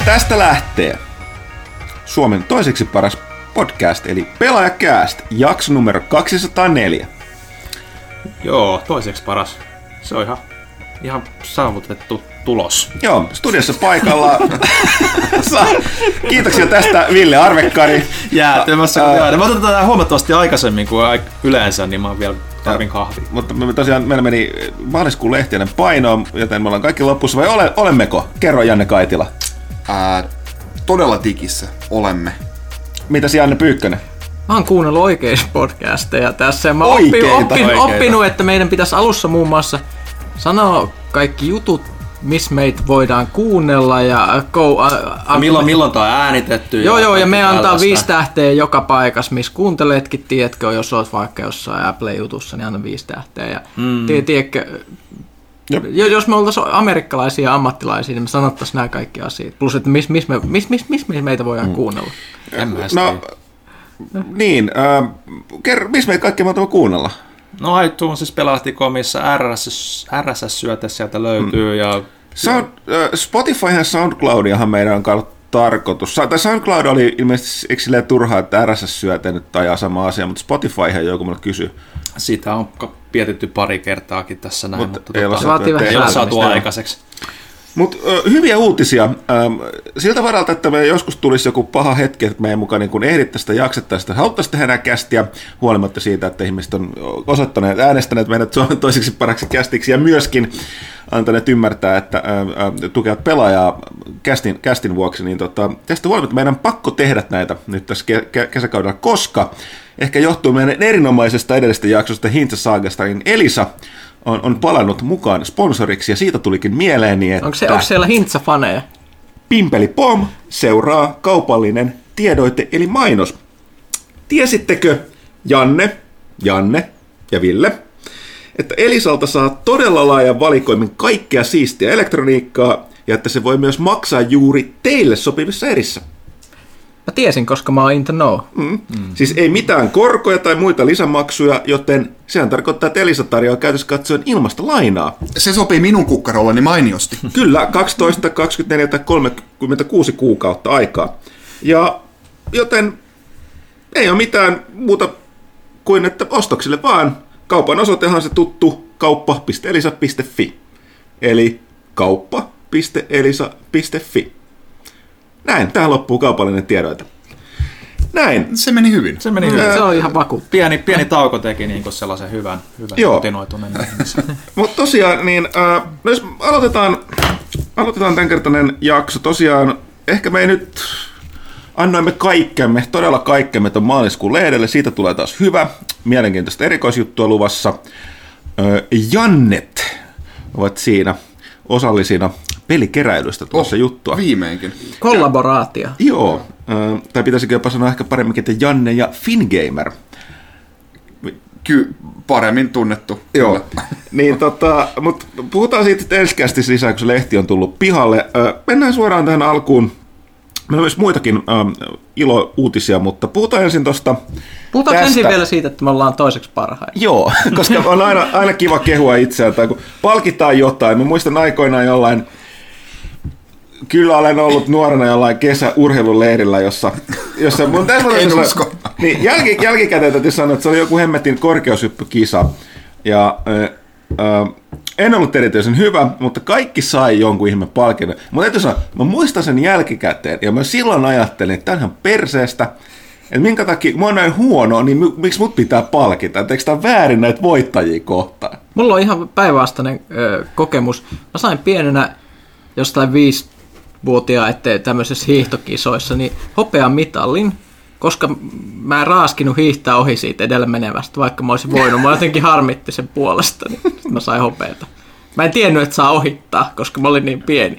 Tästä lähtee Suomen toiseksi paras podcast, eli Pelaajakääst, jakso numero 204. Joo, toiseksi paras. Se on ihan saavutettu tulos. Joo, studiossa paikalla. Kiitoksia tästä Ville Arvekkari. Jäätymässä. Mä otan tätä huomattavasti aikaisemmin kuin yleensä, niin mä vielä tarvin kahvia. Mutta meillä meni maaliskuun lehtinen painoon, joten me ollaan kaikki lopussa. Vai olemmeko? Kerro, Janne Kaitila. Todella tikissä olemme. Mitäs Janne Pyykkönen? Mä oon kuunnellut oikeita podcasteja tässä ja mä oon oppinut, että meidän pitäisi alussa muun muassa sanoa kaikki jutut, missä meitä voidaan kuunnella ja milloin tää on äänitetty. Joo, ja me antaa 5 tähteä joka paikassa, missä kuunteletkin, tiedätkö, jos oot vaikka jossain Apple-jutussa, niin anna 5 tähteä. Ja tiedätkö, jos me oltaisiin amerikkalaisia ammattilaisia, niin me sanottaisiin nämä kaikki asiat. Plus, että missä meitä voidaan kuunnella. Missä meitä kaikki voidaan kuunnella? No iTunesissa, Pelahti.comissa, RSS-syöte sieltä löytyy. Ja Spotify ja SoundCloudiahan meidän on tarkoitus. Tai SoundCloud oli ilmeisesti silleen turhaa, että RSS-syöte nyt ajaa sama asia, mutta Spotifyhan joku mulle kysyi. Siitä on pietetty pari kertaakin tässä näin, mutta ei ole saatu aikaiseksi. Mutta hyviä uutisia. Siltä varalta, että me joskus tulisi joku paha hetki, että me ei mukaan niin ehdittäisi sitä, jaksettaisi sitä, haluttaisi tehdä enää kästiä, huolimatta siitä, että ihmiset on osoittaneet, äänestäneet meidät Suomen toiseksi paraksi kästiksi ja myöskin antaneet ymmärtää, että tukevat pelaajaa kästin vuoksi, niin tästä huolimatta meidän on pakko tehdä näitä nyt tässä kesäkaudella, koska ehkä johtuu meidän erinomaisesta edellisestä jaksosta Hintsa-saagasta, niin Elisa on palannut mukaan sponsoriksi, ja siitä tulikin mieleeni, että onko siellä Hintsa-faneja? Pimpeli pom, seuraa kaupallinen tiedoite eli mainos. Tiesittekö, Janne ja Ville, että Elisalta saa todella laajan valikoimin kaikkea siistiä elektroniikkaa, ja että se voi myös maksaa juuri teille sopivissa erissä? Mä tiesin, koska mä oon in the know. Siis ei mitään korkoja tai muita lisämaksuja, joten sehän tarkoittaa, että Elisa tarjoaa käytössä katsoen ilmasta lainaa. Se sopii minun kukkarollani mainiosti. Kyllä, 12, 24 tai 36 kuukautta aikaa. Ja joten ei ole mitään muuta kuin, että ostoksille vaan. Kaupan osoitehan se tuttu kauppa.elisa.fi. Eli kauppa.elisa.fi. Näin, tähän loppuu kaupallinen tiedoite. Näin. Se meni hyvin. Se on ihan vakuuttu. Pieni tauko teki niin sellaisen hyvän rutinoituneen. Mutta tosiaan, niin, jos aloitetaan tämänkertainen jakso. Tosiaan, ehkä me ei nyt annoimme todella kaikkemme tuon maaliskuun lehdelle. Siitä tulee taas hyvä, mielenkiintoista erikoisjuttua luvassa. Jannet ovat siinä osallisina pelikeräilystä tuossa juttua. Viimeinkin. Kollaboraatio. Joo, tai pitäisikö jopa sanoa ehkä paremminkin, että Janne ja Fingamer. Paremmin tunnettu. Joo, niin mutta puhutaan siitä sitten ensikästissä lisää, kun se lehti on tullut pihalle. Mennään suoraan tähän alkuun. Meillä on myös muitakin ilo-uutisia, mutta puhutaan ensin tuosta. Puhutaan ensin vielä siitä, että me ollaan toiseksi parhaita. Joo, koska on aina kiva kehua itseään, tai kun palkitaan jotain. Mä muistan aikoinaan jollain, kyllä olen ollut nuorena jollain kesäurheiluleirillä, jossa mun en usko. Niin, jälkikäteen täytyy sanoa, että se oli joku hemmetin korkeushyppykisa, ja en ollut erityisen hyvä, mutta kaikki sai jonkun ihme palkinnon. Mutta täytyy sanoa, mä muistan sen jälkikäteen, ja mä silloin ajattelin, että tämähän on perseestä, että minkä takia, kun mä oon näin huono, niin miksi mut pitää palkita? Että eikö tää väärin näitä voittajia kohtaan? Mulla on ihan päinvastainen kokemus. Mä sain pienenä jostain 5-vuotiaan tämmöisessä hiihtokisoissa niin hopean mitalin, koska mä en raaskinut hiihtää ohi siitä edellä menevästä, vaikka mä olisin voinut. Mä jotenkin harmitti sen puolesta, niin mä sain hopeata. Mä en tiennyt, että saa ohittaa, koska mä olin niin pieni.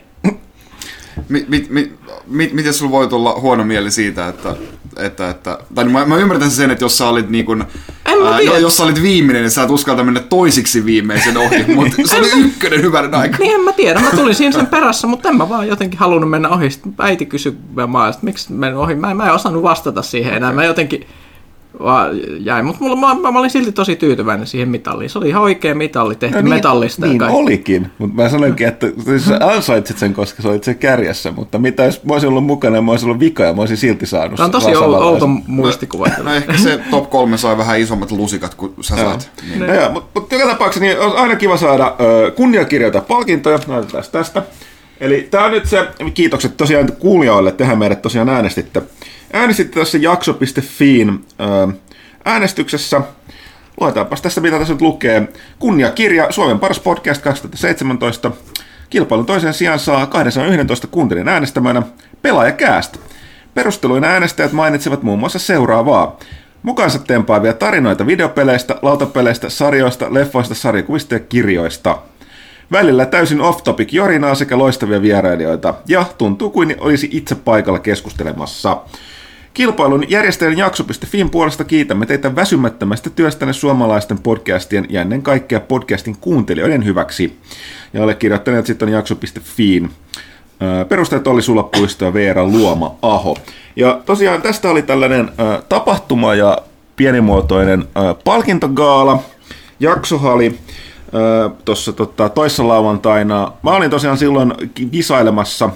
Miten sulla voi tulla huono mieli siitä, tai mä ymmärrän sen, että jos sä olit jos sä olit viimeinen, niin sä et uskalta mennä toisiksi viimeisen ohi, mutta se oli ykkönen hyvänen aika. Niin en mä tiedä, mä tulin siinä sen perässä, mutta en mä vaan jotenkin halunnut mennä ohi. Sitten äiti kysyi, miksi menen ohi, mä en osannut vastata siihen enää, mä jotenkin jäi. Mutta mä olin silti tosi tyytyväinen siihen mitalliin. Se oli ihan oikea mitalli, tehty metallista. Niin ja olikin, mutta mä sanoinkin, että sä ansaitsit sen, koska sä olit sen kärjessä, mutta mitä jos mä olisin ollut mukana ja mä olisin ollut vika ja mä olisin silti saanut. Tämä on tosi outo muistikuva. No ehkä se top 3 sai vähän isommat lusikat kuin sä sait. Niin. No mutta joka tapauksessa niin on aina kiva saada kunniakirjoita palkintoja. Näytetään tästä. Eli tää on nyt se, kiitokset tosiaan kuulijoille, tehän meidät tosiaan äänestitte. Äänestitte tässä jakso.fiin äänestyksessä. Luetaanpas tässä, mitä tässä nyt lukee. Kunniakirja, Suomen paras podcast 2017. Kilpailun toisen sijaan saa 211 kuuntelijan äänestämänä Pelaajakääst. Perusteluina äänestäjät mainitsivat muun muassa seuraavaa. Mukaansa tempaavia tarinoita videopeleistä, lautapeleistä, sarjoista, leffoista, sarjakuvista ja kirjoista. Välillä täysin off-topic jorinaa sekä loistavia vierailijoita, ja tuntuu kuin olisi itse paikalla keskustelemassa. Kilpailun järjestäjän jakso.fin puolesta kiitämme teitä väsymättömästä työstänne suomalaisten podcastien ja ennen kaikkea podcastin kuuntelijoiden hyväksi. Ja allekirjoittaneet sitten jakso.fin. Perusteet oli Sulla Puisto ja Veera Luoma-aho. Ja tosiaan tästä oli tällainen tapahtuma ja pienimuotoinen palkintogaala. Jaksohan oli tuossa toissa lauantaina. Mä olin tosiaan silloin visailemassa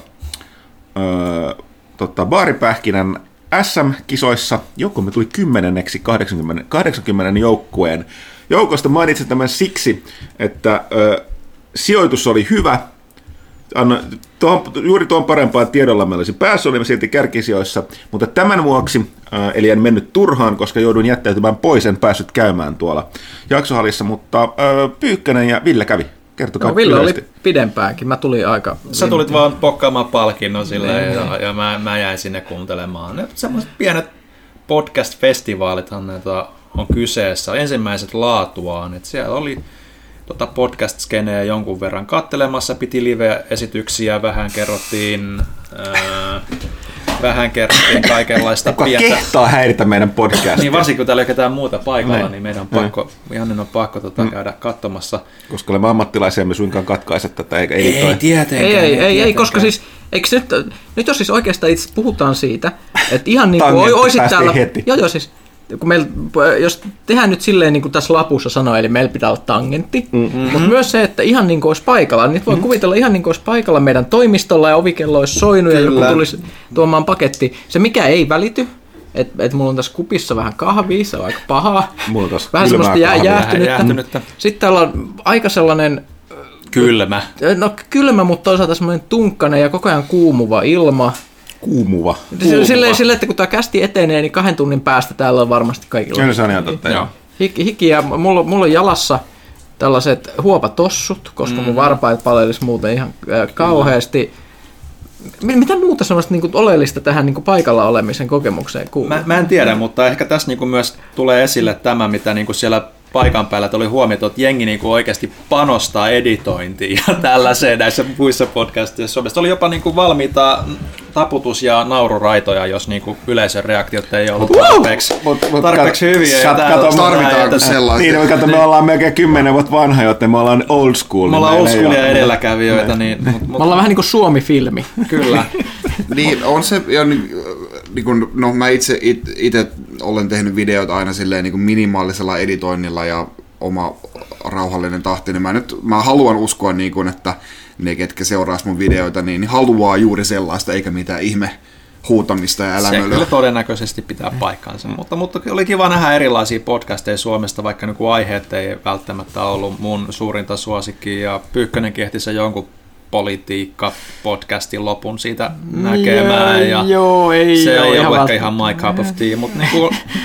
Baaripähkinän SM-kisoissa. Joukkomme tuli 10. 80 joukkueen joukosta. Mainitsin tämän siksi, että sijoitus oli hyvä. Juuri tuon parempaan tiedolla meillä olisi päässyt, olimme silti kärkisijoissa, mutta tämän vuoksi, eli en mennyt turhaan, koska jouduin jättäytymään pois, en päässyt käymään tuolla jaksohallissa, mutta Pyykkönen ja Ville kävi. Kertokaa Ville oli pidempäänkin, mä tulin aika... Sä tulit vaan pokkaamaan palkinnon silleen, ja mä jäin sinne kuuntelemaan. Ne sellaiset pienet podcast-festivaalithan näitä on kyseessä, ensimmäiset laatuaan, että siellä oli... podcast-skeneä jonkun verran kattelemassa, piti live-esityksiä, vähän kerrottiin kaikenlaista Kuka kehtaa häiritä meidän podcastia? Niin varsinkin kun täällä ei ole ketään muuta paikalla, niin meidän on pakko, Jannen on pakko käydä katsomassa. Koska olemme ammattilaisia, me suinkaan katkaise tätä, eikä ei tietenkään. Ei, koska siis, eikö nyt jos siis oikeastaan itse puhutaan siitä, että ihan niin kuin oisit täällä... heti. Joo, siis... jos tehdään nyt silleen niin kuin tässä lapussa sanoi, eli meillä pitää olla tangentti, mutta myös se, että ihan niin kuin olisi paikalla, niin voi kuvitella ihan niin kuin olisi paikalla meidän toimistolla ja ovikello olisi soinut ja joku tulisi tuomaan paketti. Se mikä ei välity, että mulla on tässä kupissa vähän kahvia, se on aika pahaa, vähän semmoista jäähtynyttä. Sitten täällä on aika sellainen... Kylmä. No kylmä, mutta toisaalta semmoinen tunkkainen ja koko ajan kuumuva ilma. Kuumuva. Silleen, että kun tämä kästi etenee, niin 2 tunnin päästä täällä on varmasti kaikilla. Kyllä se on ihan totta, joo. Hiki ja mulla on jalassa tällaiset huopatossut, koska mun varpaat palelisi muuten ihan kauheasti. Mitä muuta sellaista niin kuin oleellista tähän niin kuin paikalla olemisen kokemukseen kuuluu? Mä en tiedä, mutta ehkä tässä niin kuin myös tulee esille tämä, mitä niin kuin siellä paikan päällä oli huomioitu, että jengi niin kuin oikeasti panostaa editointiin ja tällaiseen näissä muissa podcasteissa Suomessa. Oli jopa niin kuin valmiita taputus- ja naururaitoja, jos niin kuin yleisön reaktiot ei ollut tarpeeksi hyviä. Tarvitaanko sellaisia? Niin, kato, me ollaan melkein 10 vuotta vanha, joten me ollaan old school. Me ollaan old schoolia edelläkävijöitä. Me ollaan vähän niin kuin Suomi-filmi. Kyllä. Niin, on se, ja niin kuin, no mä itse olen tehnyt videoita aina silleen niin kuin minimaalisella editoinnilla ja oma rauhallinen tahti, niin mä haluan uskoa niin kuin, että ne, ketkä seuraas mun videoita, niin haluaa juuri sellaista, eikä mitään ihme huutamista ja älämölyä. Se kyllä todennäköisesti pitää paikkaansa, mutta oli kiva nähdä erilaisia podcasteja Suomesta, vaikka niin kuin aiheet ei välttämättä ollut mun suurinta suosikkia, ja Pyykkönenkin ehti se jonkun politiikka-podcastin lopun siitä näkemään, ja se ei ole ehkä ihan my cup of tea, mutta niinku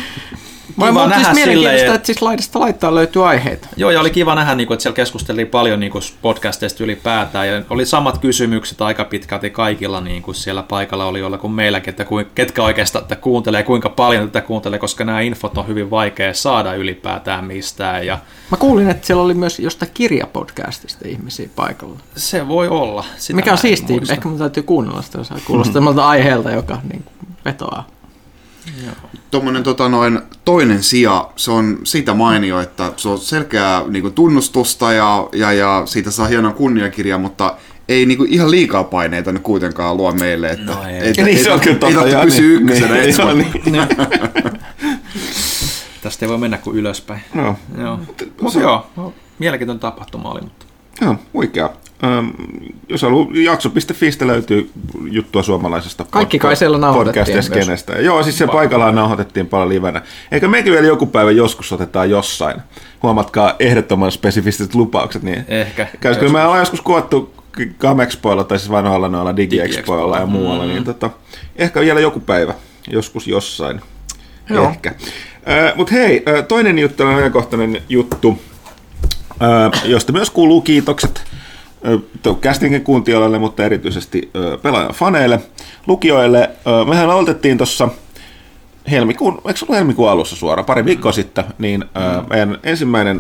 kiva nähdä siis silleen, että siis laidasta laittaa löytyy aiheita. Joo, ja oli kiva nähdä, että siellä keskusteltiin paljon podcasteista ylipäätään, ja oli samat kysymykset aika pitkälti kaikilla siellä paikalla oli jolla kuin meilläkin, että ketkä oikeastaan tätä kuuntelee, kuinka paljon tätä kuuntelee, koska nämä infot on hyvin vaikea saada ylipäätään mistään. Ja mä kuulin, että siellä oli myös jostain kirjapodcastista ihmisiä paikalla. Se voi olla. Sitä mikä on siistiä, ehkä mun täytyy kuunnella sitä, jos kuulostaa aiheelta, joka vetoaa. Tuommoinen toinen sija, se on siitä mainio, että se on selkeää niin tunnustusta ja siitä saa hienon kunniakirja, mutta ei niin ihan liikaa paineita nyt kuitenkaan luo meille, että ei tarvitse pysyä ykkösenä. Tästä ei voi mennä kuin ylöspäin. No. Mutta joo, mielenkiintoinen tapahtuma oli. Mutta. Joo, huikea. Jos haluaa, jakso.fistä löytyy juttua suomalaisesta kaikki kai siellä nauhoitettiin podcast-skenestä. Joo, siis siellä paikallaan nauhoitettiin paljon livenä. Eikä mekin vielä joku päivä joskus otetaan jossain. Huomatkaa ehdottoman spesifistiset lupaukset. Niin ehkä. Kyllä me ollaan joskus kuvattu Gamexpoilla tai siis vanhoilla noilla DigiExpoilla ja muualla. Niin ehkä vielä joku päivä, joskus jossain. Joo. Ehkä. Mutta hei, toinen juttu on ajankohtainen juttu, josta myös kuuluu kiitokset castingin kuuntelijoille, mutta erityisesti pelaajan faneille, lukijoille. Mehän aloitettiin tuossa helmikuun alussa suoraan, pari viikkoa sitten, niin meidän ensimmäinen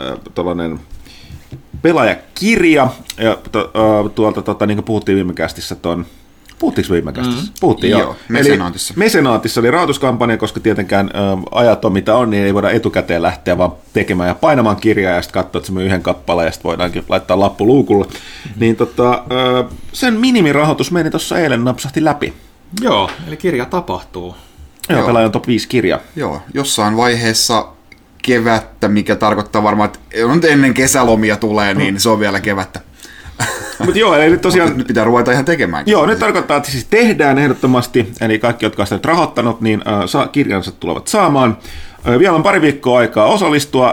pelaajakirja, ja tuolta niin kuin puhuttiin viime kästissä puhuttiinko viime kästissä? Puhuttiin, joo. Mesenaatissa. Mesenaatissa oli rahoituskampanja, koska tietenkään ajat on mitä on, niin ei voida etukäteen lähteä vaan tekemään ja painamaan kirjaa ja sitten katsoa, että se myy yhden kappaleen ja sitten voidaankin laittaa lappu luukulle. Niin sen minimirahoitus meni tuossa eilen napsahti läpi. Joo, eli kirja tapahtuu. Joo, pelaajan top 5 kirja. Joo, jossain vaiheessa kevättä, mikä tarkoittaa varmaan, että ennen kesälomia tulee, niin se on vielä kevättä. Mutta joo, eli nyt tosiaan... Nyt pitää ruveta ihan tekemään. Joo, nyt tarkoittaa, että siis tehdään ehdottomasti, eli kaikki, jotka ovat rahoittanut, niin kirjansa tulevat saamaan. Vielä on pari viikkoa aikaa osallistua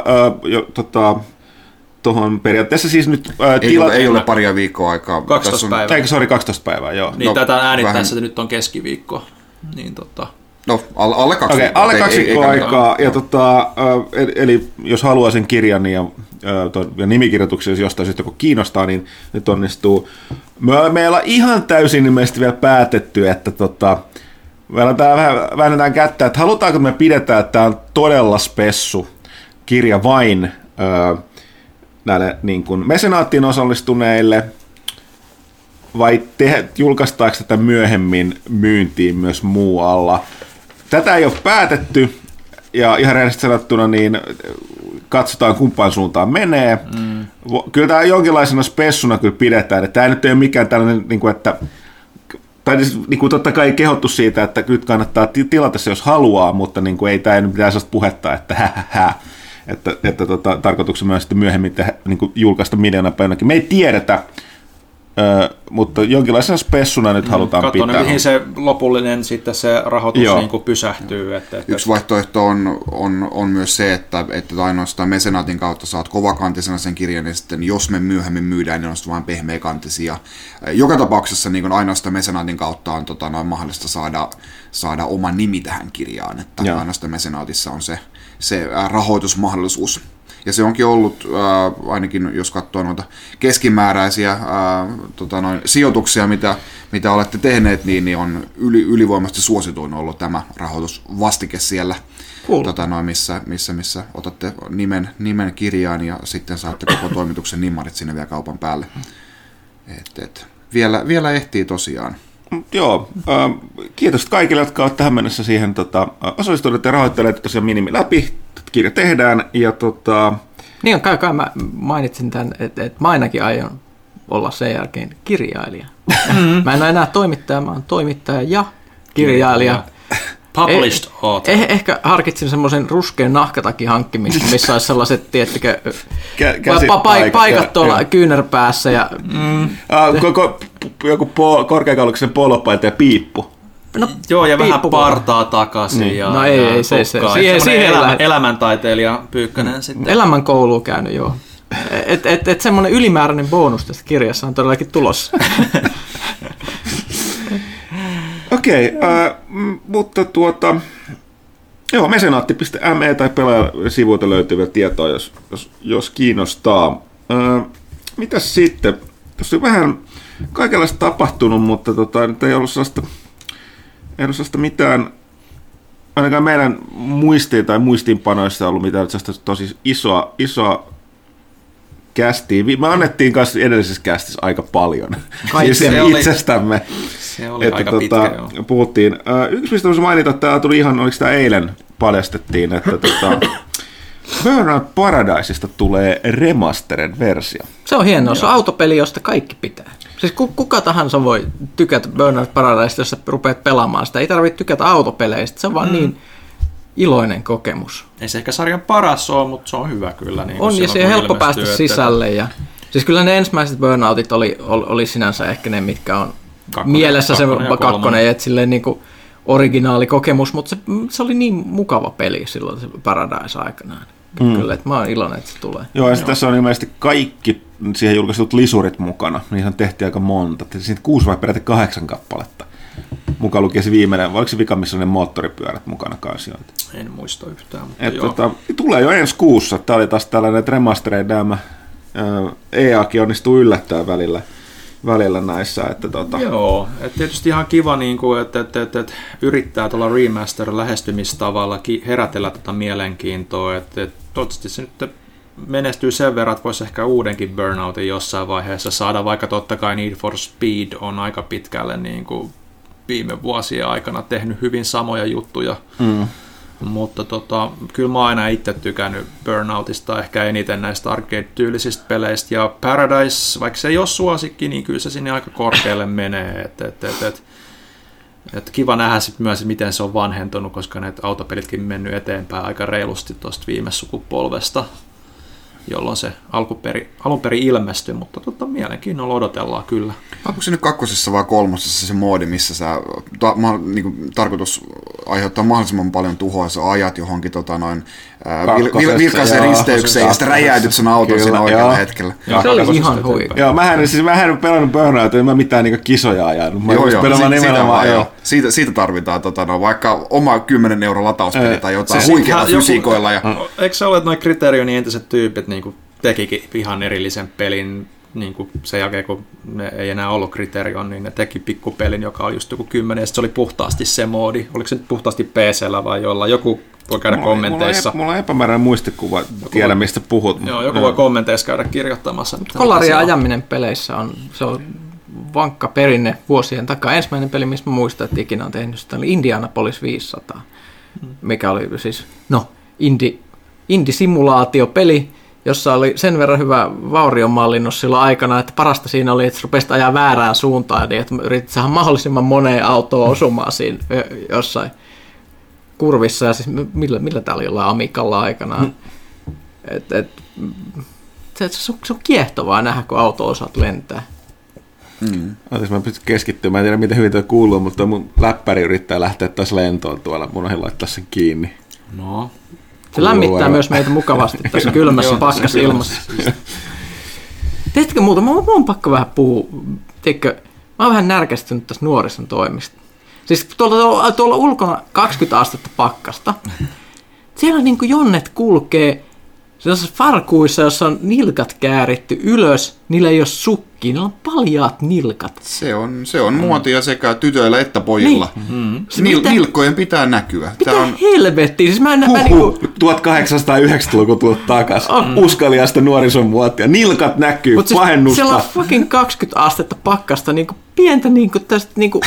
tuohon periaatteessa siis nyt... Ei ole paria viikkoa aikaa. 12 päivää. Eikö, sori, 12 päivää, joo. Niin, tätä äänittäessä vähän... nyt on keskiviikko. Niin No, alle 2 viikkoa. Alle 2 viikkoa aikaa, ja eli jos haluaa sen kirjan ja nimikirjoituksia, jos jostain syystä kiinnostaa, niin nyt onnistuu. Me ollaan ihan täysin ilmeisesti vielä päätetty, että meillä on täällä vähän väännetään kättä, että halutaanko me pidetään, että tämä on todella spessu kirja vain näille niin kuin mesenaattiin osallistuneille, vai julkaistaanko tätä myöhemmin myyntiin myös muualla. Tätä ei ole päätetty, ja ihan rehellisesti sanottuna, niin katsotaan kumpaan suuntaan menee. Kyllä tämä jonkinlaisena spessuna kyllä pidetään, että tämä nyt ei ole mikään tällainen, niin kuin, että tai niin kuin totta kai kehottu siitä, että nyt kannattaa tilata se, jos haluaa, mutta niin kuin ei tämä nyt mitään sellaista puhetta, että että tarkoituksena myös sitten myöhemmin niin kuin julkaista miljoonapöynnäkin. Me ei tiedetä, mutta jonkinlaisena spessuna nyt halutaan pitää. Katsotaan, mihin se lopullinen sitten se rahoitus niin kuin pysähtyy. Yksi vaihtoehto on myös se, että ainoastaan mesenaatin kautta saat kovakantisena sen kirjan, ja sitten jos me myöhemmin myydään, niin on vain pehmeäkantisia. Joka tapauksessa niin ainoastaan mesenaatin kautta on mahdollista saada oma nimi tähän kirjaan, että ainoastaan mesenaatissa on se rahoitusmahdollisuus. Ja se onkin ollut, ainakin jos katsoo noita keskimääräisiä sijoituksia, mitä olette tehneet, niin on ylivoimaisesti suosituin ollut tämä rahoitusvastike siellä, missä otatte nimen kirjaan ja sitten saatte koko toimituksen nimmarit sinne vielä kaupan päälle. Vielä ehtii tosiaan. Joo, kiitos kaikille, jotka ovat tähän mennessä siihen osallistuneet ja rahoitteleet tosiaan minimi läpi. Kirja tehdään ja Niin on, kai mä mainitsin tämän, että mä ainakin aion olla sen jälkeen kirjailija. Mä en ole enää toimittaja, mä oon toimittaja ja kirjailija. Published author. Ehkä harkitsin semmoisen ruskean nahkatakin hankkimista, missä olisi sellaiset, tiettikö, paikat tuolla kyynärpäässä. Ja... joku korkeakauluksisen polopaita ja piippu. No, joo, ja vähän partaa takaisin. Ja, no ei se. Siihen elämäntaiteilija Pyykkönen sitten. Elämän kouluun käynyt, joo. Et semmoinen ylimääräinen bonus tästä kirjassa on todellakin tulossa. Okei, mutta joo, mesenaatti.me tai pelaajasivuilta löytyy tietoa, jos kiinnostaa. Mitäs sitten? Tuossa on vähän kaikenlaista tapahtunut, mutta nyt ei ollut sellaista mitään, ainakaan meidän muistiinpanoissa ollut mitään tosi isoa kästiä. Me annettiin kanssa edellisessä kästissä aika paljon siis itsestämme. Se oli aika pitkä, joo. Puhuttiin. Yksi mistä voisi mainita, että tämä tuli ihan, oliko tämä eilen paljastettiin, että Burnout Paradiseista tulee remastered versio. Se on hienoa, se on autopeli, josta kaikki pitää. Siis kuka tahansa voi tykätä Burnout Paradiseista, jos sä rupeat pelaamaan sitä. Ei tarvitse tykätä autopeleistä, se on vaan niin iloinen kokemus. Ei se ehkä sarjan paras ole, mutta se on hyvä kyllä. Niin on, ja se on helppo päästä sisälle. Ja, siis kyllä ne ensimmäiset Burnoutit oli sinänsä ehkä ne, mitkä on mielessä se kakkonen, että silleen niin kuin originaali kokemus, mutta se oli niin mukava peli silloin se Paradise aikanaan. Kyllä, että mä oon iloinen, että se tulee. Joo, ja tässä on ilmeisesti kaikki siihen julkaistut lisurit mukana. Niihin tehtiin aika monta. Siitä 6 vai peräti 8 kappaletta. Mukaan lukien se viimeinen, vai oliko se vika, missä on ne moottoripyörät mukana kanssa? En muista yhtään, mutta tulee jo ensi kuussa. Tämä oli taas tällainen remastereidäämä. EAkin onnistuu yllättää välillä näissä. Joo, että tietysti ihan kiva, niin kuin, että yrittää tuolla remaster-lähestymistavalla herätellä tätä mielenkiintoa. Että toivottavasti se nyt menestyy sen verran, että voisi ehkä uudenkin Burnoutin jossain vaiheessa saada, vaikka totta kai Need for Speed on aika pitkälle niin kuin viime vuosien aikana tehnyt hyvin samoja juttuja. Mutta kyllä mä oon aina itse tykännyt Burnoutista ehkä eniten näistä arcade-tyylisistä peleistä, ja Paradise, vaikka se ei ole suosikki, niin kyllä se sinne aika korkealle menee. Et kiva nähdä sitten myös, miten se on vanhentunut, koska ne autopelitkin mennyt eteenpäin aika reilusti tuosta viime sukupolvesta, jolloin se alun perin ilmestyi, mutta mielenkiinnolla odotellaan kyllä. Onko se nyt 2. vai 3. se moodi, missä niin tarkoitus aiheuttaa mahdollisimman paljon tuhoa, sä ajat johonkin vilkaiseen risteykseen ja sitten räjäytyt sun auton siinä oikealla hetkellä. Se oli ihan huikea. Joo, mä en pelannut Burnoutia, en mä mitään niinku kisoja ajanut. Siitä tarvitaan vaikka oma 10 € latauspeli tai jotain huikealla fysiikoilla. Eikö se ole, että nuo Criterionin entiset tyypit niin tekikin ihan erillisen pelin niin kuin sen jälkeen, kun ne ei enää ollut Criterion, niin ne teki pikkupelin, joka oli just joku 10, ja se oli puhtaasti se moodi. Oliko se nyt puhtaasti PC:llä vai jollain? Joku voi käydä kommenteissa. Mulla on epämääräinen muistikuva, tiedä mistä puhut. Joo, joku voi kommenteissa käydä kirjoittamassa. Kolarien ajaminen peleissä on vankka perinne vuosien takaa. Ensimmäinen peli, mistä mä muistan, että ikinä on tehnyt sitä, oli Indianapolis 500, mikä oli siis indie-simulaatiopeli, jossa oli sen verran hyvä vaurionmallinnus silloin aikana, että parasta siinä oli, että rupesit ajaa väärään suuntaan, niin että yritit saada mahdollisimman moneen autoon osumaan siinä jossain kurvissa, ja siis millä täällä oli jollain Amicalla aikanaan. Se on kiehtovaa nähdä, kun auto osaat lentää. Mä pystyn keskittymään, mä en tiedä miten hyvin toi kuuluu, mutta mun läppäri yrittää lähteä taas lentoon tuolla, mun ohi laittaa sen kiinni. No. Se lämmittää myös meitä mukavasti tässä kylmässä paskassa ilmassa. Tiedätkö muuta? Mä oon pakko vähän puhua. Tiedätkö, mä oon vähän närkästynyt tässä nuorison toimista. Siis tuolla ulkona 20 astetta pakkasta. Siellä niin kuin jonnet kulkee sellaisissa farkuissa, jossa on nilkat kääritty ylös. Niillä ei ole sukkia, niillä on paljaat nilkat. Se on muotia sekä tytöillä että pojilla. Nilkkojen pitää näkyä. Mitä helvettiä? Siis mä en 1890-luku tullut takas. Uskaliasta nuorison muotia. Nilkat näkyy, pahennusta. Siellä on fucking 20 astetta pakkasta, niinku pientä niinku tästä niinku...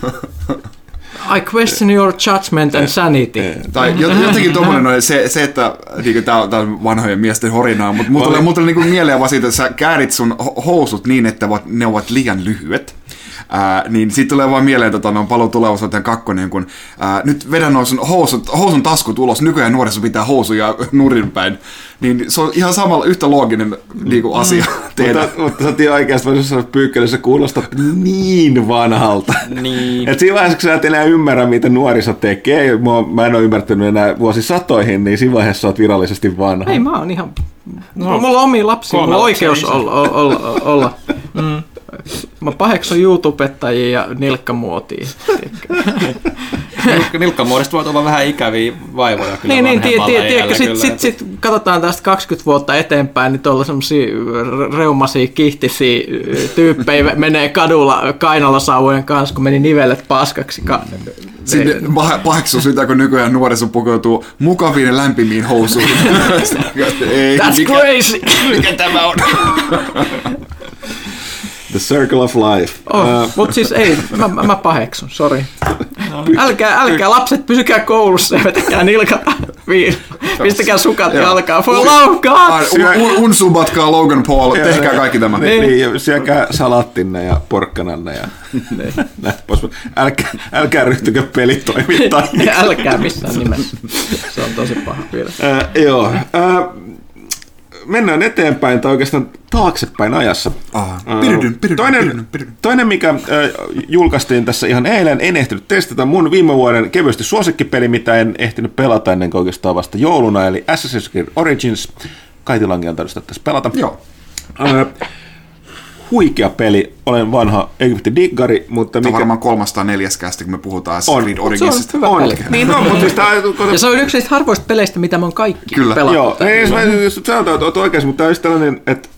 I question your judgment and sanity. Tai jotenkin tommoinen se että niinku tää on vanhojen miesten horinaa, mutta mulla tuli niinku mieleen vaan siitä, että sä käärit sun housut niin, että ne ovat liian lyhyet. Niin siitä tulee vaan mieleen Paluu tulevaisuuteen 2, kun nyt vedän sun housun taskut ulos, nykyään nuorissa pitää housuja nurinpäin. Niin se on ihan samalla yhtä looginen niinku asia tehdä. Mutta sä oot oikeasti voisin sanoa, että Pyykkönen, sä kuulostat niin vanhalta. Niin. Et siinä vaiheessa, kun sä et enää ymmärrä, mitä nuoriso tekee, mä en ole ymmärtänyt enää vuosisatoihin, niin siinä vaiheessa sä oot virallisesti vanha. Ei, mä oon ihan... Mulla on omia lapsia, mulla on oikeus olla. Mä paheksun YouTubettajia ja nilkkamuotia. Nilkkamuodista voi olla vähän ikäviä vaivoja kyllä Sitten katsotaan tästä 20 vuotta eteenpäin, niin tuolla semmosia reumaisia, kihtisiä tyyppejä menee kadulla kainalasauvojen kanssa, kun meni nivelet paskaksi. Sitten paheksun sitä, kun nykyään nuoriso pukeutuu mukaviin ja lämpimiin housuihin. That's crazy! Mikä tämä on? The circle of life. Mutta siis ei, mä paheksun, sori. Älkää lapset, pysykää koulussa ja vetäkää nilkat. Pistäkää sukat jalkaan, voi laukkaa! Unsubatkaa Logan Paul, tehkää kaikki tämä. Niin, syökää salattinne ja porkkananne ja näitä pois. Älkää ryhtykö pelitoimittajiksi. Älkää missään nimessä. Se on tosi paha piirre. Joo. Mennään eteenpäin tai oikeastaan taaksepäin ajassa. Toinen, mikä julkaistiin tässä ihan eilen, en ehtinyt testata mun viime vuoden kevyesti suosikkipeli, mitä en ehtinyt pelata ennen kuin oikeastaan vasta jouluna, eli Assassin's Creed Origins. Kaiti Langi on tarvitse tässä pelata. Joo. Huikea peli, olen vanha Egypti-diggari, mutta mikä... varmaan 304 kästi, kun me puhutaan Assassin's Creed Originsista. Se on hyvä peli. Niin on, mutta ja se on yksi niistä harvoista peleistä, mitä me on kaikki pelattu. Joo, sanotaan, että olet oikeassa, mutta tämä on tällainen, että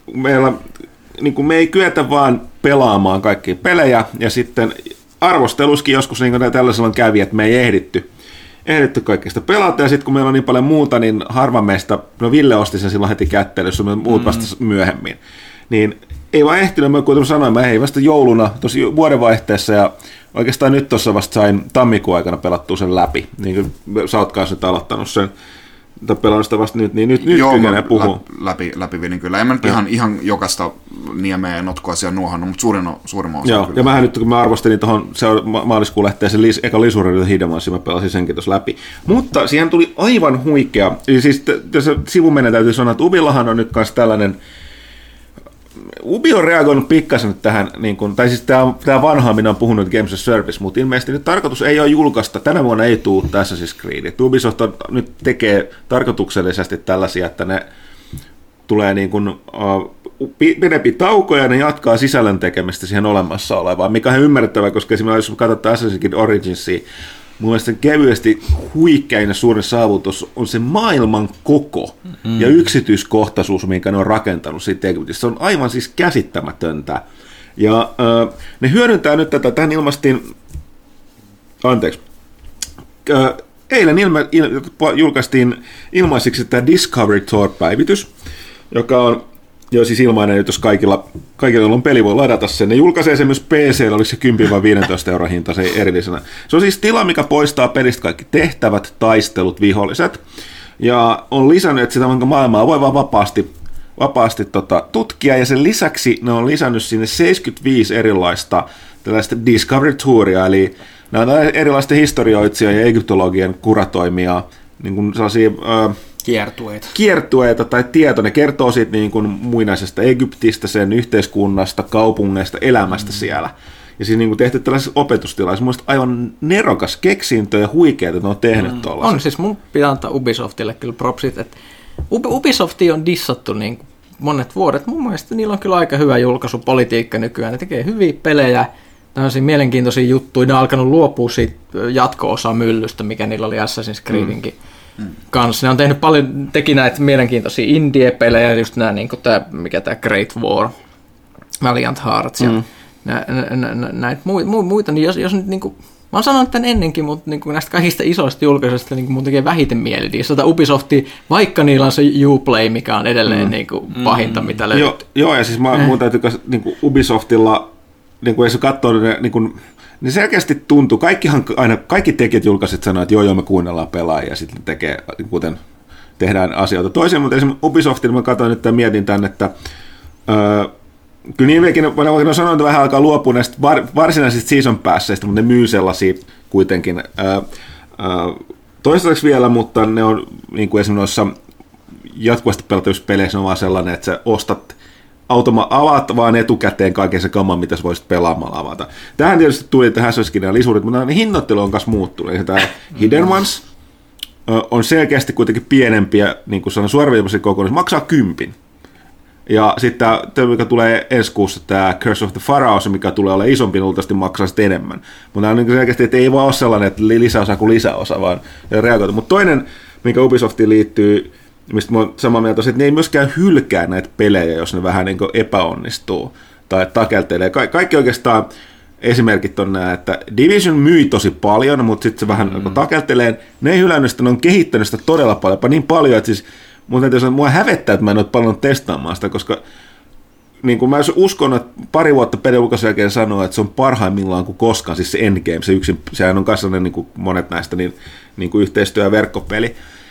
me ei kyetä vaan pelaamaan kaikkia pelejä, ja sitten arvosteluskin joskus niin tällaisella kävi, että me ei ehditty kaikista pelata, ja sitten kun meillä on niin paljon muuta, niin harva meistä, Ville osti sen silloin heti kätteen, jos me muut vasta myöhemmin, niin ei vaan ehtinyt, kuten sanoin, mä ei vasta jouluna, tosi vuodenvaihteessa, ja oikeastaan nyt tuossa vasta sain tammikuun aikana pelattua sen läpi, niin kuin sä oot kanssa nyt aloittanut sen, tai pelannut sitä vasta nyt, niin nyt kykenee puhua. Läpi vietin kyllä. En mä nyt ihan jokaista niemeä ja notkoa siellä nuohannut, mutta suurimman osa. Joo, kyllä. Ja mähän nyt, kun mä arvostelin tuohon maaliskuun lehteen sen eka lisurin Hidemansi, mä pelasin senkin tuossa läpi. Mutta siihen tuli aivan huikea, siis tässä sivumenen täytyy sanoa, että Ubillahan on nyt kanssa tällainen, Ubi on reagoinut pikkasen nyt tähän, niin kun, tai siis tämä vanha, minä olen puhunut Games as Service, mutta ilmeisesti nyt tarkoitus ei ole julkaista, tänä vuonna ei tule Assassin's Creed. Ubisoft nyt tekee tarkoituksellisesti tällaisia, että ne tulee niin kuin, pidempi taukoja ja ne jatkaa sisällön tekemistä siihen olemassa olevaan, mikä on ymmärrettävää, koska esimerkiksi jos katsotaan Assassin's Creed Originsia, mun mielestä kevyesti huikein ja suurin saavutus on se maailman koko ja yksityiskohtaisuus, minkä ne on rakentanut siitä Egyptistä. Se on aivan siis käsittämätöntä. Ja ne hyödyntää nyt tätä, tähän ilmaistiin, eilen julkaistiin ilmaisiksi tämä Discovery Tour-päivitys, joka on jo siis ilmainen, jos kaikilla on peli, voi ladata sen. Ne julkaisee sen myös PC:llä, oliko se 10 vai 15 € hinta se erillisenä. Se on siis tila, mikä poistaa pelistä kaikki tehtävät, taistelut, viholliset. Ja on lisännyt, että sitä maailmaa voi vaan vapaasti tutkia. Ja sen lisäksi ne on lisännyt sinne 75 erilaista tällaista Discovery Touria, eli nämä on erilaisten historioitsijoiden ja egyptologien kuratoimia, niin kuin sellaisia... Kiertueita tai tieto, ne kertoo siitä niin kuin muinaisesta Egyptistä, sen yhteiskunnasta, kaupungeista, elämästä siellä. Ja siis niin kuin tehty tällaisessa opetustilaisessa, mun aivan nerokas keksintö ja huikeaa, että ne on tehnyt tuollaisen. On, siis mun pitää antaa Ubisoftille kyllä propsit, että Ubisoftia on dissattu niin kuin monet vuodet. Mun mielestä niillä on kyllä aika hyvä julkaisupolitiikka nykyään, ne tekee hyviä pelejä, tämmöisiä mielenkiintoisia juttuja, ne on alkanut luopua siitä jatko-osamyllystä, mikä niillä oli Assassin's Creedinkin. Kanssa. Ne on tehnyt paljon, teki näitä mielenkiintoisia indie-pelejä, just nämä, niin tämä, mikä tämä Great War, Valiant Hearts ja näitä muita, niin jos nyt, niin kuin, mä oon sanonut tämän ennenkin, mutta niin kuin näistä kaikista isoista julkaisuista niin mun tekee vähiten mieli niistä Ubisoftia, vaikka niillä on se Uplay, mikä on edelleen niin kuin pahinta, mitä löytyy. Joo, ja siis mun täytyy niin kuin Ubisoftilla, niin kuin jos katsoo niin kuin, niin selkeästi tuntuu, kaikki tekijät julkaiset sanoo, että joo, me kuunnellaan pelaajia, ja sitten tekee, kuten tehdään asioita. Toisen, mutta esimerkiksi Ubisoftilla mä katsoin nyt ja mietin tämän, että kyllä niinkin, voin sanoa, että vähän alkaa luopua näistä varsinaisista season passeista, mutta ne myy sellaisia kuitenkin toistaiseksi vielä, mutta ne on niin kuin esimerkiksi noissa jatkuvasti pelatavissa peleissä on vaan sellainen, että sä ostat avaat vaan etukäteen kaiken se kaman, mitä sä voisit pelaamalla avata. Tähän tietysti tuli tähän Assassin's lisurit, mutta ne hinnoittelu on kanssa muuttunut. Tämä Hidden Ones on selkeästi kuitenkin pienempiä, niin kuin sanon suoraviivaisen kokoinen, maksaa 10. Ja sitten tämä, mikä tulee ensi kuussa, tämä Curse of the Pharaohs, mikä tulee olemaan isompi, luultavasti maksaa sitten enemmän. Mutta on niin selkeästi, että ei vaan ole sellainen, että lisäosa kuin lisäosa, vaan reagoita. Mutta toinen, mikä Ubisoftiin liittyy, mistä mä oon samaa mieltä, että ne ei myöskään hylkää näitä pelejä, jos ne vähän niin kuin epäonnistuu tai takeltelee. Kaikki oikeastaan esimerkit on nämä, että Division myi tosi paljon, mutta sitten se vähän takeltelee. Ne ei hylännyt sitä, ne on kehittänyt sitä todella paljon, niin paljon, että siis mun täytyy sanoa, että mua hävettää, että mä en ole paljon testaamaan sitä, koska niin kuin mä uskon, että pari vuotta pelin jälkeen sanoa, että se on parhaimmillaan kuin koskaan, siis se Endgame, sehän on kanssa niin kuin monet näistä niin kuin yhteistyö- ja verkkopeli.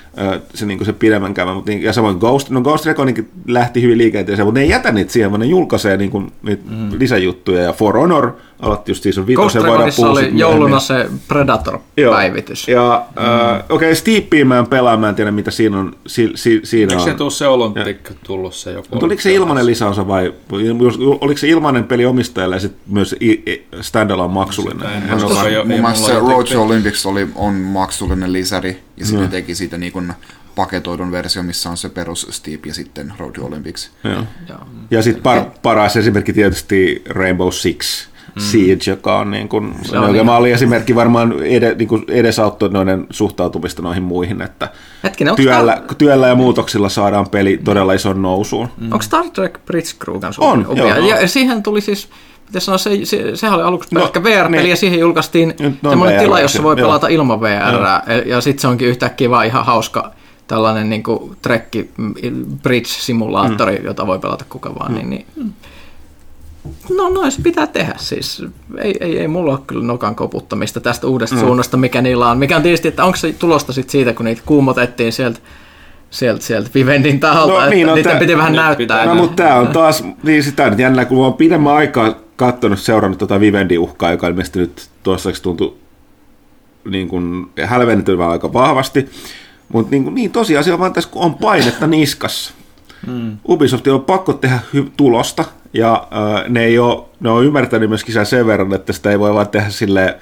se, niin se pidemmän käymä, mutta ja samoin Ghost Reconingkin lähti hyvin liikenteeseen, mutta ne ei jätä niitä siihen, vaan ne julkaisee niin kuin, niitä lisäjuttuja, ja For Honor aloitti just season 5. Ghost Reconissa oli jouluna se Predator-päivitys. Ja okei, Steepia mä en pelaa, mä en tiedä mitä siinä on. Eikö se tule se Olympic tullut se joku? Mutta oliko se ilmainen lisäosa vai oliko se ilmainen peli omistajalle ja sitten myös standalone maksullinen? Mun mielestä se Road to Olympics on maksullinen lisäri, ja sitten teki siitä niin kuin paketoidun versio, missä on se perus Steep ja sitten Road to Olympics. Ja sitten paras esimerkki tietysti Rainbow Six Siege, joka on niin kuin, mä olin esimerkki varmaan edesauttoi noiden suhtautumista noihin muihin, että työllä ja muutoksilla saadaan peli todella ison nousuun. Onko Star Trek Bridge Crew kanssa? On, ja siihen tuli siis, sehän oli aluksi pelkkä VR-peli, ja siihen julkaistiin semmoinen tila, jossa voi pelata ilman VR:ää, ja sitten se onkin yhtäkkiä vaan ihan hauska tällainen niin kuin trekki bridge-simulaattori, jota voi pelata kuka vaan. Niin. No se pitää tehdä siis. Ei mulla ole kyllä nokan koputtamista tästä uudesta suunnasta, mikä niillä on. Mikä on tietysti, että onko se tulosta sit siitä, kun niitä kuumotettiin sieltä Vivendin taholta, että niitä piti vähän näyttää. No, mutta tämä on taas, niin sitä nyt jännää, kun olen pidemmän aikaa seurannut tuota Vivendin uhkaa, joka ilmeisesti nyt toistaiseksi tuntui niin kuin hälventyvän aika vahvasti. Mutta niin tosiasia vaan tässä, kun on painetta niskassa. Ubisoft on pakko tehdä tulosta, ja ne on ymmärtänyt myöskin sen verran, että sitä ei voi vaan tehdä silleen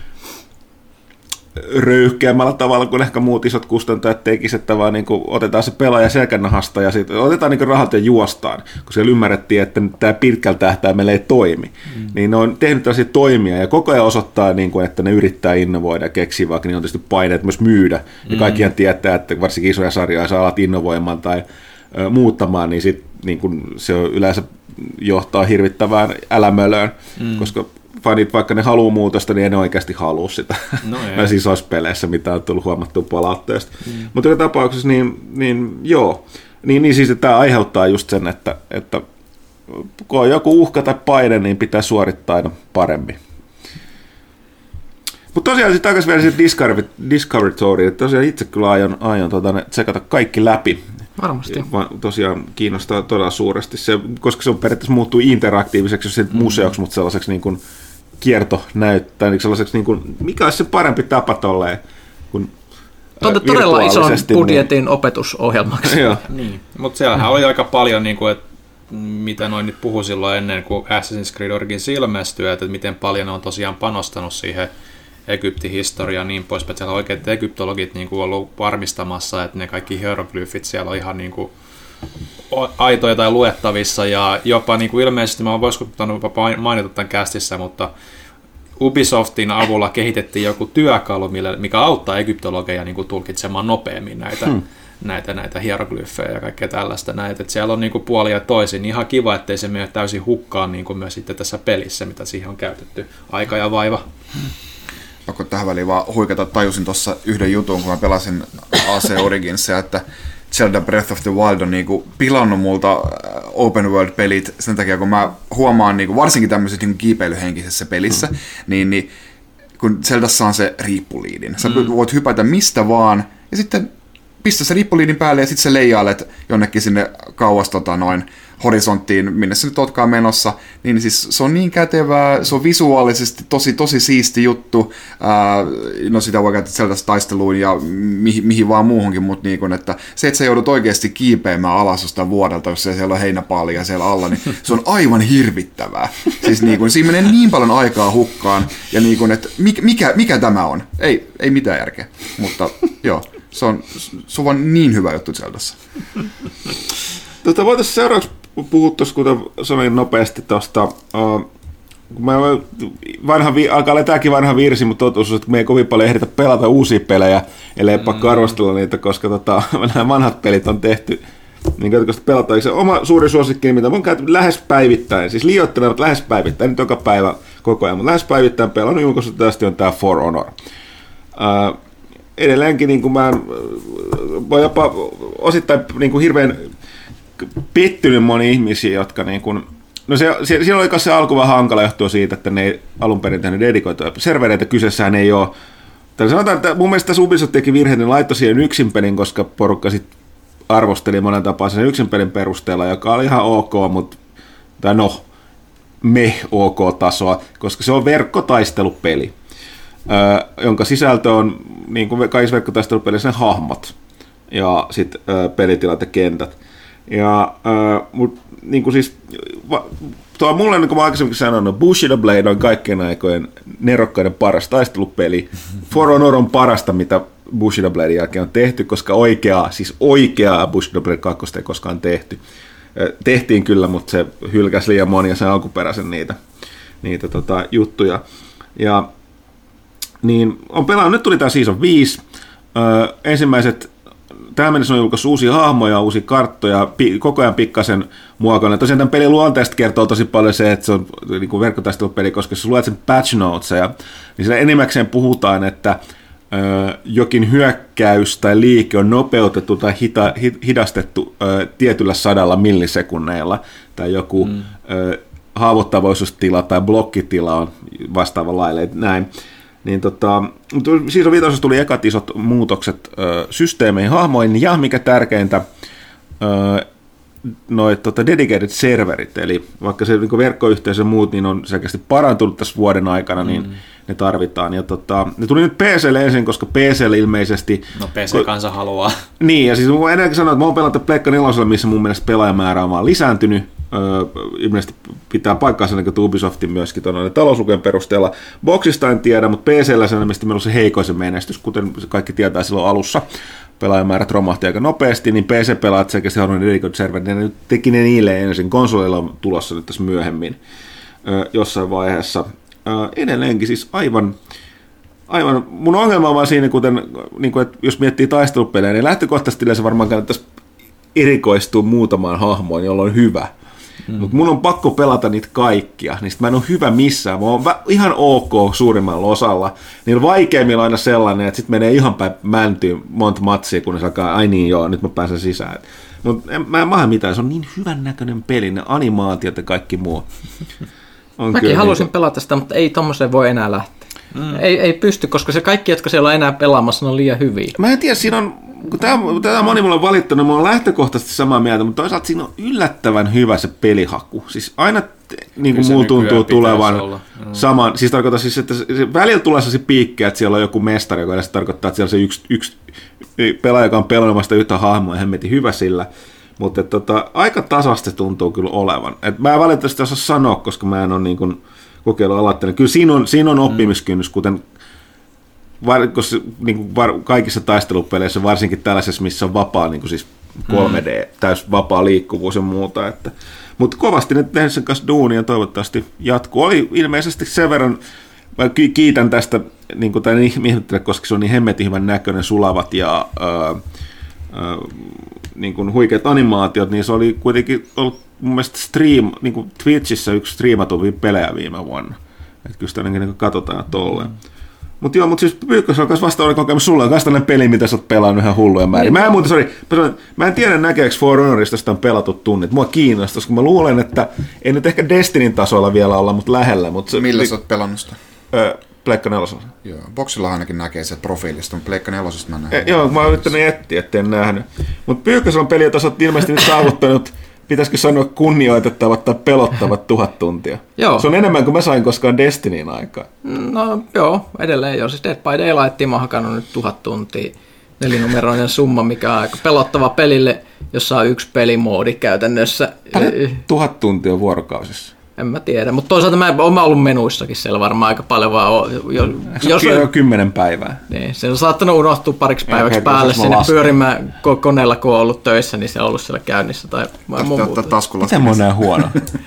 röyhkeämmällä tavalla kuin ehkä muut isot kustantajat tekisivät, että vaan niin otetaan se pelaaja selkänahasta ja sitten otetaan niin rahat ja juostaan, kun siellä ymmärrettiin, että tämä pitkällä tähtäimellä ei toimi. Niin ne on tehnyt tällaisia toimia ja koko ajan osoittaa, niin kuin, että ne yrittää innovoida ja keksiä, vaikka niin on tietysti paineet myös myydä. Ja kaikkihan tietää, että varsinkin isoja sarjoja, jos alat innovoimaan tai muuttamaan, niin, sit, niin kun se yleensä johtaa hirvittävään älämölöön, koska fanit, vaikka ne haluaa muutosta, niin ei ne oikeasti halua sitä näissä isoissa peleissä, mitä on tullut huomattua palautteesta. Mutta joka tapauksessa, niin joo, niin siis tämä aiheuttaa just sen, että kun on joku uhka tai paine, niin pitää suorittaa aina paremmin. Mutta tosiaan sitten takaisin vielä Discovery Story, että tosiaan itse kyllä aion tsekata kaikki läpi. Varmasti. Tosiaan kiinnostaa todella suuresti se, koska se on periaatteessa muuttuu interaktiiviseksi, jos se museoksi, mutta sellaiseksi niin kuin kiertonäyttää, niin sellaiseksi niin kuin, mikä olisi se parempi tapa tolleen kuin todella ison budjetin opetusohjelmaksi. Niin, mutta siellähän oli aika paljon, niin kuin, että mitä noin nyt puhui silloin ennen kuin Assassin's Creed Origins ilmestyi, että miten paljon ne on tosiaan panostanut siihen Egyptin historiaan niin poispäin, että siellä on oikeat egyptologit niin kuin ollut varmistamassa, että ne kaikki hieroglyfit siellä on ihan niin kuin aitoja tai luettavissa, ja jopa niin kuin ilmeisesti, mä voisiko mainita tämän kästissä, mutta Ubisoftin avulla kehitettiin joku työkalu, mikä auttaa egyptologeja niin kuin tulkitsemaan nopeammin näitä hieroglyfejä ja kaikkea tällaista näitä. Että siellä on niin kuin puolia ja toisin. Ihan kiva, ettei se mene täysin hukkaan niin kuin myös sitten tässä pelissä, mitä siihen on käytetty. Aika ja vaiva. Pakko tähän väliin vaan huikata, tajusin tuossa yhden jutun, kun mä pelasin AC Originsia, että Zelda Breath of the Wild on niinku pilannut multa open world-pelit sen takia, kun mä huomaan niinku, varsinkin tämmöisessä niinku kiipeilyhenkisessä pelissä, niin kun Zeldassa on se riippuliidin. Sä voit hypätä mistä vaan, ja sitten pistä se riippuliidin päälle, ja sitten sä leijailet jonnekin sinne kauas horisonttiin, minne se nyt ootkaan menossa, niin siis se on niin kätevää, se on visuaalisesti tosi siisti juttu, no sitä voi käyttää Zeldassa taisteluun ja mihin vaan muuhunkin, mutta niin kun, että se, että sä joudut oikeasti kiipeämään alas jostain vuodelta, jos siellä on heinäpaalia siellä alla, niin se on aivan hirvittävää. Siis niin kun, siinä menee niin paljon aikaa hukkaan, ja niin kun, että mikä tämä on? Ei mitään järkeä, mutta joo, se on vaan niin hyvä juttu Zeldassa. Voitaisiin seuraavaksi puhua tuossa, kuten sanoin nopeasti tuosta, alkaa olla tämäkin vanha virsi, mutta totuus, että me ei kovin paljon ehditä pelata uusia pelejä, ellei pakko arvostella niitä, koska nämä vanhat pelit on tehty, niin katsotaan pelataan. Se oma suuri suosikki, mitä on käyty lähes päivittäin, siis liioittelevat lähes päivittäin, nyt joka päivä koko ajan, mutta lähes päivittäin pelannut julkaistu tästä on tämä For Honor. Edelleenkin niin kuin mä voin jopa osittain niin kuin hirveän pettynyt moni ihmisiä, jotka niin kuin, no siellä oli se alku vähän hankala johtua siitä, että ne ei alun perin tehnyt dedikoitua servereitä, kyseessähän ei ole sanotaan, että mun mielestä Ubisoft teki virheen, niin laittoi siihen yksinpelin, koska porukka sitten arvosteli monen tapaa sen yksinpelin perusteella, joka oli ihan ok, mutta ok-tasoa, koska se on verkkotaistelupeli, jonka sisältö on, niin kuin kaikissa verkkotaistelupelissä, ne hahmot ja sitten pelitilat ja kentät. Ja, niin kuin siis, tuo mulle, niin kuin mä aikaisemmin sanonut, Bushido Blade on kaikkien aikojen nerokkaiden paras taistelupeli. For Honor on parasta, mitä Bushido Bladen jälkeen on tehty, koska oikeaa Bushido Blade 2 ei koskaan tehty. Tehtiin kyllä, mutta se hylkäsi liian monia sen alkuperäisen niitä juttuja. Ja niin on pelannut, nyt tuli tämä Season 5. Ensimmäiset, tähän mennessä on julkaissut uusia hahmoja, uusia karttoja, koko ajan pikkasen muokainen. Tosiaan tämän pelin luonteesta kertoo tosi paljon se, että se on niin kuin verkkotaistelupeli, koska jos luet sen patch notesia, niin siellä enimmäkseen puhutaan, että jokin hyökkäys tai liike on nopeutettu tai hidastettu tietyllä 100 millisekunneilla, tai joku haavoittavaisuustila tai blokkitila on vastaava laille, näin. Niin Season 5 tuli ekat isot muutokset systeemeihin, hahmoihin, ja mikä tärkeintä, dedicated serverit, eli vaikka se niin verkkoyhteisö ja muut niin on selkeästi parantunut tässä vuoden aikana, niin ne tarvitaan. Ja ne tuli nyt PC:lle ensin, koska PC:lle ilmeisesti... No PC-kansa haluaa. Niin, ja siis mä ennenkin sanoin, että mä oon pelannut Pleikka 4, missä mun mielestä pelaajamäärä on vaan lisääntynyt. Ilmeisesti pitää paikkaansa niin kuin Ubisoftin myöskin tuonne talouslukujen perusteella. Boxista en tiedä, mutta PC:llä se on ilmeisesti meillä on se heikoisen menestys, kuten kaikki tietää silloin alussa. Pelaajamäärät romahti aika nopeasti, niin PC-pelaat selkeästi haluan dedicated server, ne nyt teki ne niille ensin. Konsolilla on tulossa nyt tässä myöhemmin jossain vaiheessa. Edelleenkin siis aivan mun ongelma on vaan siinä, niin kuin, että jos miettii taistelupelejä, niin lähtökohtaisesti yleensä varmaan kannattaisi erikoistua muutamaan hahmoon, jolloin on hyvä. Mutta mun on pakko pelata niitä kaikkia, niin sit mä en ole hyvä missään. Mä oon ihan ok suurimmalla osalla. Niin vaikeimmilla aina sellainen, että sit menee ihan päin mäntyyn monta matsia, kun ne alkaa, ai niin joo, nyt mä pääsen sisään. Mutta mä en maha mitään, se on niin hyvän näköinen peli, ne animaatiot ja kaikki muu. Mäkin haluaisin pelata sitä, mutta ei tommoseen voi enää lähteä. Ei pysty, koska se kaikki, jotka siellä on enää pelaamassa, on liian hyviä. Mä en tiedä, siinä on, kun tätä moni mulle on valittanut, mä oon lähtökohtaisesti samaa mieltä, mutta toisaalta siinä on yllättävän hyvä se pelihaku. Siis aina niin kuin muu tuntuu tulevan saman, siis tarkoittaa siis, että välillä tulee sellaisia piikkejä, että siellä on joku mestari, joka edes tarkoittaa, että siellä on se yksi pelaaja, joka on pelannut yhtä hahmoa, ja hemmetin hyvä sillä. Mutta aika tasasta tuntuu kyllä olevan. Et mä en valitettavasti osaa sanoa, koska mä en ole niin kuin kokeillut aloittanut. Kyllä siinä on oppimiskynnys, kuten kaikissa taistelupeleissä, varsinkin tällaisessa, missä on vapaa niin kuin siis 3D, täys vapaa liikkuvuus ja muuta. Mutta kovasti nyt tehdään sen kanssa duunia, toivottavasti jatkuu. Oli ilmeisesti sen verran, mä kiitän tästä, niin kuin, tai ihmettelen, koska se on niin hemmetin hyvän näköinen, sulavat ja niin kuin huikeat animaatiot, niin se oli kuitenkin ollut mun mielestä niin kuin Twitchissä yksi striimatuvia pelejä viime vuonna. Että kyllä sitä niin katsotaan tolleen. Mutta siis Pyykkös on myös vastaava kokemus. Sulla on myös tällainen peli, mitä sä oot pelannut ihan hulluja määrin. Mä en tiedä näkeekö For Honorista sitä on pelattu tunnit. Mua kiinnostaa, koska mä luulen, että ei nyt ehkä Destinyn tasolla vielä olla, mutta lähellä. Millä sä oot pelannut sitä? Pleikka 4. Joo, Boxilla ainakin näkee se profiilista, mutta Pleikka 4 mä näen. Joo, mä oon yrittänyt etsiä, etten nähnyt. Mutta Pyykkös on peli, jota sä oot ilmeisesti nyt saavuttanut, pitäisikö sanoa kunnioitettavat tai pelottavat 1000 tuntia. Joo. Se on enemmän kuin mä sain koskaan Destinyin aikaa. No joo, edelleen joo. Siis Dead by Daylight mä oon hakannut nyt 1000 tuntia. 4-numeroinen summa, mikä on aika pelottava pelille, jossa on yksi pelimoodi käytännössä. 1000 tuntia vuorokausissa. En mä tiedä, mutta toisaalta mä oon ollut menuissakin siellä varmaan aika paljon, vaan jos on 10 päivää. Niin, se on saattanut unohtua pariksi päiväksi päälle sinne pyörimään koneella, kun on ollut töissä, niin se on ollut siellä käynnissä. Tai miten mä oon näin huono?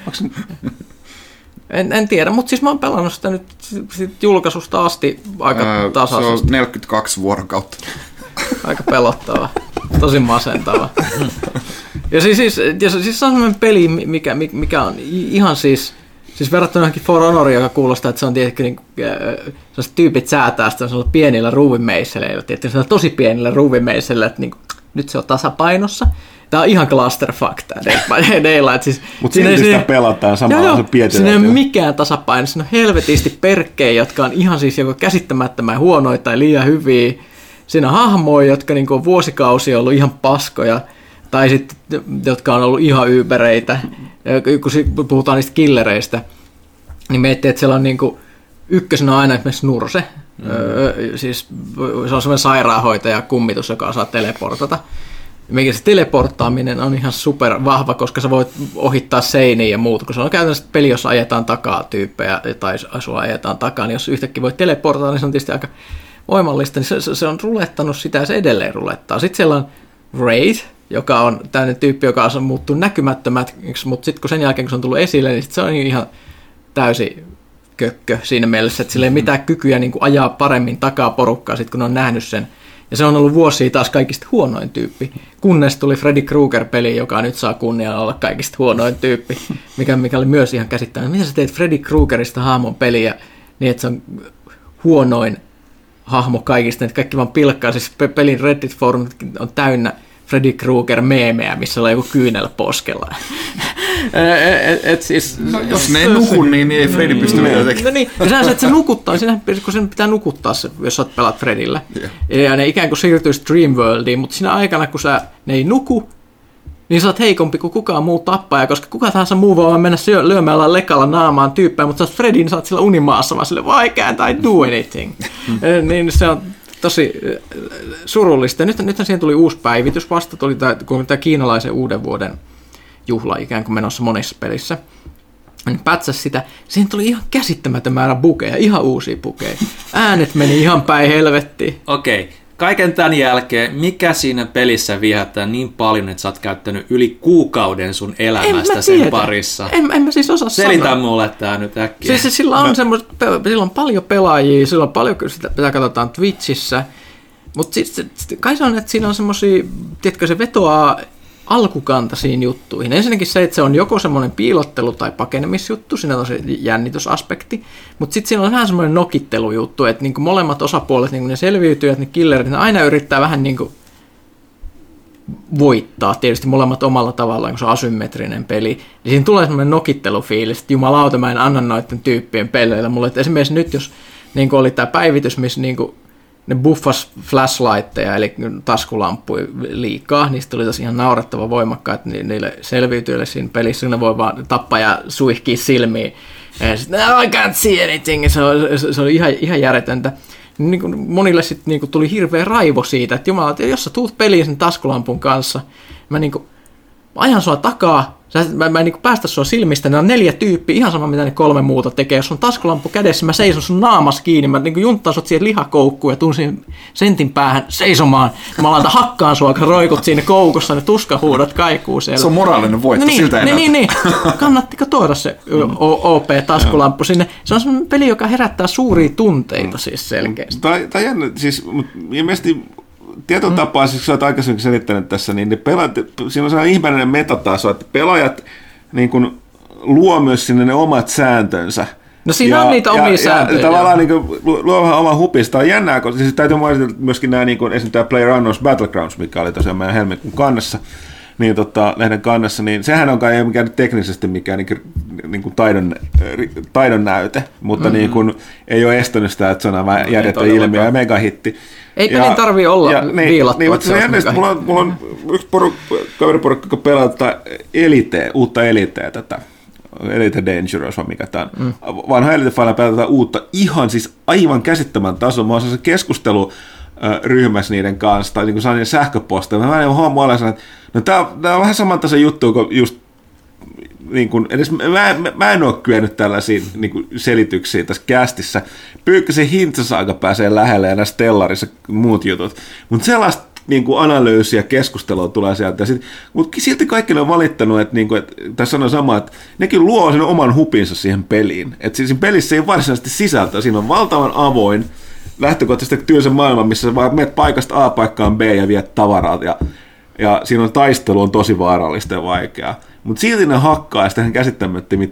En tiedä, mutta siis mä oon pelannut sitä nyt julkaisusta asti aika tasaisesti. Se on 42 vuorokautta. Aika pelottava, tosi masentava. Ja siis se on sellainen peli, mikä on ihan siis verrattuna johonkin For Honoria, joka kuulostaa, että se on tietenkin niin, sellaiset tyypit säätää sitä pienillä ruuvimeisseillä, tosi pienillä ruuvimeisseillä, että niin, nyt se on tasapainossa. Tää on ihan clusterfuck tää Dead by Daylight. Siis, mutta silti sitä pelataan samalla se pietillä. Siinä ei ole mikään tasapaino. Siinä on helvetisti perkkejä, jotka on ihan siis joko käsittämättömän huonoja tai liian hyviä. Siinä on hahmoja, jotka niin on vuosikausia ollut ihan paskoja, tai sitten jotka on ollut ihan yybereitä. Kun puhutaan niistä killereistä, niin miettii, että siellä on niin kuin, ykkösenä aina esimerkiksi Nurse. Siis se on semmoinen sairaanhoitaja kummitus, joka osaa teleportata. Mikä se teleporttaaminen on ihan super vahva, koska sä voit ohittaa seiniä ja muuta, kun se on käytännössä peli, jossa ajetaan takaa tyyppejä tai sua ajetaan takaa, niin jos yhtäkkiä voit teleportata, niin se on tietysti aika voimallista, niin se on rulettanut sitä ja se edelleen rulettaa. Sitten siellä on Raid, joka on tämmöinen tyyppi, joka on muuttunut näkymättömäksi, mutta sitten kun sen jälkeen kun se on tullut esille, niin sit se on ihan täysin kökkö siinä mielessä, että sillä ei mitään kykyä niin kuin ajaa paremmin takaa porukkaa, sit kun on nähnyt sen. Ja se on ollut vuosia taas kaikista huonoin tyyppi, kunnes tuli Freddy Krueger-peli, joka nyt saa kunniaa olla kaikista huonoin tyyppi, mikä oli myös ihan käsittämätöntä. Miten sä teet Freddy Kruegerista hahmon peliä niin, että se on huonoin hahmo kaikista, että kaikki vaan pilkkaa. Siis pelin Reddit-foorumit on täynnä Freddy Krueger-meemejä, missä on joku kyynel poskella. Siis, jos ne ei nuku, niin ei Freddy pysty mitään tekemään. No niin, ja sehän se, että se nukuttaa, kun sen pitää nukuttaa se, jos sä pelaat Fredillä. Ja ne ikään kuin siirtyy Dreamworldiin, mutta siinä aikana, kun ne ei nuku, niin sä oot heikompi kuin kukaan muu tappaja, koska kuka tahansa muu voi mennä lyömällä lekalla naamaan tyyppejä, mutta sä oot Freddy, niin sä oot sillä unimaassa vaan sille, why can't I do anything? Niin se on tosi surullista. Nythän siihen tuli uusi päivitys vasta, tuli tämä kiinalaisen uuden vuoden juhla ikään kuin menossa monissa pelissä. Niin pätsäs sitä. Siihen tuli ihan käsittämätön määrä bugeja, ihan uusia bugeja. Äänet meni ihan päin helvettiin. Okei. Kaiken tämän jälkeen, mikä siinä pelissä viehättää niin paljon, että sä oot käyttänyt yli kuukauden sun elämästä sen parissa? En mä siis osaa Selitä sanoa. mulle tää nyt äkkiä. Siis sillä on paljon pelaajia, sillä on paljon, sitä katsotaan Twitchissä, mutta siis, kai se on, että siinä on semmosia, tiedätkö, se vetoaa alkukantaisiin juttuihin. Ensinnäkin se, että se on joko semmoinen piilottelu- tai pakenemisjuttu, siinä on se jännitysaspekti, mutta sitten siinä on vähän semmoinen nokittelujuttu, että niinku molemmat osapuolet, niinku ne selviytyjät, ne killerit, ne aina yrittää vähän niinku voittaa, tietysti molemmat omalla tavallaan, kun se on asymmetrinen peli, niin siinä tulee semmoinen nokittelufiilis, että jumalauta, mä en anna noiden tyyppien peleillä mulle, että esimerkiksi nyt, jos niinku oli tämä päivitys, missä niinku ne buffas flashlightteja, eli taskulamppuja liikaa, niistä tuli tosi ihan naurettava voimakkaat niille selviytyjille siinä pelissä, ne voi vaan tappaa ja suihkia silmiin. Ja sitten, I can't see anything, se oli ihan järjetöntä. Niin monille sitten niin tuli hirveä raivo siitä, että jumala, jos sä tuut peliin sen taskulampun kanssa, mä ajan sua takaa, mä en päästä sua silmistä, ne on 4 tyyppiä, ihan sama mitä ne 3 muuta tekee. Jos on taskulamppu kädessä, mä seison sun naamas kiinni, mä junttaan sut siihen lihakoukkuun ja tuun siihen sentin päähän seisomaan. Mä laitan hakkaan sua, kun roikut siinä koukussa, ne tuskahuudot kaikuu siellä. Se on moraalinen voitto, siltä ei niin. Kannattiko tuoda se OP-taskulamppu sinne? Se on sellainen peli, joka herättää suuria tunteita siis selkeästi. Tai jännä, siis ilmeisesti tietyllä tapaa, siis kun olet aikaisemmin selittänyt tässä, niin siinä on sellainen ihmeellinen metataso, että pelaajat niin kuin luo myös sinne ne omat sääntönsä. No siinä on niitä omia sääntöjä. Ja tavallaan niin kuin, luo vähän oman hupista. On jännää, koska siis täytyy mainita myöskin nämä, niin kuin, esimerkiksi tämä PlayerUnknown's Battlegrounds, mikä oli tosiaan meidän helmikuun kannessa, niin lehden kannessa, niin sehän on kai mikään teknisesti mikään niin kuin taidon näyte, mutta niin kuin, ei ole estänyt sitä, että se on aivan järjetön ilmiö ja megahitti. Ei pelin tarvitse olla viilattua. Niin, mulla on yksi kaveriporukka, joka pelaa uutta Eliteä, tätä Elite Dangerous, vai mikä tämä on. Vanha Elite-failla pelataan uutta, ihan siis aivan käsittämän tason. Mä oon se keskusteluryhmässä niiden kanssa, tai niin kuin sain sähköposteja. Mä en huomaa että no tää on vähän saman tason juttu kuin just niin kuin, edes mä en ole kyennyt tällaisiin niin kuin selityksiin tässä kästissä. Pyykkösen Hintsasaaga pääsee lähelle ja näissä Stellarissa muut jutut. Mutta sellaista niin kuin analyysiä ja keskustelua tulee sieltä. Mutta silti kaikki on valittanut, että, niin kuin, että tässä on sama, että nekin luo sen oman hupinsa siihen peliin. Että siinä pelissä ei ole varsinaisesti sisältöä. Siinä on valtavan avoin lähtökohtaisesti tylsä maailma, missä sä vaan menet paikasta A paikkaan B ja viet tavarat. Ja siinä on taistelu on tosi vaarallista ja vaikeaa. Mutta silti ne hakkaa ja sitten käsittämättömiä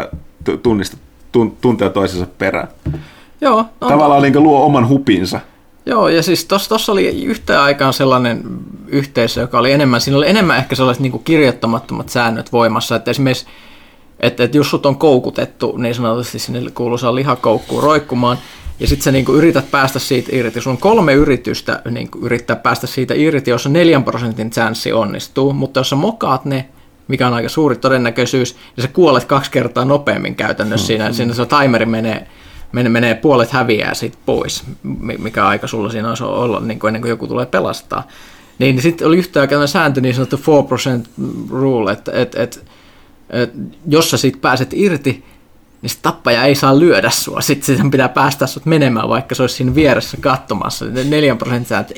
tunteja toisensa perään. Joo. Tavallaan niin luo oman hupinsa. Joo, ja siis tuossa oli yhtä aikaan sellainen yhteisö, joka oli siinä oli enemmän ehkä sellaiset niin kuin kirjoittamattomat säännöt voimassa, että esimerkiksi, että jos sut on koukutettu niin sanotusti sinne kuuluisaan lihakoukkuun roikkumaan, ja sitten sä niin kuin yrität päästä siitä irti. Sun on 3 yritystä niin kuin yrittää päästä siitä irti, jossa 4% chanssi onnistuu, mutta jos sä mokaat ne, mikä on aika suuri todennäköisyys, ja sä kuolet 2 kertaa nopeammin käytännössä siinä se timeri menee puolet häviää siitä pois, mikä aika sulla siinä olisi olla niin kuin ennen kuin joku tulee pelastaa. Niin sitten oli yhtä aikaa sääntö, niin sanottu 4% rule, että jos sä siitä pääset irti, niin tappaja ei saa lyödä sua. Sitten sen pitää päästä sut menemään, vaikka se olisi siinä vieressä katsomassa. 4% sääntö,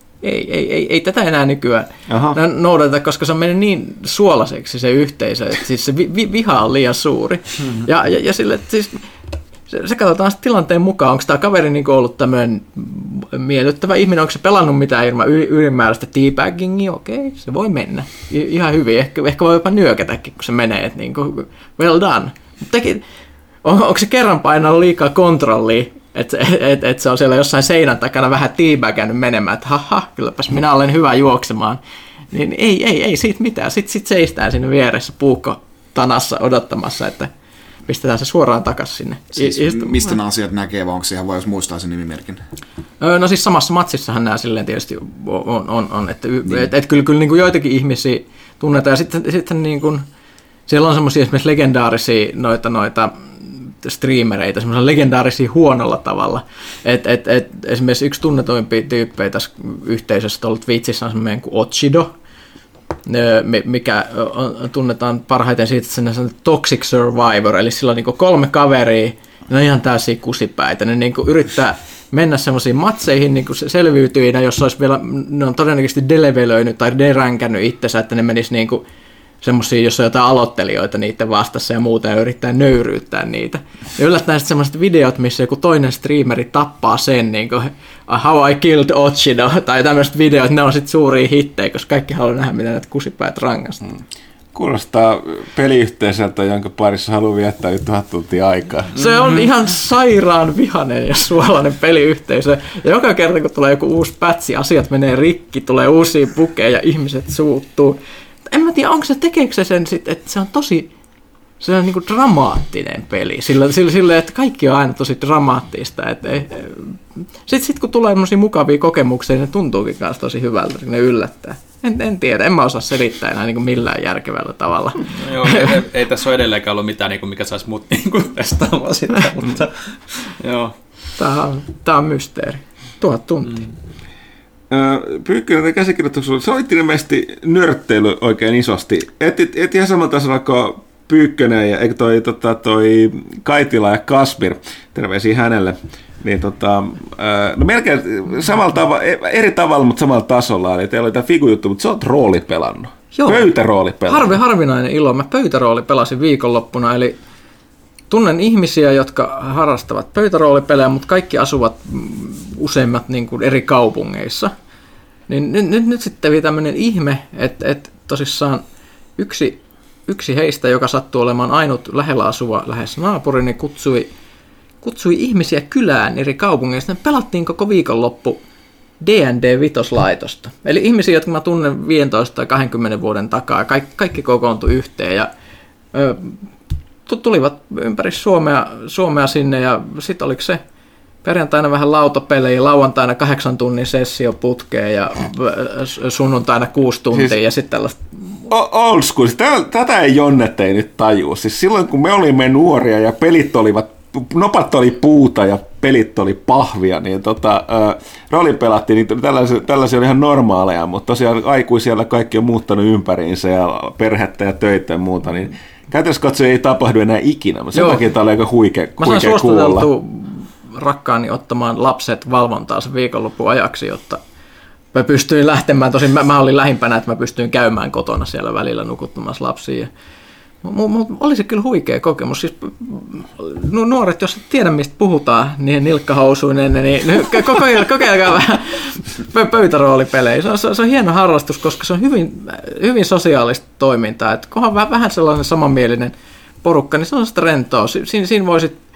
ei tätä enää nykyään noudateta, koska se on mennyt niin suolaiseksi se yhteisö, että siis se viha on liian suuri. Ja sille, että siis se katsotaan sitten tilanteen mukaan, onko tämä kaveri niin ollut tämmöinen miellyttävä ihminen, onko se pelannut mitään ilman ylimääräistä teabaggingia, okei, se voi mennä ihan hyvin, ehkä voi jopa nyökätäkin, kun se menee, että niin kuin, well done. Onko se kerran painanut liikaa kontrollia, että se on siellä jossain seinän takana vähän teabagannut menemään, että haha, kylläpäs minä olen hyvä juoksemaan, niin ei siitä mitään, sitten seistään sinne vieressä puukkotanassa odottamassa, että pistetään se suoraan takaisin sinne. Siis mistä nämä asiat näkee, vai onko se ihan vai jos muistaa sen nimimerkin? No siis samassa matsissahan nämä silleen tietysti on että kyllä niin kuin joitakin ihmisiä tunnetaan, ja sitten niin kuin, siellä on semmoisia esimerkiksi legendaarisia noita streamereitä, semmoisia legendaarisia huonolla tavalla, että esimerkiksi yksi tunnetuimpia tyyppejä tässä yhteisössä on ollut Twitchissä on semmoinen kuin Ochido, mikä tunnetaan parhaiten siitä, että se on toxic survivor, eli sillä on niin 3 kaveria, ne on ihan täysiä kusipäitä, ne niin yrittää mennä semmoisiin matseihin niin selviytyinä, jos olisi vielä, ne on todennäköisesti delevelöinyt tai deränkännyt itsensä, että ne menisi niin semmoisia, jos on jotain aloittelijoita niiden vastassa ja muuta, ja yrittää nöyryyttää niitä. Ja yllättäen sitten semmoiset videot, missä joku toinen streameri tappaa sen, niin kuin How I Killed Ochido, tai tämmöiset videot, ne on sitten suuria hittejä, koska kaikki haluaa nähdä, mitä näitä kusipäät rangaistaan. Kuulostaa peliyhteisöltä, jonka parissa haluaa viettää 1000 tuntia aikaa. Se on ihan sairaan vihainen ja suolainen peliyhteisö. Ja joka kerta, kun tulee joku uusi pätsi, asiat menee rikki, tulee uusia bukeja ja ihmiset suuttuu. En mä tiedä, tekeekö se sen sitten, että se on tosi se on niinku dramaattinen peli. Sillä että kaikki on aina tosi dramaattista. Sitten kun tulee mukavia kokemuksia, niin ne tuntuukin kanssa tosi hyvältä, ne yllättää. En tiedä, en mä osaa selittää enää niin millään järkevällä tavalla. No joo, ei tässä ole edelleenkään ollut mitään, mikä saisi mut testaamaan sitä, mutta joo. Tämä on mysteeri. 1000 tuntia. Pyykkönen käsikirjoituksella, sä olit ilmeisesti nörtteily oikein isosti. Et ihan samalla tasolla kuin Pyykkönen ja toi Kaitila ja Kasmir, terveisiä hänelle. Niin no melkein samalla tavalla, eri tavalla, mutta samalla tasolla. Eli teillä oli tämä figujuttu, mutta sä oot rooli pelannut. Joo. Pöytärooli pelannut. Harvinainen ilo. Mä pöytärooli pelasin viikonloppuna, eli tunnen ihmisiä, jotka harrastavat pöytäroolipelejä, mutta kaikki asuvat useimmat niin kuin eri kaupungeissa. Niin nyt sitten kävi tämmöinen ihme, että tosissaan yksi heistä, joka sattuu olemaan ainut lähellä asuva lähes naapuri, niin kutsui ihmisiä kylään eri kaupungeista. Me pelattiin koko viikonloppu D&D 5-laitosta. Eli ihmisiä, jotka mä tunnen 15 tai 20 vuoden takaa. Kaikki kokoontui yhteen ja tulivat ympäri Suomea sinne ja sitten oliko se perjantaina vähän lautapelejä, lauantaina 8 tunnin sessio putkeen ja sunnuntaina 6 tuntia siis, ja sitten tällaista. Old school. Tätä ei Jonnet ei nyt tajua. Siis silloin kun me olimme nuoria ja pelit olivat, nopat oli puuta ja pelit oli pahvia, niin roolin pelattiin, niin tällaisia oli ihan normaaleja, mutta tosiaan aikuisilla kaikki on muuttanut ympäriinsä ja perhettä ja töitä ja muuta, niin käytännössä katsoen ei tapahdu enää ikinä, mutta sen takia tämä oli aika huikea kuulla. Mä sain suositeltua rakkaani ottamaan lapset valvontaan sen viikonlopun ajaksi, jotta mä pystyin lähtemään, tosin mä olin lähimpänä, että mä pystyin käymään kotona siellä välillä nukuttamassa lapsia. Oli se kyllä huikea kokemus. Siis, nuoret, jos et tiedä mistä puhutaan, niin nilkkahousuinen, niin kokeilkaa vähän pöytäroolipelejä. Se on hieno harrastus, koska se on hyvin sosiaalista toimintaa. Et kunhan vähän sellainen samanmielinen porukka, niin se on sitä rentoa. Siinä voisit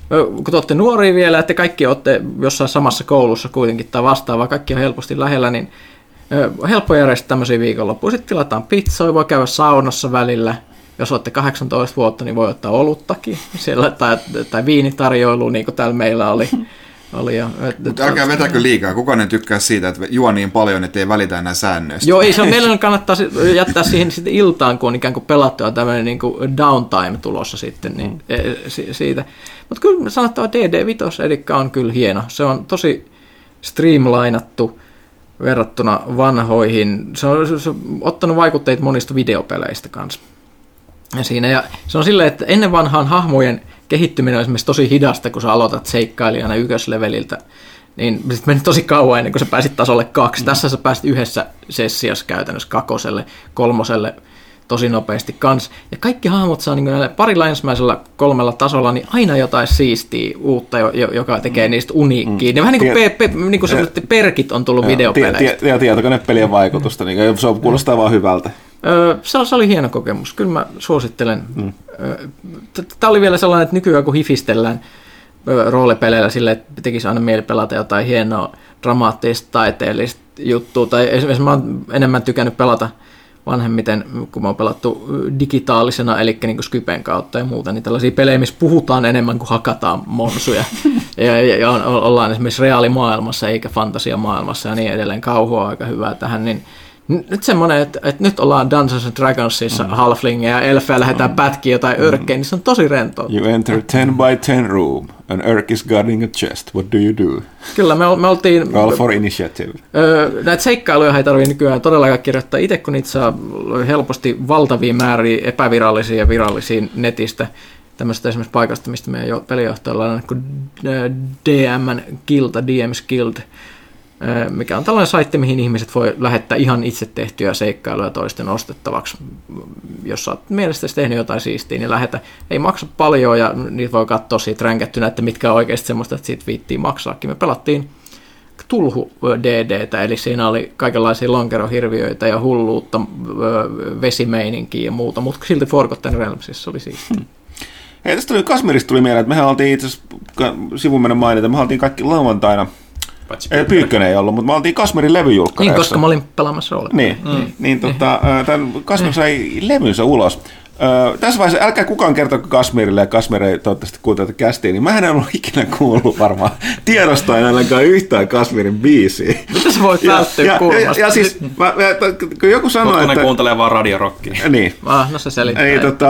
kun te olette nuoria vielä, että kaikki olette jossain samassa koulussa kuitenkin tai vastaavaa, kaikki on helposti lähellä, niin on helppo järjestää tämmöisiä viikonloppuja. Sitten tilataan pizzoja, voi käydä saunassa välillä. Jos olette 18 vuotta, niin voi ottaa oluttakin siellä, tai viinitarjoilua, niin kuin täällä meillä oli. Mutta älkää vetäkö liikaa. Kukaan ei tykkää siitä, että juo niin paljon, että ei välitä enää säännöistä. Joo, ei se on meillä kannattaa jättää siihen sitten iltaan, kun on ikään kuin pelattu ja tämmöinen niin kuin downtime tulossa sitten niin, siitä. Mutta kyllä sanottava DD5 edikka on kyllä hieno. Se on tosi streamlinattu verrattuna vanhoihin. Se on ottanut vaikutteita monista videopeleistä kanssa. Ja se on silleen, että ennen vanhaan hahmojen kehittyminen on esimerkiksi tosi hidasta, kun sä aloitat seikkailijana ykkösleveliltä, niin sitten meni tosi kauan ennen kuin sä pääsit tasolle 2. Tässä sä pääsit yhdessä sessiossa käytännössä 2, 3 tosi nopeasti kanssa. Ja kaikki hahmot saa niin parilla ensimmäisellä 3 tasolla niin aina jotain siistiä uutta, joka tekee niistä uniikkiä. Ne vähän niin kuin sellaiset perkit on tullut videopeleistä. Ja tietokonepelien vaikutusta, niin se kuulostaa vaan hyvältä. Se oli hieno kokemus. Kyllä mä suosittelen. Tämä oli vielä sellainen, että nykyään kun hifistellään roolipeleillä silleen, että tekisi aina mieli pelata jotain hienoa dramaattista, taiteellista juttua. Tai esimerkiksi mä oon enemmän tykännyt pelata vanhemmiten, kun mä oon pelattu digitaalisena, eli niin kuin Skypen kautta ja muuta, niin tällaisia pelejä, missä puhutaan enemmän kuin hakataan monsuja. ja ollaan esimerkiksi reaalimaailmassa eikä fantasiamaailmassa ja niin edelleen. Kauhu on aika hyvää tähän, niin nyt semmoinen, että nyt ollaan Dungeons and Dragonsissa halflingeja ja elfejä lähdetään pätkiä jotain örkkejä, niin se on tosi rentoa. You enter 10 by 10 room. An Urk is guarding a chest. What do you do? Kyllä, me oltiin... Roll for initiative. Näitä seikkailuja ei tarvitse nykyään todellakaan kirjoittaa itse, kun niitä saa helposti valtavia määriä epävirallisia ja virallisia netistä. Tämmöistä esimerkiksi paikasta, mistä meidän pelijohtajalla on kuin DM's Guild, mikä on tällainen saitti, mihin ihmiset voi lähettää ihan itse tehtyjä seikkailuja toisten ostettavaksi. Jos olet mielestäsi tehnyt jotain siistiä, niin lähetä. Ei maksa paljon ja niitä voi katsoa siitä ränkättynä, että mitkä on oikeasti semmoista, että siitä viittiin maksaakin. Me pelattiin Tulhu DDtä, eli siinä oli kaikenlaisia lonkerohirviöitä ja hulluutta, vesimeininkiä ja muuta, mutta silti Forgotten Realmsissa oli siistiä. Hei, tästä Kasmirista tuli mieleen, että mehän oltiin itse asiassa sivumennen mainita, me oltiin kaikki lauantaina. Pyykkönen ei ollut, mutta me oltiin Kasmirin levyjulkkareissa. Niin, koska mä olin pelaamassa roolipeliä. Niin, tämän Kasmir sai levynsä ulos. Tässä vaiheessa älkää kukaan kertoko Kasmirille, ja Kasmir ei toivottavasti kuuntele kästiin, niin mä en ollut ikinä kuullut varmaan tiedostaen ainakaan yhtään Kasmirin biisiä. Mitä sä voit välttyä kuulmasta? Ja siis, kun joku sanoo, että... ne kuuntelee vaan radiorockia. Niin. No se selittää.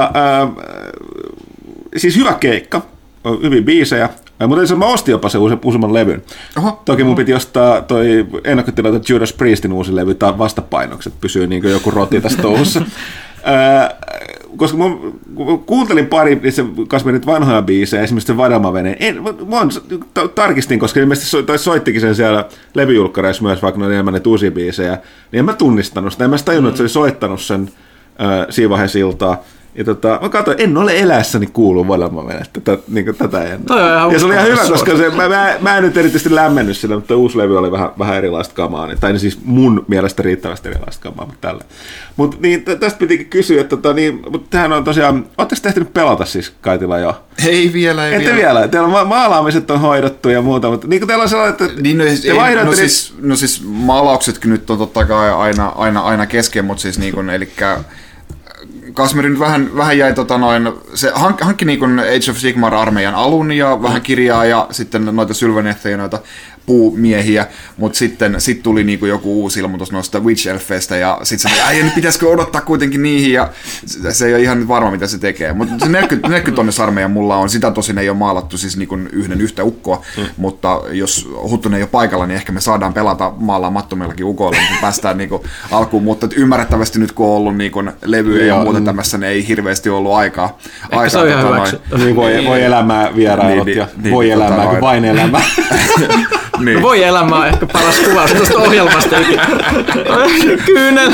Siis hyvä keikka, hyvin biisejä. Mutta mä ostin jopa se useamman levyn. Oho. Toki mun piti ostaa toi ennakkotilata Judas Priestin uusi levy tai vastapainokset, pysyy niin kuin joku roti tässä touhussa. Koska mä kuuntelin pari Kasmirin vanhoja biisejä, esimerkiksi se Vadamaveneen. Mä tarkistin, koska ilmeisesti soittikin sen siellä levyjulkkareissa myös, vaikka ne oli enemmän näitä uusia biisejä, niin en mä tunnistanut sitä. En mä tajunnut, että se oli soittanut sen siinä vaiheessa iltaa. Ja mä katsoin, en ole eläessäni kuullut Vadamavenettä, niin tätä ennen. Ja se oli ihan hyvä, koska mä en nyt erityisesti lämmennyt sillä, mutta uusi levy oli vähän erilaista kamaa. Tai siis mun mielestä riittävästi erilaista kamaa, mutta tällä. Mutta niin, tästä pitikin kysyä, että mutta tämähän on tosiaan, ootteko te ehtinyt pelata siis Kaitila jo? Ei vielä. Ette vielä. Teillä on maalaamiset on hoidettu ja muuta, mutta niin kuin teillä on sellainen, että niin, no siis maalauksetkin nyt on totta kai aina kesken, mutta siis niin kuin, elikkä Kasmir nyt vähän jäi se hankki niin kuin Age of Sigmar-armeijan alun ja vähän kirjaa ja sitten noita Sylvanethia ja noita puumiehiä, mutta sitten tuli niinku joku uusi ilmoitus noista Witch-elfeistä ja sitten se nyt pitäisikö odottaa kuitenkin niihin ja se ei ole ihan nyt varma mitä se tekee, mutta se 40 tonnisarmeija mulla on, sitä tosin ei ole maalattu siis niinku yhtä ukkoa, mutta jos Huttunen ei ole paikalla, niin ehkä me saadaan pelata maalaamattomillakin ukoilla, niin päästään niinku alkuun, mutta ymmärrettävästi nyt kun on ollut niinku levyjä ja muuta tämmössä, niin ei hirveästi ollut aikaa. Ehkä se on ihan hyväksytty. Niin voi elämää vierailut ja voi elämää kuin vain elämää. Niin. No voi elämä on ehkä paras kuvaus tuosta ohjelmasta. Kyynel.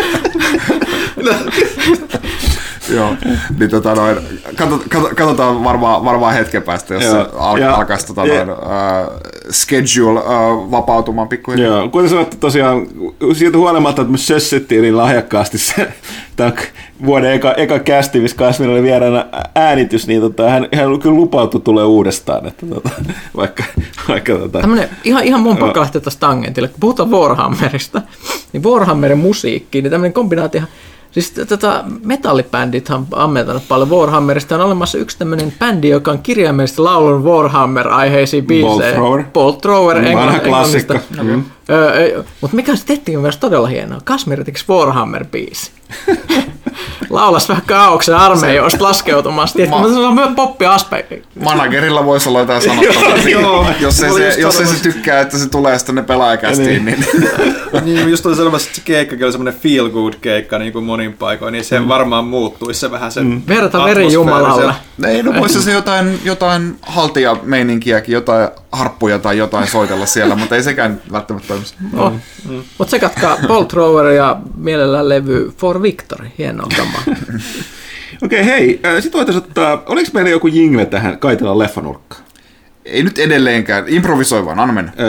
Joo, niin katsotaan varmaan hetken päästä, jos se alkaisi schedule vapautumaan pikkuhiljaa. Joo, kuten sanottu tosiaan, siitä huolimatta, että me sössittiin niin lahjakkaasti se vuoden eka kästi, missä Kasmir oli vieraana äänitys, niin hän kyllä lupautui tulee uudestaan. Että vaikka tämmönen, ihan mun pakko lähteä tästä tangentille. Kun puhutaan Warhammerista, niin Warhammerin musiikki, niin tämmöinen kombinaatio. Siis metallibändithän on ammentanut paljon Warhammerista. On olemassa yksi tämmöinen bändi, joka on kirjaimellisesti laulunut Warhammer-aiheisiin biisejä. Bolt Thrower. Vanha klassikko. Mutta mikä se tehtiin myös todella hienoa. Kasmir teki Warhammer-biisi. Laulas vähän kaauksen armeijoista laskeutumasta. Se on myös poppi-aspekti. Managerilla voisi olla jotain sanottavaa. Jos ei se tykkää, että se tulee sitten ne pelaajakästiin. Niin, just oli selvästi, että se keikkakin oli semmoinen feel good keikka niin kuin monin paikoin, niin se varmaan muuttuisi se vähän sen verta veri jumalalle. Ei, no voisi se jotain haltijameininkiäkin, jotain harppuja tai jotain soitella siellä, mutta ei sekään välttämättä toimisi. Mutta tsekatkaa Bolt Thrower ja mielellään levy For Victory, hienoa kamaa. Okei, hei, sit voitaisiin ottaa, oliko meillä joku jingle tähän Kaitilan leffanurkkaan? Ei nyt edelleenkään, improvisoi vaan, anna mennä.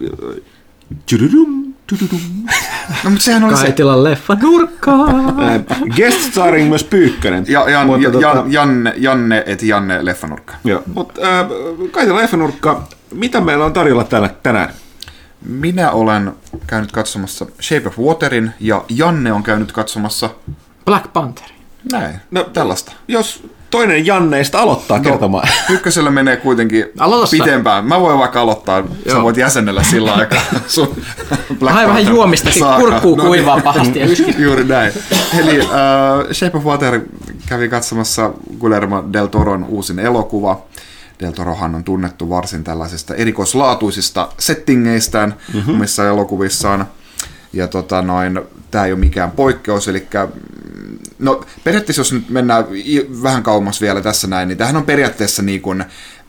No, mutta sehän oli Kaitilan leffanurkkaa. Guest starring myös Pyykkönen. Janne leffanurkka. Joo, mutta Kaitilan leffanurkka, mitä meillä on tarjolla tänään? Minä olen käynyt katsomassa Shape of Waterin ja Janne on käynyt katsomassa Black Pantherin. Näin, tällaista. Jos toinen Janneista aloittaa kertomaan. Ykkösellä menee kuitenkin pitempään. Mä voin vaikka aloittaa, sä voit jäsennellä sillä aikaa sun Black vähän juomistakin, kurkkuu kuivaa pahasti. Juuri näin. Eli Shape of Water kävi katsomassa Guillermo del Toron uusin elokuva. Del Torohan on tunnettu varsin tällaisista erikoislaatuisista settingeistään omissa elokuvissaan. Ja tämä ei ole mikään poikkeus, eli no periaatteessa jos nyt mennään vähän kauemmas vielä tässä näin, niin tämähän on periaatteessa niin kuin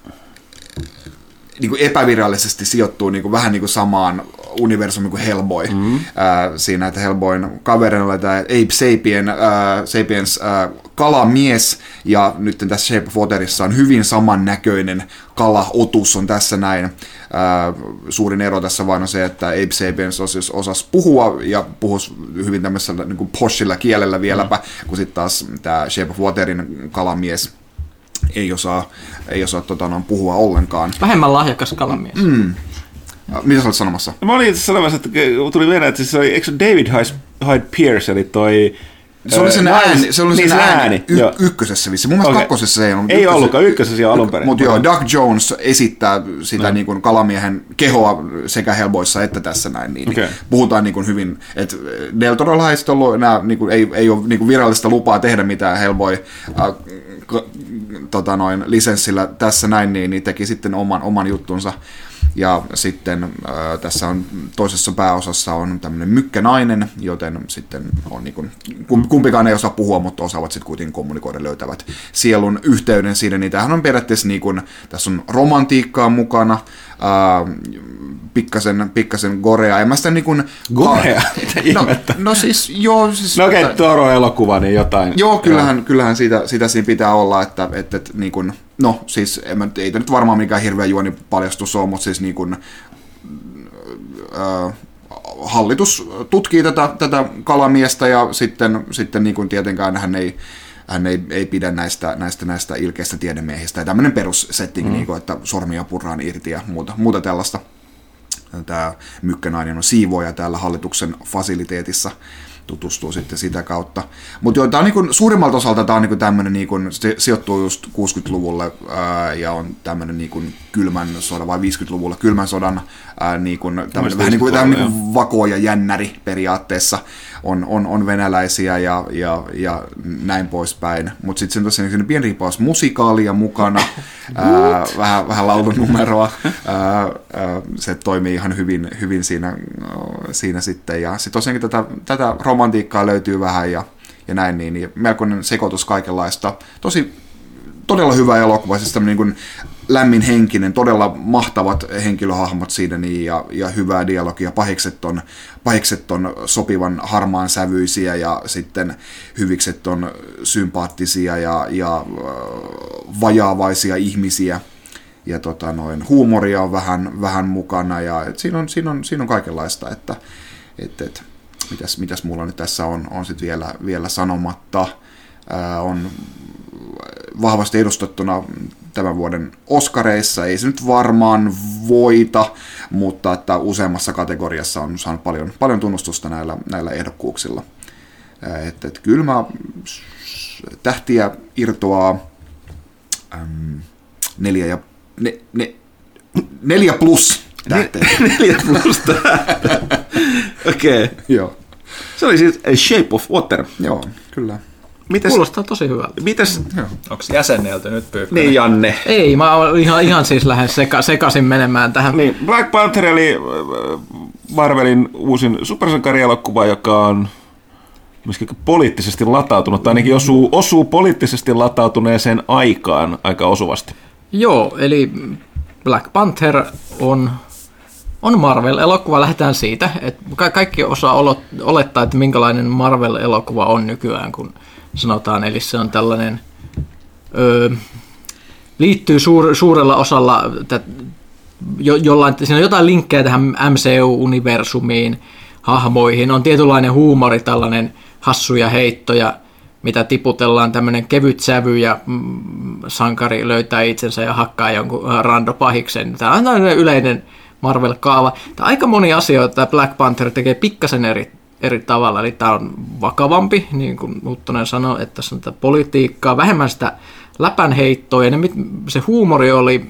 epävirallisesti sijoittuu niin kuin vähän niin kuin samaan universumiin kuin Hellboy. Siinä, että Hellboyn kaverina oli tämä Ape Sapiens kalamies, ja nyt tässä Shape of Waterissa on hyvin samannäköinen kalaotus on tässä näin. Suurin ero tässä vaan on se, että Ape Sapiens osasi puhua, ja puhuisi hyvin tämmöisellä niin kuin poshilla kielellä vieläpä, kun sitten taas tämä Shape of Waterin kalamies ei osaa puhua ollenkaan. Vähemmän lahjakas kalamies. Mitä sä olet sanomassa? Mä olin itse sanomassa, että tuli vielä, että se oli, eikö David Hyde Pierce, eli toi... Se oli sen ääni ykkösessä vissi. Mun mielestä kakkosessa se ei ollut. Ei ollutkaan ykkösessä jo alun perin. Mutta joo, Doug Jones esittää sitä niin kuin kalamiehen kehoa sekä Hellboyssa että tässä näin. Niin puhutaan niin kuin hyvin, että Del Torolla ei ollut enää, niin kuin, ei ole niin kuin virallista lupaa tehdä mitään Hellboy lisenssillä tässä näin, niin teki sitten oman juttunsa. Ja sitten tässä on toisessa pääosassa on tämmöinen mykkänainen, joten sitten on niin kuin, kumpikaan ei osaa puhua, mutta osaavat sitten kuitenkin kommunikoida, löytävät sielun yhteyden siinä. Niin tämähän on periaatteessa, niin kuin, tässä on romantiikkaa mukana, pikkasen gorea. En mä sitä niin kuin... Gorea? No siis, joo. Siis, no okei, Toro-elokuva, niin jotain. Joo, kyllähän sitä siinä pitää olla, että niin kuin... No siis ei nyt varmaan mikään hirveä juonipaljastus ole, mutta siis niin kuin, hallitus tutkii tätä kalamiestä ja sitten niin kuin tietenkään hän ei pidä näistä ilkeistä tiedemiehistä. Ja tämmöinen perussetting, niin kuin, että sormia purraan irti ja muuta tällaista. Tämä mykkänainen on siivooja täällä hallituksen fasiliteetissa. Tutustuu sitten sitä kautta. Mutta tämä on niin suurimmalta osalta tämä on niin tämmöinen, niin se sijoittuu just 60-luvulle ja on tämmöinen niin kylmän sodan vai 50-luvulla kylmän sodan niin tämmöinen vähän niin kuin vako ja jännäri periaatteessa. On venäläisiä ja näin poispäin. Mutta sitten se on tosiaan pieni riipaus musikaalia mukana, vähän laulunumeroa. Se toimii ihan hyvin siinä sitten. Ja sitten tosiaankin tätä romantiikkaa löytyy vähän ja näin, niin melkoinen sekoitus kaikenlaista. Todella hyvä elokuva, siis tämmöinen niin kuin lämminhenkinen, todella mahtavat henkilöhahmot siinä niin, ja hyvää dialogia, pahikset on sopivan harmaan sävyisiä ja sitten hyvikset on sympaattisia ja vajaavaisia ihmisiä. huumoria on vähän mukana, ja siinä on kaikenlaista, että mitäs mulla nyt tässä on sit vielä sanomatta. On vahvasti edustettuna tämän vuoden Oscareissa, ei se nyt varmaan voita, mutta että useammassa kategoriassa on saanut paljon tunnustusta näillä ehdokkuuksilla. Kyllä tähtiä irtoaa 4 plus tähteä. 4 plus tähteä. Okei. Joo. Se oli siis A Shape of Water. Joo, kyllä. Kuulostaa tosi hyvältä. Onko jäsennelty nyt Pyykkönen? Niin, Janne. Ei, mä ihan siis lähden sekaisin menemään tähän. Niin, Black Panther eli Marvelin uusin supersankarielokuva, joka on myöskin poliittisesti latautunut, tai ainakin osuu poliittisesti latautuneeseen aikaan aika osuvasti. Joo, eli Black Panther on Marvel-elokuva. Lähdetään siitä, että kaikki osaa olettaa, että minkälainen Marvel-elokuva on nykyään, kun sanotaan. Eli se on tällainen, liittyy suurella osalla, siinä on jotain linkkejä tähän MCU-universumiin, hahmoihin. On tietynlainen huumori, tällainen hassuja heittoja, mitä tiputellaan, tämmöinen kevyt sävy ja sankari löytää itsensä ja hakkaa jonkun randopahiksen. Tämä on tämmöinen yleinen Marvel-kaava. Tämä aika moni asioita Black Panther tekee pikkasen eri tavalla, eli tämä on vakavampi, niin kuin Huttunen sanoi, että tässä on tätä politiikkaa, vähemmän sitä läpänheittoa, ja se huumori oli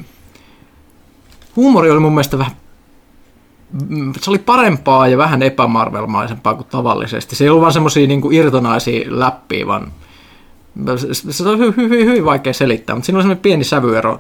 mun mielestä vähän, se oli parempaa ja vähän epämarvelmaisempaa kuin tavallisesti. Se ei ollut vaan semmoisia niin kuin irtonaisia läppiä, vaan se on hyvin vaikea selittää, mutta siinä oli semmoinen pieni sävyero.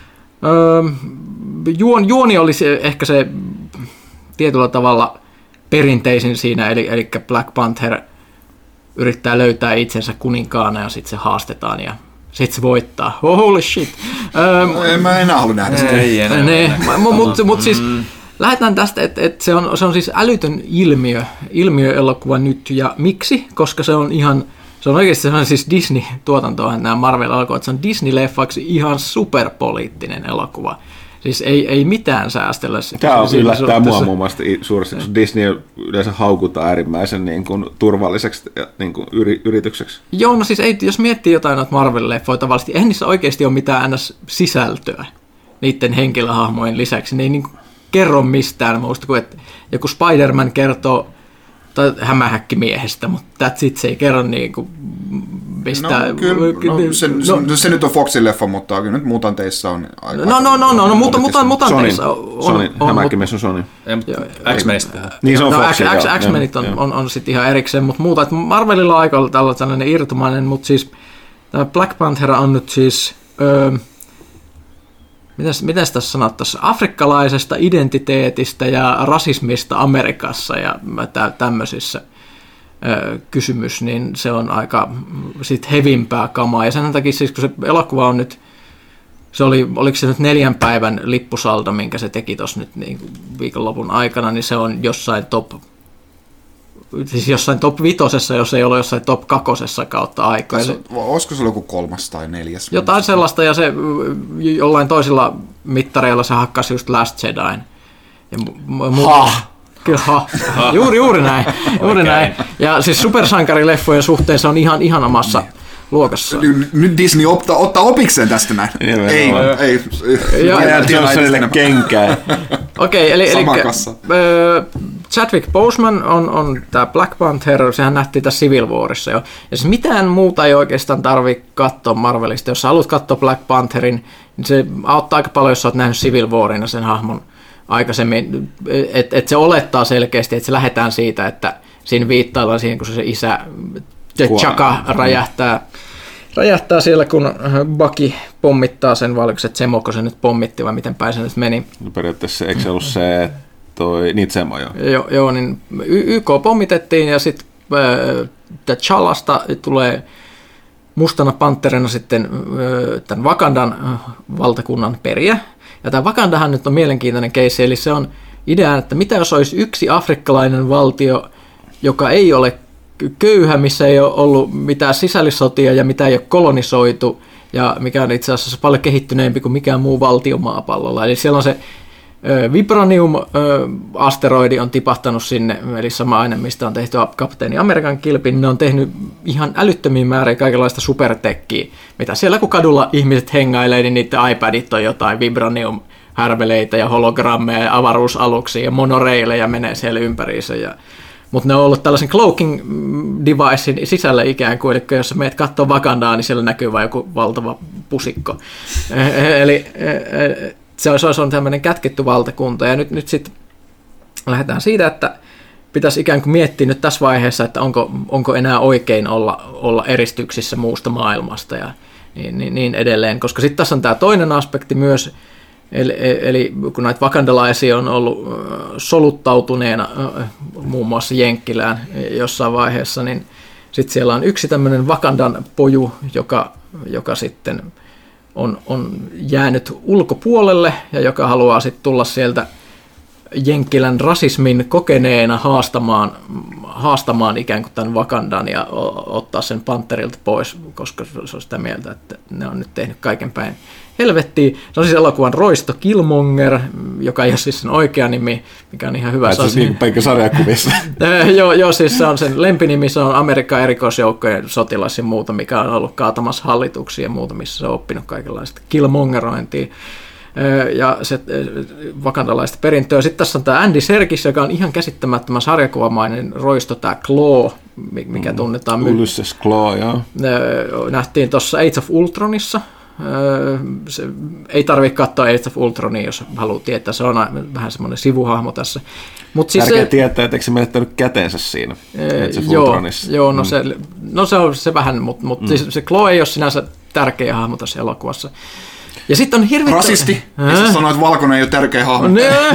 Juoni oli ehkä se tietyllä tavalla perinteisin siinä, eli Black Panther yrittää löytää itsensä kuninkaana ja sitten se haastetaan ja sitten se voittaa. Oh, holy shit. Mä enää halua nähdä sitä. Mutta siis lähdetään tästä, että se on siis älytön ilmiö-elokuva nyt. Ja miksi? Koska se on oikeasti sellainen siis Disney-tuotantoa, nämä Marvel-elokuvat. Se on Disney-leffaksi ihan superpoliittinen elokuva. Siis ei mitään säästellä. Tämä on yllättää mua muun muassa suuresti, koska Disney yleensä haukutaan äärimmäisen niin kuin turvalliseksi niin kuin yritykseksi. Joo, no siis jos miettii jotain noita Marvel-leffoja tavallisesti, eihän niissä oikeasti ole mitään ns-sisältöä niiden henkilöhahmojen lisäksi. Ne ei niin kuin kerro mistään muusta kuin, että joku Spider-Man kertoo tai hämähäkkimiehestä, mutta that's it, se ei kerro niin kuin mistään. No, kyllä, se nyt on Foxin leffa, mutta kyllä nyt Mutanteissa on aika... Mutanteissa Sony, hämähäkkimies on Sony. X-Menistä. Niin se on Foxin. X-Menit on sitten ihan erikseen, mutta muuta, että Marvelilla on aika tällainen irtomainen, mutta siis tämä Black Panther on nyt siis... Mitäs tässä sanottaisiin, afrikkalaisesta identiteetistä ja rasismista Amerikassa ja tämmöisissä kysymys, niin se on aika sit hevimpää kamaa. Ja sen takia siis, kun se elokuva on nyt, oliko se nyt 4 päivän lippusaldo, minkä se teki tuossa nyt niin viikonlopun aikana, niin se on jossain top 5, jos ei ole jossain top 2 kautta aikaa. Olisiko se joku 3. tai 4? Jotain sellaista, ja se jollain toisilla mittareilla se hakkasi just Last Jedin. Juuri näin. Näin. Ja siis supersankarileffojen suhteen se on ihan omassa luokassa. Nyt Disney ottaa opikseen tästä näin. Ei. Johnsonille kenkään. Okei, eli Chadwick Boseman on tämä Black Panther, sehän nähtiin tässä Civil Warissa jo. Ja siis mitään muuta ei oikeastaan tarvitse katsoa Marvelista. Jos sä haluat katsoa Black Pantherin, niin se auttaa aika paljon, jos sä oot nähnyt Civil Warin ja sen hahmon aikaisemmin. Että se olettaa selkeästi, että se lähdetään siitä, että siinä viittaillaan siihen, kun se isä T'Chaka räjähtää siellä, kun Bucky pommittaa sen, vai oliko se Zemo, se nyt pommitti, vai miten päin se nyt meni. No periaatteessa eikö se ollut se, Zemo jo? Joo, niin YK pommitettiin, ja sitten T'Challasta tulee mustana panterina sitten tämän Wakandan valtakunnan periä. Ja tämä Wakandahan nyt on mielenkiintoinen keissi, eli se on idea, että mitä jos olisi yksi afrikkalainen valtio, joka ei ole köyhä, missä ei ole ollut mitään sisällissotia ja mitä ei ole kolonisoitu, ja mikä on itse asiassa paljon kehittyneempi kuin mikään muu valtio maapallolla. Eli siellä on se Vibranium-asteroidi on tipahtanut sinne, eli sama aine, mistä on tehty Kapteeni Amerikan kilpi, niin ne on tehnyt ihan älyttömiä määriä kaikenlaista supertekkiä, mitä siellä kun kadulla ihmiset hengailee, niin niiden iPadit on jotain Vibranium-härveleitä ja hologrammeja ja avaruusaluksia ja monoreileja menee siellä ympäriinsä. Mutta ne on ollut tällaisen cloaking devicein sisällä ikään kuin, eli jos meet katsoo Wakandaa, niin siellä näkyy vain joku valtava pusikko. Eli se on tämmöinen kätketty valtakunta, ja nyt sitten lähdetään siitä, että pitäisi ikään kuin miettiä nyt tässä vaiheessa, että onko enää oikein olla eristyksissä muusta maailmasta ja niin edelleen, koska sitten tässä on tämä toinen aspekti myös, eli kun näitä wakandalaisia on ollut soluttautuneena muun muassa Jenkkilään jossain vaiheessa, niin sitten siellä on yksi tämmöinen Wakandan poju, joka sitten on jäänyt ulkopuolelle ja joka haluaa sitten tulla sieltä Jenkkilän rasismin kokeneena haastamaan ikään kuin tämän Wakandan ja ottaa sen Pantherilta pois, koska se on sitä mieltä, että ne on nyt tehnyt kaiken päin helvettiä. Se on siis elokuvan roisto Killmonger, joka ei ole siis sen oikea nimi, mikä on ihan hyvä. Se on niin kuin sarjakuvissa. Joo, siis se on sen lempinimi, se on Amerikan erikoisjoukkojen sotilas ja muuta, mikä on ollut kaatamassa hallituksia ja muuta, missä se on oppinut kaikenlaista Killmongerointia ja se wakandalaista perintöä. Sitten tässä on tämä Andy Serkis, joka on ihan käsittämättömän sarjakuvamainen roisto, tämä Claw, mikä tunnetaan. Ulysses Claw, joo. Nähtiin tuossa Age of Ultronissa. Ei tarvitse katsoa Age of Ultronia, jos haluaa tietää. Se on vähän semmoinen sivuhahmo tässä. Tärkeää tietää, etteikö se menettänyt käteensä siinä Age of Ultronissa. Joo, se on se vähän, mutta siis se Claw ei ole sinänsä tärkeä hahmo tässä elokuvassa. Ja sitten on hirvittävä... Rasisti? Mistä sanoit, että valkoinen ei ole tärkeä hahmo?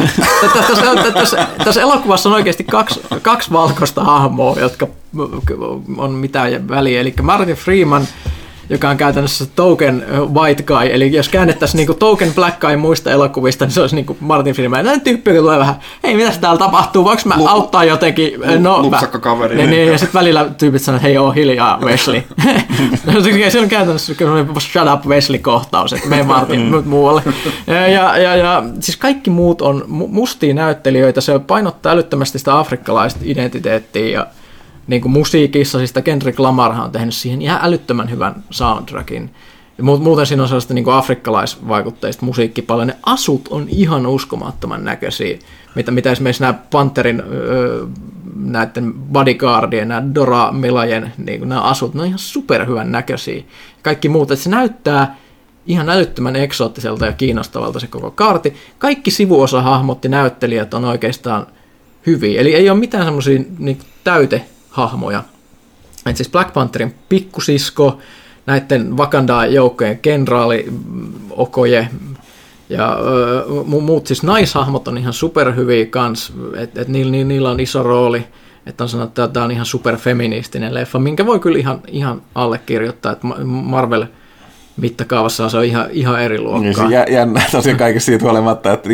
Tässä elokuvassa on oikeasti kaksi valkoista hahmoa, jotka on mitään väliä. Eli Martin Freeman, joka on käytännössä token white guy, eli jos käännettäisiin niinku token black guy muista elokuvista, niin se olisi niinku Martin Freeman. Näin tyyppi, joka tulee vähän, hei, mitäs täällä tapahtuu, voinko mä auttaa jotenkin? Lupsakka kaveri. Niin, ja sitten välillä tyypit sanoo, että hei, oo hiljaa, Wesley. Se on käytännössä shut up Wesley-kohtaus, että mene Martin muualle. Ja siis kaikki muut on mustia näyttelijöitä, se painottaa älyttömästi sitä afrikkalaista identiteettiä ja niin kuin musiikissa, siis Kendrick Lamarhan on tehnyt siihen ihan älyttömän hyvän soundtrackin. Muuten siinä on sellaista niin kuin afrikkalaisvaikutteista musiikki paljon. Ne asut on ihan uskomattoman näköisiä, mitä esimerkiksi nämä Pantherin näiden bodyguardien, nämä Dora Milajen, niin nämä asut, ne on ihan superhyvän näköisiä. Kaikki muut, että se näyttää ihan älyttömän eksoottiselta ja kiinnostavalta se koko kaarti. Kaikki sivuosahahmot ja näyttelijät on oikeastaan hyviä, eli ei ole mitään semmoisia niin täytehahmoja. Et siis Black Pantherin pikkusisko, näiden Wakanda-joukkojen kenraali Okoye ja muut siis naishahmot on ihan superhyviä kans, että niillä on iso rooli, että on sanottu, että tämä on ihan superfeministinen leffa, minkä voi kyllä ihan allekirjoittaa, että Marvel mittakaavassa se on ihan eri luokkaa. Niin se jännä tosiaan kaikesta siitä huolimatta, että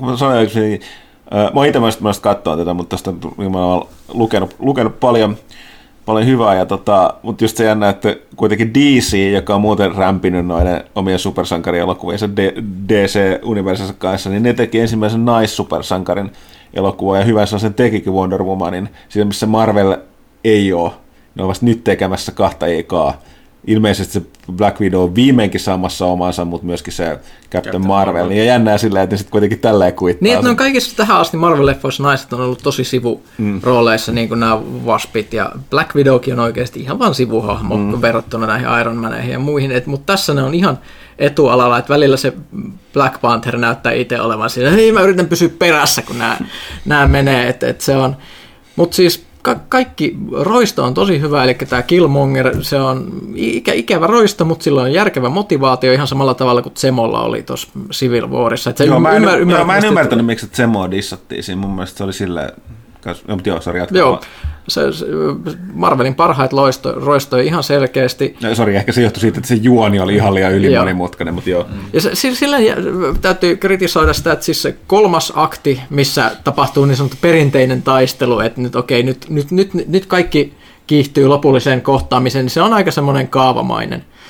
mä oon itse myös katsoa tätä, mutta tästä mä oon lukenut paljon hyvää, mutta just se jännä, että kuitenkin DC, joka on muuten rämpinyt noiden omien supersankarielokuviensa DC-universassa kanssa, niin ne teki ensimmäisen naissupersankarin elokuvan, ja hyvä se on sen tekikin Wonder Womanin, siinä missä Marvel ei ole. Ne on vasta nyt tekemässä 2 ekaa. Ilmeisesti se Black Widow on viimeinkin saamassa omansa, mutta myöskin se Captain Marvel. Ja jännää sillä, että ne sitten kuitenkin tälleen kuittaa. Niin, että ne on kaikissa tähän asti Marvel-leffoissa naiset on ollut tosi sivurooleissa, niin kuin nämä Waspit, ja Black Widowkin on oikeasti ihan vaan sivuhahmo verrattuna näihin Iron Maneihin ja muihin. Mutta tässä ne on ihan etualalla, että välillä se Black Panther näyttää itse olevan siinä, hei mä yritän pysyä perässä, kun nämä menee, että se on. Mutta siis kaikki roisto on tosi hyvä, eli tämä Killmonger, se on ikävä roisto, mutta sillä on järkevä motivaatio ihan samalla tavalla kuin Zemolla oli tuossa Civil Warissa. Mä en ymmärtänyt, miksi Zemoa dissattiin siinä, mun mielestä se oli silleen, Joo, Marvelin parhaita roistoja ihan selkeästi. Ehkä se johtui siitä, että se juoni oli ihan liian ylimonimutkainen, mutta joo. Ja sillä täytyy kritisoida sitä, että siis se 3. akti, missä tapahtuu niin sanottu perinteinen taistelu, että nyt kaikki kiihtyy lopulliseen kohtaamiseen, niin se on aika semmoinen kaavamainen.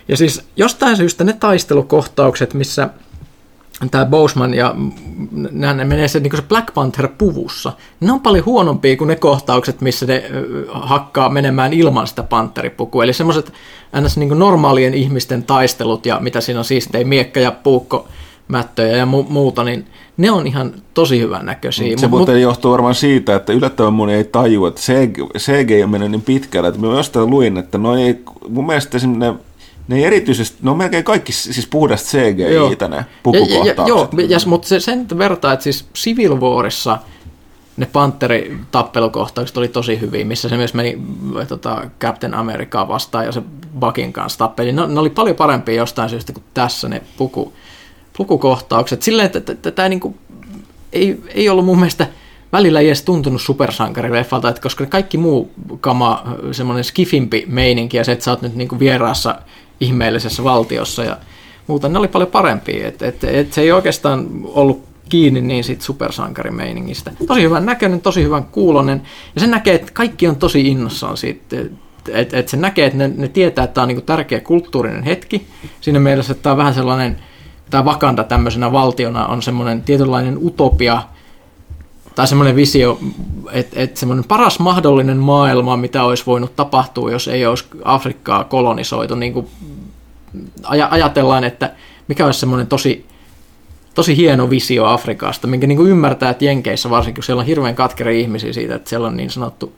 Ja siis jostain syystä ne taistelukohtaukset, missä tämä Boseman ja ne menee se, niin se Black Panther puvussa, ne on paljon huonompia kuin ne kohtaukset, missä ne hakkaa menemään ilman sitä panteripukua. Eli semmoiset niin normaalien ihmisten taistelut ja mitä siinä on siistejä, miekka ja puukko, mättöjä ja muuta, niin ne on ihan tosi hyvän näköisiä. Se muuten johtuu varmaan siitä, että yllättävän moni ei tajua, että CG ei mennyt niin pitkälle. Että mä jostain luin, että mun mielestä ne ei erityisesti, ne on melkein kaikki siis puhdasta CGI-tä ne pukukohtaukset. Joo, mutta sen vertaa, että siis Civil Warissa ne Panteri-tappelukohtaukset oli tosi hyviä, missä se myös meni Captain Americaa vastaan ja se Buckin kanssa tappeli. Ne oli paljon parempia jostain syystä kuin tässä ne pukukohtaukset. Silleen, että tämä niinku ei ollut mun mielestä välillä ei edes tuntunut supersankarileffalta, että koska kaikki muu kama, semmoinen skifimpi meininki ja se, että sä oot nyt niinku vieraassa ihmeellisessä valtiossa ja muuta, ne oli paljon parempia. Et se ei oikeastaan ollut kiinni niin siitä supersankarimeiningistä. Tosi hyvän näköinen, tosi hyvän kuulonen ja se näkee, että kaikki on tosi innossaan siitä. Että se näkee, että ne tietää, että tämä on niinku tärkeä kulttuurinen hetki. Siinä mielessä, että tämä on vähän sellainen, tämä Wakanda tämmöisenä valtiona on semmoinen tietynlainen utopia tai semmoinen visio, että semmoinen paras mahdollinen maailma, mitä olisi voinut tapahtua, jos ei olisi Afrikkaa kolonisoitu. Niin kuin ajatellaan, että mikä olisi semmoinen tosi hieno visio Afrikasta, minkä niin kuin ymmärtää, että Jenkeissä varsinkin, kun siellä on hirveän katkeria ihmisiä siitä, että siellä on niin sanottu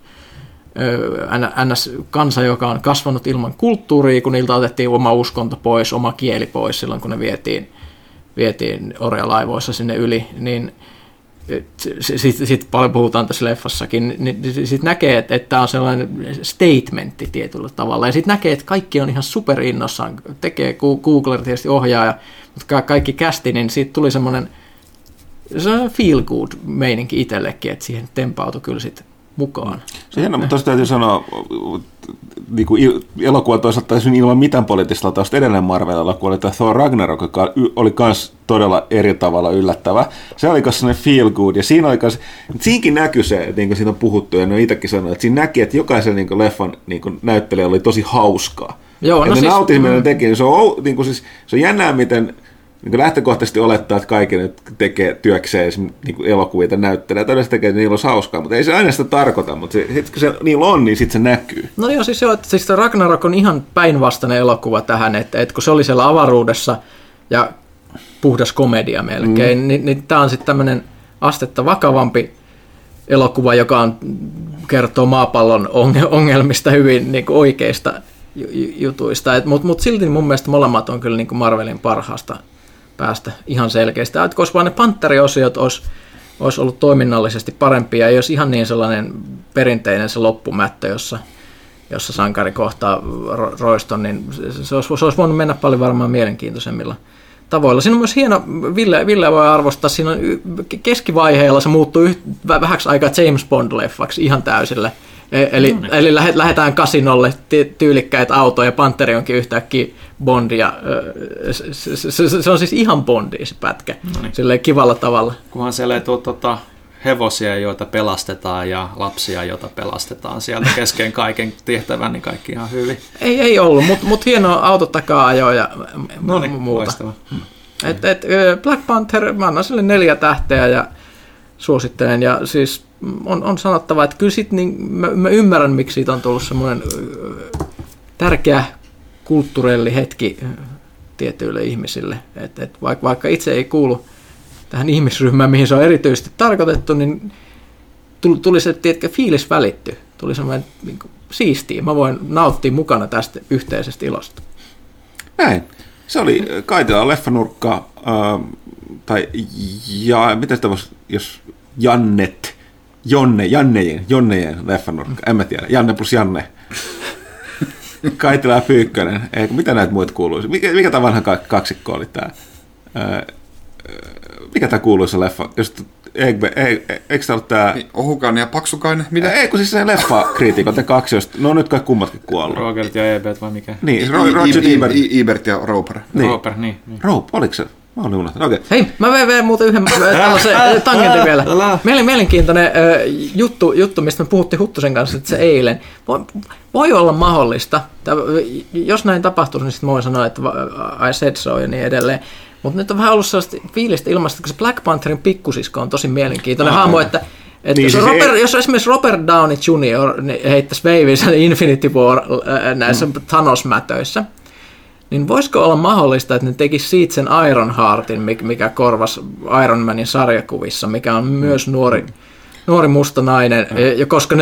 NS-kansa, joka on kasvanut ilman kulttuuria, kun niiltä otettiin oma uskonto pois, oma kieli pois silloin, kun ne vietiin orjalaivoissa sinne yli, niin siitä paljon puhutaan tässä leffassakin, niin sitten näkee, että tämä on sellainen statementti tietyllä tavalla, ja sitten näkee, että kaikki on ihan superinnossaan, tekee Google tietysti ohjaaja, mutta kaikki kästi, niin siitä tuli semmoinen feel good meininki itsellekin, että siihen tempautui kyllä sitten mukaan. Se on hieno, mutta tuossa täytyy sanoa, niin kuin elokuva toisaalta ilman mitään poliittista tausta edellinen Marvel-elokuva oli tämä Thor Ragnarok, joka oli myös todella eri tavalla yllättävä. Se oli myös sellainen feel good, ja siinä oli myös, siinäkin näkyi se, niin kuin siitä on puhuttu, ja ne on itsekin sanonut, että siinä näki, että jokaisen niin kuin leffan niin kuin näyttelijä oli tosi hauskaa. Joo, no siis, nautiminen teki, niin se on jännää, miten niin lähtökohtaisesti olettaa, että kaikki nyt tekee työkseen niin elokuvia tai näyttelee. Todella tekee, että niillä on hauskaa, mutta ei se aina sitä tarkoita, mutta kun se niillä on, niin sitten se näkyy. No joo, siis Ragnarok on ihan päinvastainen elokuva tähän, että kun se oli siellä avaruudessa ja puhdas komedia melkein, niin tämä on sitten tämmöinen astetta vakavampi elokuva, joka kertoo maapallon ongelmista hyvin niin kuin oikeista jutuista. Mutta silti mun mielestä molemmat on kyllä niin kuin Marvelin parhaasta päästä ihan selkeästi. Koska vaan ne Panteri-osiot olisi ollut toiminnallisesti parempia, ei olisi ihan niin sellainen perinteinen se loppumättö, jossa sankari kohtaa roiston, niin se olisi voinut mennä paljon varmaan mielenkiintoisemmilla tavoilla. Siinä on myös hieno, Ville voi arvostaa, siinä on keskivaiheella se muuttui vähäksi aikaa James Bond-leffaksi ihan täysille. Eli lähdetään kasinolle, tyylikkäitä autoja, ja Panteri onkin yhtäkkiä Bondi, ja se on siis ihan Bondi se pätkä, silleen kivalla tavalla. Kunhan siellä ei tule hevosia, joita pelastetaan, ja lapsia, joita pelastetaan sieltä kesken kaiken tehtävän, niin kaikki ihan hyvin. Ei ollut, mutta hienoa auto takaa ajoa ja muuta. Black Panther, mä annan sille 4 tähteä ja suosittelen, ja siis on sanottava, että kyllä sit, niin mä ymmärrän, miksi siitä on tullut semmoinen tärkeä kulttuurelli hetki tietyille ihmisille. Et vaikka itse ei kuulu tähän ihmisryhmään, mihin se on erityisesti tarkoitettu, niin tuli se, että fiilis välitty. Tuli semmoinen niin siistiä. Mä voin nauttia mukana tästä yhteisestä ilosta. Näin. Se oli Kaitilan leffanurkka, miten sitä voisi, jos Jonnejen leffanurkka, en mä tiedä, Janne plus Janne. Kaitila ja Pyykkönen, mitä näitä muita kuuluisi? Mikä tämä vanha kaksikko oli tämä? Mikä tämä kuuluisa leffa? Eikö tämä ollut tämä... Ohukainen ja Paksukainen, mitä? Ei, kun siis se leffakriitikot ja kaksi, no nyt kaikki kummatkin kuollut. Roger ja Ebert vai mikä? Niin, Ebert ja Roper. Roper, niin. Roper, oliko se? Mä olin unohtanut, okei. Hei, mä vein muuten yhden tällaisen tangentin vielä. Mielenkiintoinen juttu, mistä me puhuttiin Huttusen kanssa se eilen. Voi olla mahdollista. Jos näin tapahtuisi, niin sitten mä voin sanoa, että I said so ja niin edelleen. Mutta nyt on vähän ollut sellaista fiilistä ilmasta, kun se Black Pantherin pikkusisko on tosi mielenkiintoinen hahmo, että niin, jos esimerkiksi Robert Downey Jr. heittäisi veivinsä Infinity War näissä Thanos-mätöissä, niin voisiko olla mahdollista, että ne tekisi siitä sen Ironheartin, mikä korvasi Iron Manin sarjakuvissa, mikä on myös nuori musta nainen, ja koska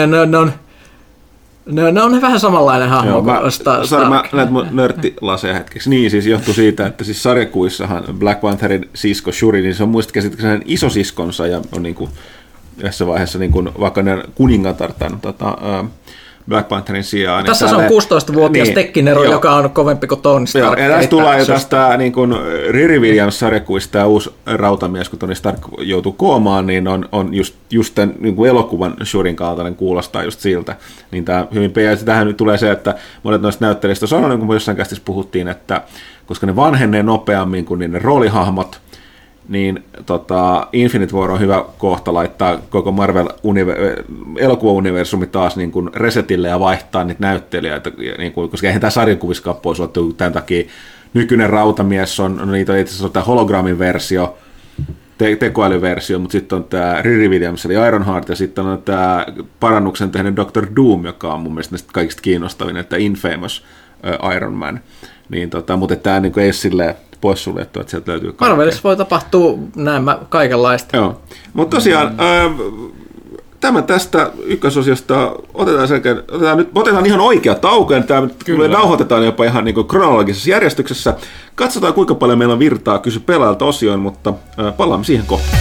ne on vähän samanlainen hahmo. Joo, mä näet mun nörttilaseja hetkeksi. Niin, siis johtuu siitä, että siis sarjakuissahan Black Pantherin sisko Shuri, niin se on muista käsittääkseni isosiskonsa, ja on niinku tässä vaiheessa niinku vaikka ne kuningatar tämän Black Pantherin sijaan. Tässä se on 16-vuotias niin, Tekkinero, joka on kovempi kuin Tony Stark. Ja tässä tulee jo tästä niin kuin Riri Williams-sarjakuista tämä uusi rautamies, kun Tony Stark joutuu koomaan, niin on just tämän niin kuin elokuvan Shurin kaltainen, kuulostaa just siltä. Niin tämä hyvin tähän nyt tulee se, että monet noista näyttelijöistä sanoo, niin kuin jossain kästissä puhuttiin, että koska ne vanhenee nopeammin kuin ne roolihahmot, niin Infinite War on hyvä kohta laittaa koko Marvel-elokuvauniversumi taas niin kuin resetille ja vaihtaa niitä näyttelijöitä, niin kuin, koska eihän tämä sarjakuviskaan pois ole tämän takia. Nykyinen rautamies on niitä itse asiassa tämä hologrammin versio, tekoälyversio, mutta sitten on tämä Riri Williams eli Ironheart, ja sitten on tämä parannuksen tehnyt Dr. Doom, joka on mun mielestä kaikista kiinnostavin, että Infamous Iron Man. Niin, mutta tämä niin ei ole silleen poissuljettu, että sieltä löytyy kaikkea. Marvelissa voi tapahtua näemmä kaikenlaista. Joo, mutta tosiaan tämä tästä ykkösosiosta otetaan ihan oikea tauko, ja tämä nauhoitetaan jopa ihan niin kuin kronologisessa järjestyksessä. Katsotaan, kuinka paljon meillä on virtaa kysy pelaajalta osioon, mutta palaamme siihen kohtaan.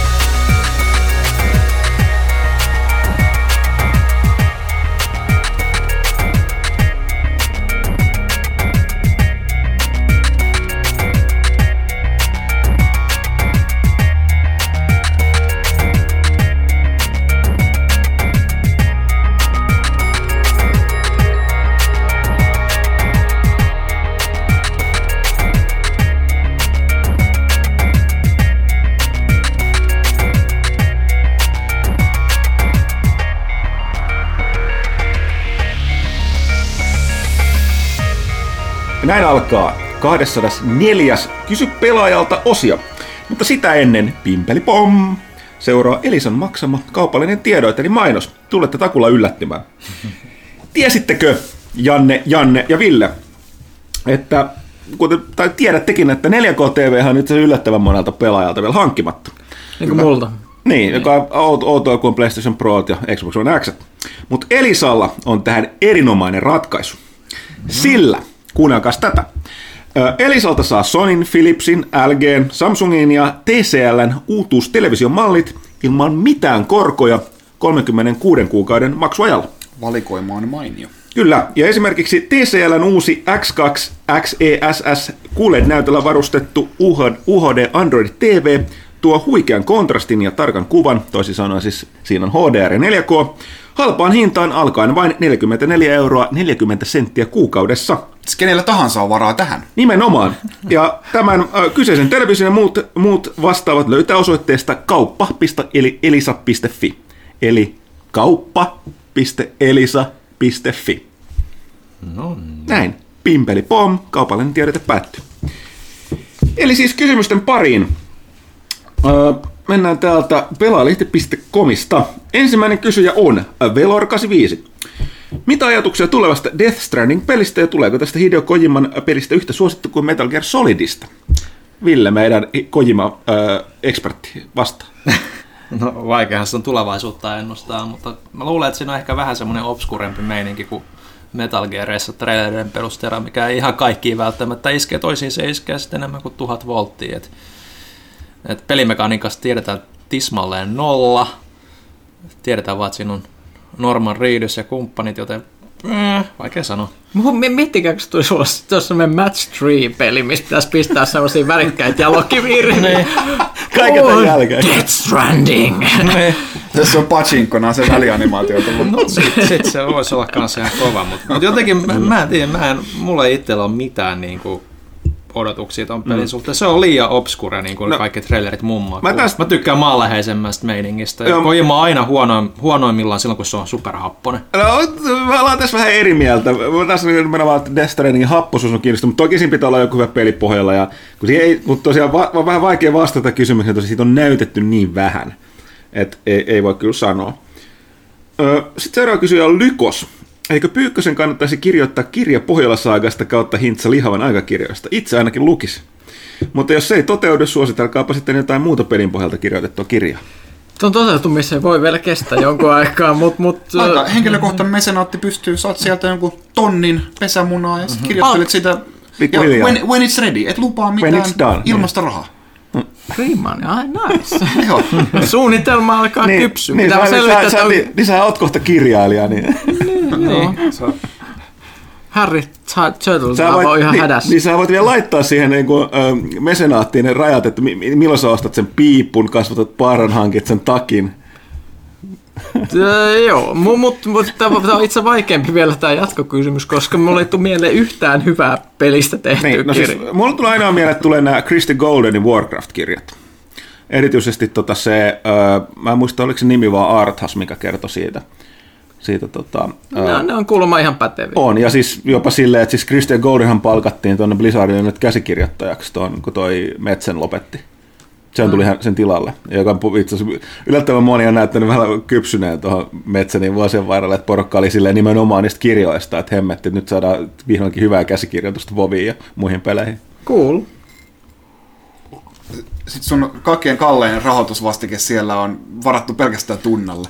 Näin alkaa 204. Kysy pelaajalta -osio. Mutta sitä ennen pimpelipom! Seuraa Elisan maksama kaupallinen tiedoite eli mainos. Tulette takulla yllättymään. Tiesittekö, Janne ja Ville, että tai tiedättekin, että 4K-TV on nyt yllättävän monelta pelaajalta vielä hankkimatta. Niin kuin multa. Niin, joka on outoa kuin PlayStation Pro ja Xbox One X. Mutta Elisalla on tähän erinomainen ratkaisu. Sillä kuunnelkaas tätä. Elisalta saa Sonyn, Philipsin, LGn, Samsungin ja TCLn uutuustelevisiomallit ilman mitään korkoja 36 kuukauden maksuajalla. Valikoima on mainio. Kyllä, ja esimerkiksi TCLn uusi X2 XESS QLED-näytöllä varustettu UHD Android TV tuo huikean kontrastin ja tarkan kuvan, toisin sanoen siis siinä on HDR ja 4K, halpaan hintaan alkaen vain 44,40 € kuukaudessa. Kenellä tahansa on varaa tähän. Nimenomaan. Ja tämän kyseisen television ja muut vastaavat löytää osoitteesta kauppa.elisa.fi. Eli kauppa.elisa.fi. No. Näin. Pimpeli pom, kaupallinen tiedote päättyy. Eli siis kysymysten pariin. Mennään täältä pelaalehti.comista. Ensimmäinen kysyjä on Velor85. Mitä ajatuksia tulevasta Death Stranding-pelistä ja tuleeko tästä Hideo Kojiman pelistä yhtä suosittu kuin Metal Gear Solidista? Ville, meidän Kojima-ekspertti, vastaa. No vaikeahan se on tulevaisuutta ennustaa, mutta mä luulen, että siinä on ehkä vähän semmoinen obskurempi meininki kuin Metal Gearissa trailerien perusteella, mikä ei ihan kaikkiin välttämättä iskee. Toisiin se iskee sitten enemmän kuin 1000 volttia. Et pelimekaniikasta tiedetään tismalleen 0. Tiedetään vaan, että siinä on Norman Reedus ja kumppanit, joten vaikea sanoa. Miettikääkö se tulisi olla tuossa semmoinen Match 3-peli, mistä pitäisi pistää semmoisia värikkäitä jalokiviiriä. Kaiken tämän jälkeen. Death Stranding! Tässä on pachinkona se välianimaatio. No sit se voisi olla kans ihan kova, mutta jotenkin mä en tiedä, mulla ei itsellä ole mitään niinku odotuksia ton pelin suhteen. Se on liian obskure, niin kuin kaikki trailerit mummaa. Mä tykkään maanläheisemmästä meiningistä. Kojima on aina huonoimmillaan silloin, kun se on superhapponen. Mä ollaan tässä vähän eri mieltä. Tässä nimenomaan Death Strandingin happoisuus on kiinnostunut, mutta toki siinä pitää olla joku hyvä peli pohjalla. Ja, mutta tosiaan on vähän vaikea vastata kysymykseen, että siitä on näytetty niin vähän, että ei voi kyllä sanoa. Sitten seuraava kysyjä on Lykos. Eikö Pyykkösen kannattaisi kirjoittaa kirja Pohjola-saagasta kautta Hintsa lihavan aikakirjoista? Itse ainakin lukisi. Mutta jos se ei toteudu, suositelkaapa sitten jotain muuta pelin pohjalta kirjoitettua kirjaa. Tuon toteutumiseen voi vielä kestää jonkun aikaa, mutta... Aika henkilökohtainen mesenaatti pystyy, saat sieltä jonkun tonnin pesämunaa ja sitten kirjoittelet sitä... Ja when it's ready, et lupaa mitään ilmasta rahaa. Riemann, nice. Suunnitelma alkaa kypsyä. Niin sä oot kohta kirjailija. Niin. Harry Turtle on ihan hädässä. Niin sä voit vielä laittaa siihen niin kuin, mesenaattiin ne rajat, että milloin sä ostat sen piipun, kasvatat paaran, hankit sen takin. Joo, mutta tämä on itse vaikeampi vielä tämä jatkokysymys, koska mulle ei tule mieleen yhtään hyvää pelistä tehtyä kirjaa. Siis, mulle tulee aina mieleen, että tulee nämä Christie Goldenin Warcraft-kirjat. Erityisesti se, mä en muista, oliko se nimi vaan Arthas, mikä kertoi siitä. Ne on kuulemma ihan päteviä. On, ja siis jopa silleen, että siis Christie Goldenhan palkattiin tuonne Blizzardille nyt käsikirjoittajaksi, kun toi Metsen lopetti. Se tuli sen tilalle, joka itse asiassa yllättävän moni on näyttänyt vähän kypsyneen tuohon Metsänin vuosien varrella, että porukka oli silleen nimenomaan niistä kirjoista, että hemmetti, että nyt saadaan vihdoinkin hyvää käsikirjoitusta Voviin ja muihin peleihin. Cool. Sitten sun kaikkein kallein rahoitusvastike siellä on varattu pelkästään Tunnalle.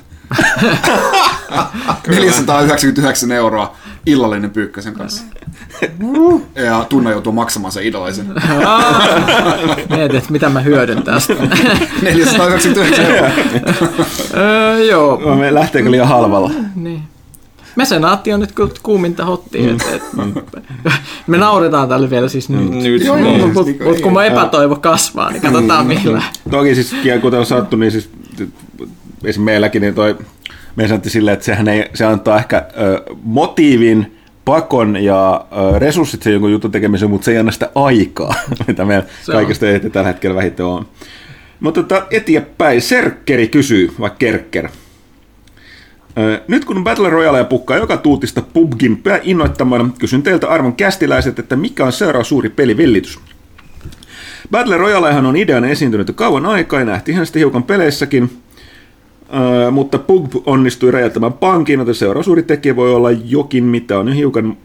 499 € illallinen Pyykkösen kanssa. Ja Tunna joutuu maksamaan sen illallisen. Mietit, että mitä mä hyödyn tästä. 499 €. Joo. Me lähteekö liian halvalla? Niin. Mesenaatti on nyt kuuminta hottia. Me nauretaan tälle vielä siis nyt. Mutta kun mä epätoivo kasvaa, niin katsotaan millä. Toki siis, kuten on sattu, niin siis esimerkiksi meilläkin niin toi mesenaatti silleen, että se antaa ehkä motiivin, pakon ja resurssit sen jonkun jutun tekemiseen, mutta se ei anna sitä aikaa, mitä meillä kaikista ei tällä hetkellä vähiten on. Mutta eteenpäin Serkkeri kysyy, vai Kerkker. Nyt kun Battle Royale pukkaa joka tuutista PUBGin innoittamana, kysyn teiltä arvon kästiläiset, että mikä on seuraava suuri pelivillitys? Battle Royalehan on ideana esiintynyt jo kauan aikaa ja nähtiinhän sitä hiukan peleissäkin, mutta PUBG onnistui räjäyttämään pankin, joten seuraava suuri tekijä voi olla jokin, mitä on jo hiukan...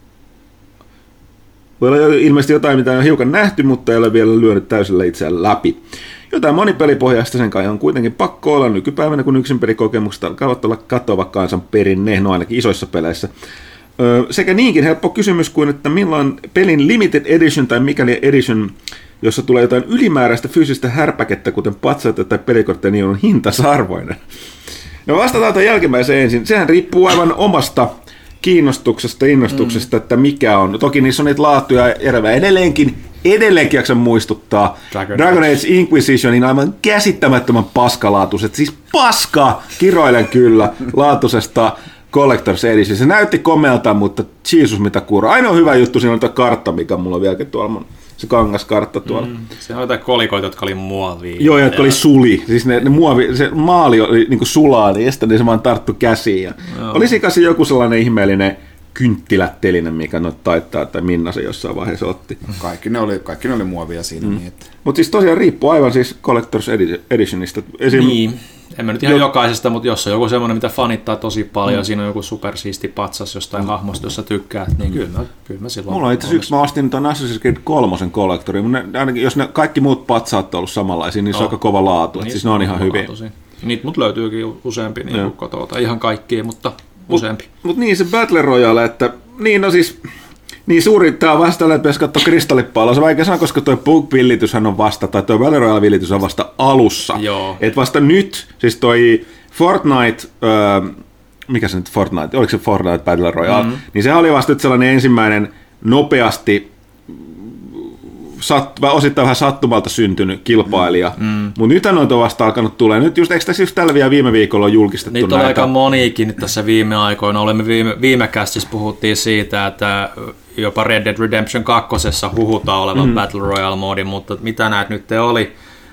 Voi olla ilmeisesti jotain, mitä on hiukan nähty, mutta ei ole vielä lyönyt täysillä itseään läpi. Jotain monipelipohjaista sen kai on kuitenkin pakko olla nykypäivänä, kun yksin pelikokemukset alkavat olla katoava kansan perinne, no ainakin isoissa peleissä. Sekä niinkin helppo kysymys kuin, että milloin pelin limited edition tai mikäli edition, jossa tulee jotain ylimääräistä fyysistä härpäkettä, kuten patsaita tai pelikortteja, niin on hintasarvoinen. No vastataan tämän jälkimmäiseen ensin. Sehän riippuu aivan omasta kiinnostuksesta, innostuksesta, että mikä on. Toki niissä on niitä laatuja erävää. Edelleenkin jaksan muistuttaa Dragon Age Inquisitionin aivan käsittämättömän paskalaatuiset. Siis paskaa, kiroilen kyllä, laatuisesta Collector's Edition. Se näytti komealta, mutta Jesus mitä kuura. Ainoa hyvä juttu siinä on tämä kartta, mikä mulla on vieläkin tuolla. Se kangaskartta tuolla. Se on jotain kolikoita, jotka oli muovia. Joo, jotka oli suli. Siis ne muovi, se maali oli niin kuin sulaa, niin se vaan tarttu käsiin. Ja olisi kai joku sellainen ihmeellinen kynttilätelinen, mikä noita taittaa, tai Minna se jossain vaiheessa otti. Kaikki ne oli muovia siinä. Niin että... Mutta siis tosiaan riippuu aivan siis Collector's Editionista. Niin. En mä nyt ihan jokaisesta, mutta jos on joku semmoinen, mitä fanittaa tosi paljon, siinä on joku supersiisti patsas jostain hahmosta, jossa tykkäät, niin kyllä mä silloin... Mulla on itse asiassa, mä ostin tuon Assassin's Creed 3 kollektorin, mutta ainakin jos ne kaikki muut patsaat on ollut samanlaisia, niin se on aika kova laatu, niin, siis ne on ihan hyviä. Niitä mut löytyykin useampi niin kotota, ihan kaikkia, mutta useampi. Mutta niin se Battle Royale, että niin no siis... Niin suuri, tämä on vasta tällä, että pitäisi katsoa kristallipalloa. Se on vaikea sanoa, koska tuo PUBG-villityshän on vasta, tai tuo Battle Royale-villitys on vasta alussa. Että vasta nyt, siis toi Fortnite, mikä se nyt Fortnite, oliko se Fortnite Battle Royale, niin sehän oli vasta nyt sellainen ensimmäinen nopeasti osittain vähän sattumalta syntynyt kilpailija. Mutta nyt noita on vasta alkanut tulee. Nyt just, eikö tässä just tällä vielä viime viikolla on julkistettu niitä on aika moniikin nyt tässä viime aikoina. Olemme viime kästissä puhuttiin siitä, että jopa Red Dead Redemption 2 huhutaan olevan Battle Royale-moodi, mutta mitä näet nyt oli?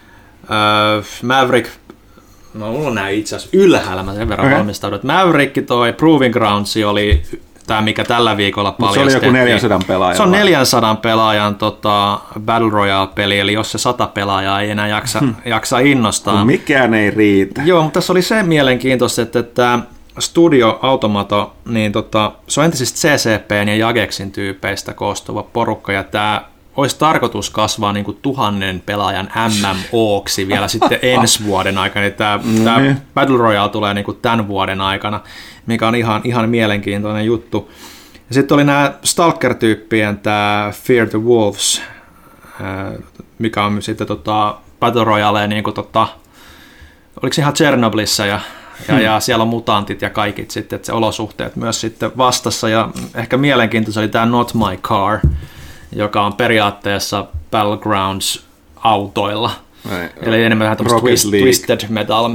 Maverick, mulla on näin itse asiassa ylhäällä, mä sen verran valmistaudun. Maverick, toi Proving Grounds oli tämä, mikä tällä viikolla paljastettiin. Se oli joku 400 pelaajan. Se on 400 pelaajan Battle Royale-peli, eli jos se 100 pelaajaa ei enää jaksa innostaa. Kun mikään ei riitä. Joo, mutta tässä oli se mielenkiintoista, että Studio Automato, niin se on entisistä CCPn ja Jagexin tyypeistä koostuva porukka, ja tämä olisi tarkoitus kasvaa niin kuin 1000 pelaajan MMOksi vielä sitten ensi vuoden aikana. Tämä Battle Royale tulee niin kuin tämän vuoden aikana, mikä on ihan mielenkiintoinen juttu. Ja sitten oli nämä Stalker-tyyppien tämä Fear the Wolves, mikä on sitten Battle Royale, niin kuin oliko se ihan Chernobylissa ja siellä on mutantit ja kaikit sitten, että se olosuhteet myös sitten vastassa. Ja ehkä mielenkiintoista oli tämä Not My Car, joka on periaatteessa Battlegrounds autoilla. Eli enemmän vähän tämmöistä Twisted Metal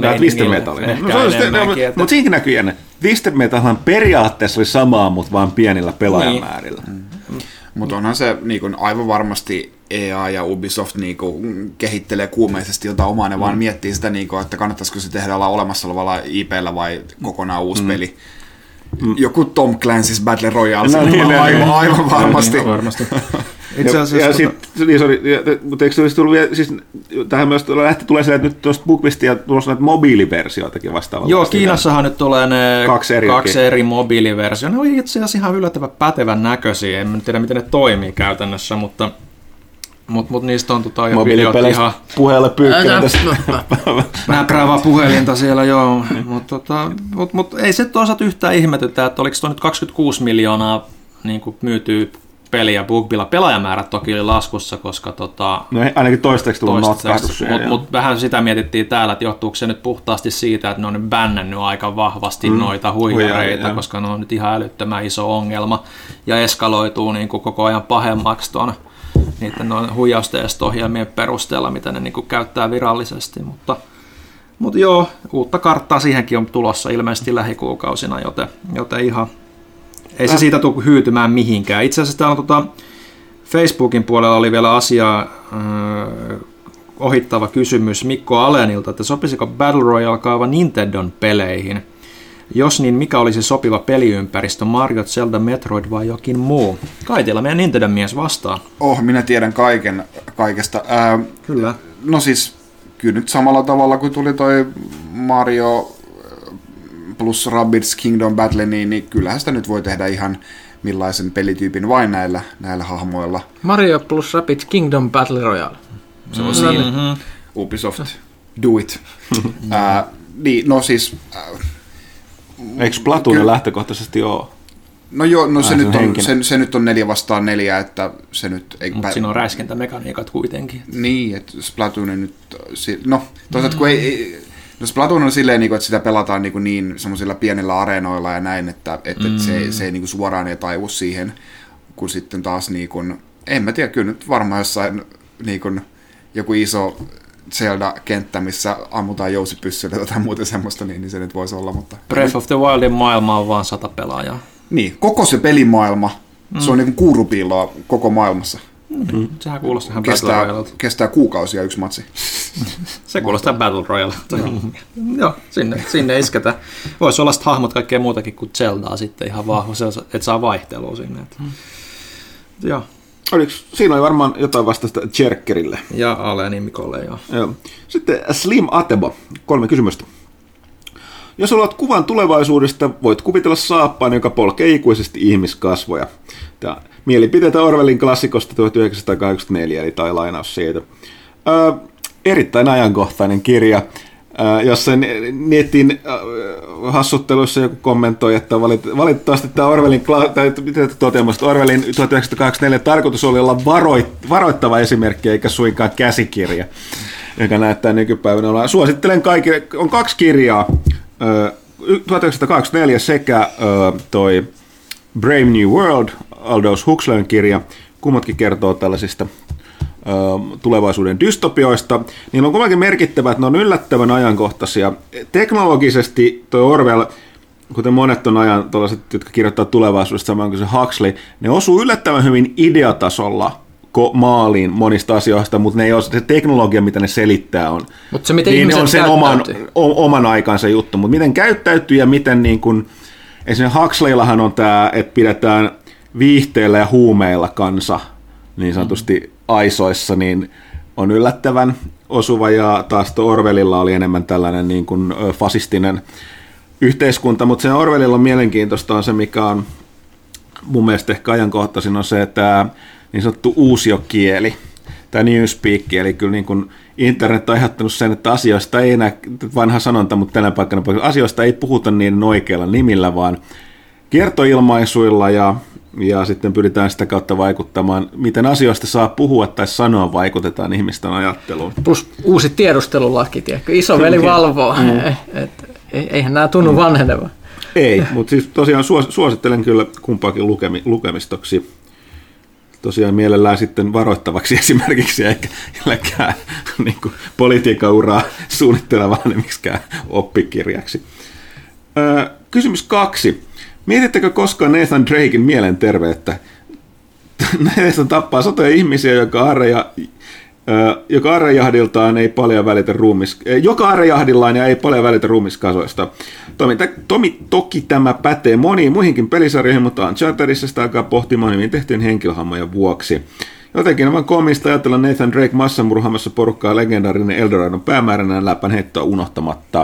mutta siinäkin näkyy jännä. Twisted Metalhan periaatteessa oli samaa, mutta vain pienillä pelaajamäärillä. Mutta onhan se niin aivan varmasti EA ja Ubisoft niin kehittelee kuumeisesti jotain omaa, ne vaan miettii sitä, niin kuin, että kannattaisiko se tehdä olemassa olevalla IP:llä vai kokonaan uusi peli. Joku Tom Clancy's Battle Royale, aivan varmasti. Itse asiassa mutta eikö se olisi tullut vielä, siis tähän myös tulee se, että nyt tuosta BookBeastia tulossa näitä mobiiliversioitakin vastaavasti. Joo, Kiinassahan nyt tulee ne kaksi eri mobiiliversioita. Ne oli itse asiassa ihan yllättävän pätevän näköisiä, en tiedä miten ne toimii käytännössä, mutta niistä on mobiilipeleissä ihan puheelle pyykköä tästä. Näpräävää puhelinta siellä, joo. Mutta ei se toisaalta yhtään ihmetytä, että oliko tuo nyt 26 miljoonaa niin myytyä peliä BookBealla. Pelaajamäärät toki oli laskussa, koska no ainakin toistaiseksi tullut notkahdus. Mutta vähän sitä mietittiin täällä, että johtuuko se nyt puhtaasti siitä, että ne on bännännyt aika vahvasti noita huijareita, koska ne on nyt ihan älyttömän iso ongelma ja eskaloituu niin kuin koko ajan pahemmaksi niiden huijausteesto-ohjelmien perusteella, mitä ne niin kuin käyttää virallisesti, mutta joo, uutta karttaa siihenkin on tulossa ilmeisesti lähikuukausina, joten ihan ei se siitä tule hyytymään mihinkään. Itse asiassa täällä Facebookin puolella oli vielä asiaa ohittava kysymys Mikko Alenilta, että sopisiko Battle Royale-kaava Nintendon peleihin? Jos niin, mikä olisi sopiva peliympäristö, Mario, Zelda, Metroid vai jokin muu? Kaitilla meidän Nintendon mies vastaa. Minä tiedän kaikesta. Kyllä. No siis, kyllä nyt samalla tavalla kuin tuli toi Mario plus Rabbids Kingdom Battle, niin kyllähän sitä nyt voi tehdä ihan millaisen pelityypin vain näillä hahmoilla. Mario plus Rabbids Kingdom Battle Royale. Se on siinä. Ubisoft, do it. Niin, no siis... Eikö Splatoon lähtökohtaisesti ole? No joo, no se nyt on 4 vastaan 4, että se nyt... Mutta siinä on räiskintämekaniikat kuitenkin. Niin, että Splatoon nyt... No, toisaalta kun ei... No Splatoon on silleen, että sitä pelataan niin semmoisilla pienillä areenoilla ja näin, että se ei suoraan ei taivu siihen, kun sitten taas en mä tiedä, kyllä nyt varmaan jossain joku iso Zelda-kenttä, missä ammutaan jousipyssyllä tai jotain muuta semmoista, niin se nyt voisi olla, mutta... Breath of the Wildin maailma on vaan 100 pelaajaa. Niin, koko se pelimaailma, se on kuurupiiloa koko maailmassa. Sehän kuulostaa ihan Battle Royalelta. Kestää kuukausia yksi matsi. Se kuulostaa Battle Royalelta. Joo, sinne isketään. Voisi olla hahmot kaikkea muutakin kuin Zeldaa sitten ihan vahva, että saa vaihtelua sinne. Joo. Siinä oli varmaan jotain vastausta Jerkerille. Ja Aleni Mikolle, joo. Sitten Slim Atebo, 3 kysymystä. Jos haluat kuvan tulevaisuudesta, voit kuvitella saappaan, joka polkee ikuisesti ihmiskasvoja. Tämä mielipiteitä Orwellin klassikosta 1984, eli tai lainaus siitä. Erittäin ajankohtainen kirja, jossa netin hassutteluissa joku kommentoi, että valitettavasti tämä Orwellin 1984 tarkoitus oli olla varoittava esimerkki, eikä suinkaan käsikirja, joka näyttää nykypäivänä olla. Suosittelen kaikille, on 2 kirjaa, 1984 sekä toi Brave New World, Aldous Huxleyn kirja, kummatkin kertoo tällaisista tulevaisuuden dystopioista. Niillä on kuitenkin merkittävä, että ne on yllättävän ajankohtaisia. Teknologisesti tuo Orwell, kuten monet on ajan tuollaiset, jotka kirjoittaa tulevaisuudesta samoin kuin se Huxley, ne osuu yllättävän hyvin ideatasolla maaliin monista asioista, mutta ne ei ole se teknologia, mitä ne selittää on. Mutta se, miten niin on sen oman aikansa juttu, mutta miten käyttäytyy ja miten niin kuin, esimerkiksi Huxleyllahan on tämä, että pidetään viihteillä ja huumeilla kansa niin sanotusti aisoissa, niin on yllättävän osuva, ja taas Orwellilla oli enemmän tällainen niin kuin fasistinen yhteiskunta, mutta sen Orwellilla on mielenkiintoista on se, mikä on mun mielestä ehkä ajankohtaisin, on se, että niin sanottu uusiokieli, tämä newspeak, eli kyllä niin kuin internet on aiheuttanut sen, että asioista ei enää, vanha sanonta, mutta tänä paikkana asioista ei puhuta niiden oikeilla nimillä, vaan kiertoilmaisuilla ja sitten pyritään sitä kautta vaikuttamaan, miten asioista saa puhua tai sanoa, vaikutetaan ihmisten ajatteluun. Plus uusi tiedustelulaki, tiedätkö? Isoveli valvoo. Eihän nämä tunnu vanhenevaa. Ei, mutta siis tosiaan suosittelen kyllä kumpaakin lukemistoksi. Tosiaan mielellään sitten varoittavaksi esimerkiksi, eikä niin politiikan uraa suunnittelevaan miksikään oppikirjaksi. Kysymys 2. Mietittekö koskaan Nathan Draken mielenterveyttä? Nathan tappaa satoja ihmisiä, joka arejahdiltaan ei paljon välitä joka arejahdillaan ja ei paljon välitä ruumiskasoista. Toki tämä pätee moniin muihinkin pelisarjoihin, mutta Unchartedissa sitä alkaa pohtimaan hyvin tehtyjen henkilöhammojen vuoksi. Jotenkin on vain koomista ajatella Nathan Drake massamurhaamassa porukkaa legendaarinen Eldoradon päämääränä läpän heittoa unohtamatta.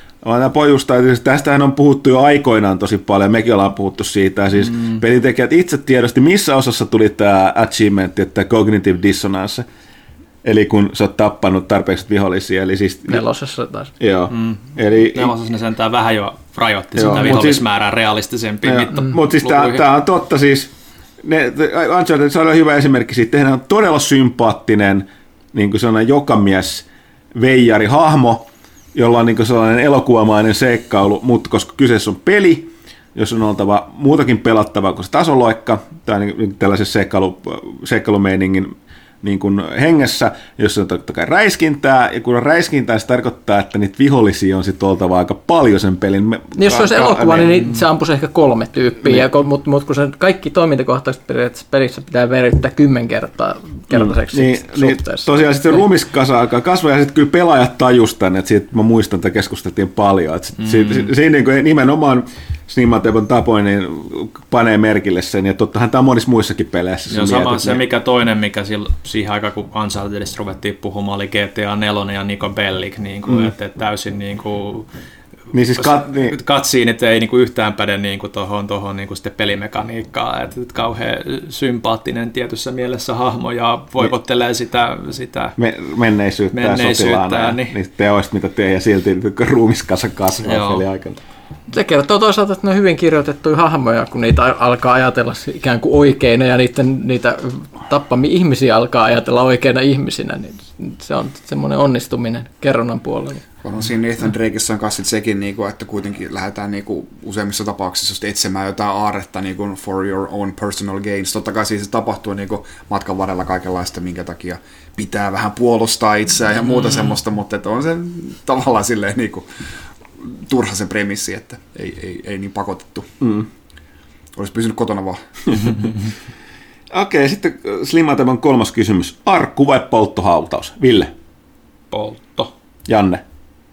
Tästähän on puhuttu jo aikoinaan tosi paljon, mekin ollaan puhuttu siitä, siis pelintekijät itse tiedosti, missä osassa tuli tämä achievement, että cognitive dissonance, eli kun sä oot tappanut tarpeeksi vihollisia. Eli siis, 4. taas. Joo. Eli 4. ne sentään vähän jo rajoitti sitä vihollismäärää realistisempiin mittapukuihin. Mutta siis tämä on totta, siis Uncharted on hyvä esimerkki siitä, tehdään on todella sympaattinen niin kuin sellainen jokamies veijari hahmo, jolla on niin sellainen elokuvamainen seikkailu, mutta koska kyseessä on peli, jos on oltava muutakin pelattavaa kuin se tasoloikka, tai niin tällaisen seikkailumeiningin niin kuin hengessä, jossa on totta kai räiskintää, ja kun on räiskintää, se tarkoittaa, että niitä vihollisia on sitten oltava aika paljon sen pelin. Jos se olisi elokuva, niin se ampuisi ehkä 3 tyyppiä, mutta kun se kaikki toimintakohtaiset pelissä pitää verittää 10-kertaiseksi niin, tosiaan sitten se ruumiskasa alkaa kasvaa, ja sitten kyllä pelaajat tajustan, että siitä mä muistan, että keskusteltiin paljon. Siinä niin nimenomaan Snimmatevon tapoin niin panee merkille sen, ja tottahan tämä on monissa muissakin peleissä. Joo, sama se, mikä toinen, mikä siihen aikaan, kun Unchartedista ruvettiin puhumaan, oli GTA 4 ja Nico Bellic, niin kuin, että täysin niin kuin, niin siis cutsceneit ei niin kuin yhtään päde niin kuin tuohon niin kuin sitten pelimekaniikkaan, että kauhean sympaattinen tietyssä mielessä hahmo ja voivottelee sitä menneisyyttä ja sotilaana niin. Niistä teoista, mitä tee, ja silti ruumiskasa kasvaa peli aikana. Se kertoo toisaalta, että ne on hyvin kirjoitettuja hahmoja, kun niitä alkaa ajatella ikään kuin oikeina ja niitä tappamia ihmisiä alkaa ajatella oikeina ihmisinä, niin se on semmoinen onnistuminen kerronnan puolella. On siinä Nathan Drakessa on kanssa sekin, että kuitenkin lähdetään useimmissa tapauksissa etsimään jotain aarretta for your own personal gains. Totta kai siis se tapahtuu matkan varrella kaikenlaista, minkä takia pitää vähän puolustaa itseään ja muuta semmoista, mutta on se tavallaan silleen turha se premissi, että ei niin pakotettu. Olisi pysynyt kotona vaan. Okei, sitten Slimmatevan 3. kysymys. Arkku vai polttohautaus? Ville? Poltto. Janne?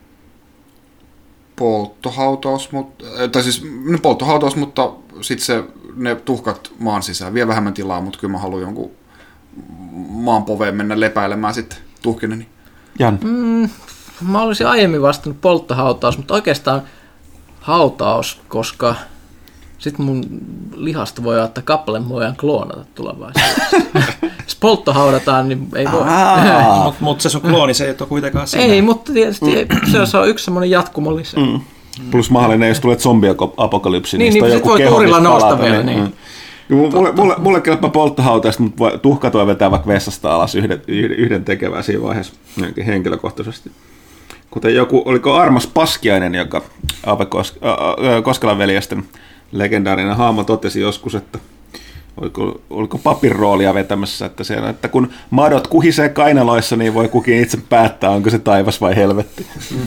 Polttohautaus, mutta sitten ne tuhkat maan sisään. Vie vähemmän tilaa, mutta kyllä mä haluan jonkun maan poveen mennä lepäilemään sitten tuhkineni. Janne? Mä olisin aiemmin vastannut polttohautaus, mutta oikeastaan hautaus, koska sitten mun lihasta voi ottaa kappaleen voidaan kloonata tulevaisuudessa. Jos polttohaudataan, niin ei voi. Mutta se sun klooni, se ei ole kuitenkaan siinä. Ei, mutta tietysti se on yksi semmoinen jatkumo lisää. Plus mahdollinen, jos tulee zombiapokalypsi, niin on joku keho, mistä palata. Niin. Mulle kelpaa polttohautaista, mutta tuhkat voi vetää vaikka vessasta alas yhden tekevää siinä vaiheessa henkilökohtaisesti. Kuten oliko Armas Paskiainen, joka Aape Koskelan veljesten legendaarinen hahmo totesi joskus, että oliko papin roolia vetämässä, että kun madot kuhisee kainaloissa, niin voi kukin itse päättää, onko se taivas vai helvetti.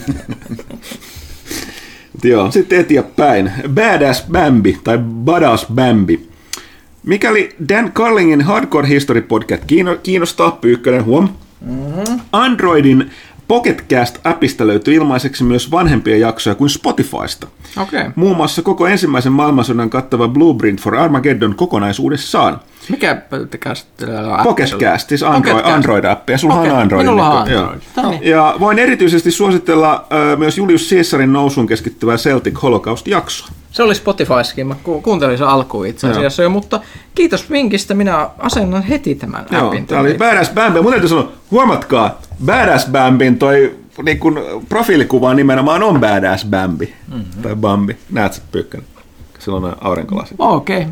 Joo, sitten eteenpäin. Badass Bambi tai Badass Bambi. Mikäli Dan Carlingin Hardcore History Podcast kiinnostaa, Pyykkönen huom. Androidin Pocketcast-appista löytyy ilmaiseksi myös vanhempia jaksoja kuin Spotifysta. Okay. Muun muassa koko ensimmäisen maailmansodan kattava Blueprint for Armageddon kokonaisuudessaan. Mikä Pocketcast, siis Android-appi. Ja sulla on Android. Minulla on Android. Ja voin erityisesti suositella myös Julius Caesarin nousuun keskittyvää Celtic Holocaust-jaksoa. Se oli Spotifyssakin, mä kuuntelin sen alkuun itse asiassa jo, mutta kiitos vinkistä, minä asennan heti tämän appin. Tämä oli Badass Bambi, mun täytyy sanoa, huomatkaa, Badass Bambin toi niin kun profiilikuva nimenomaan on Badass Bambi, tai Bambi, näet sä Pyykkönen, sillä on aurinkolasi. Okei.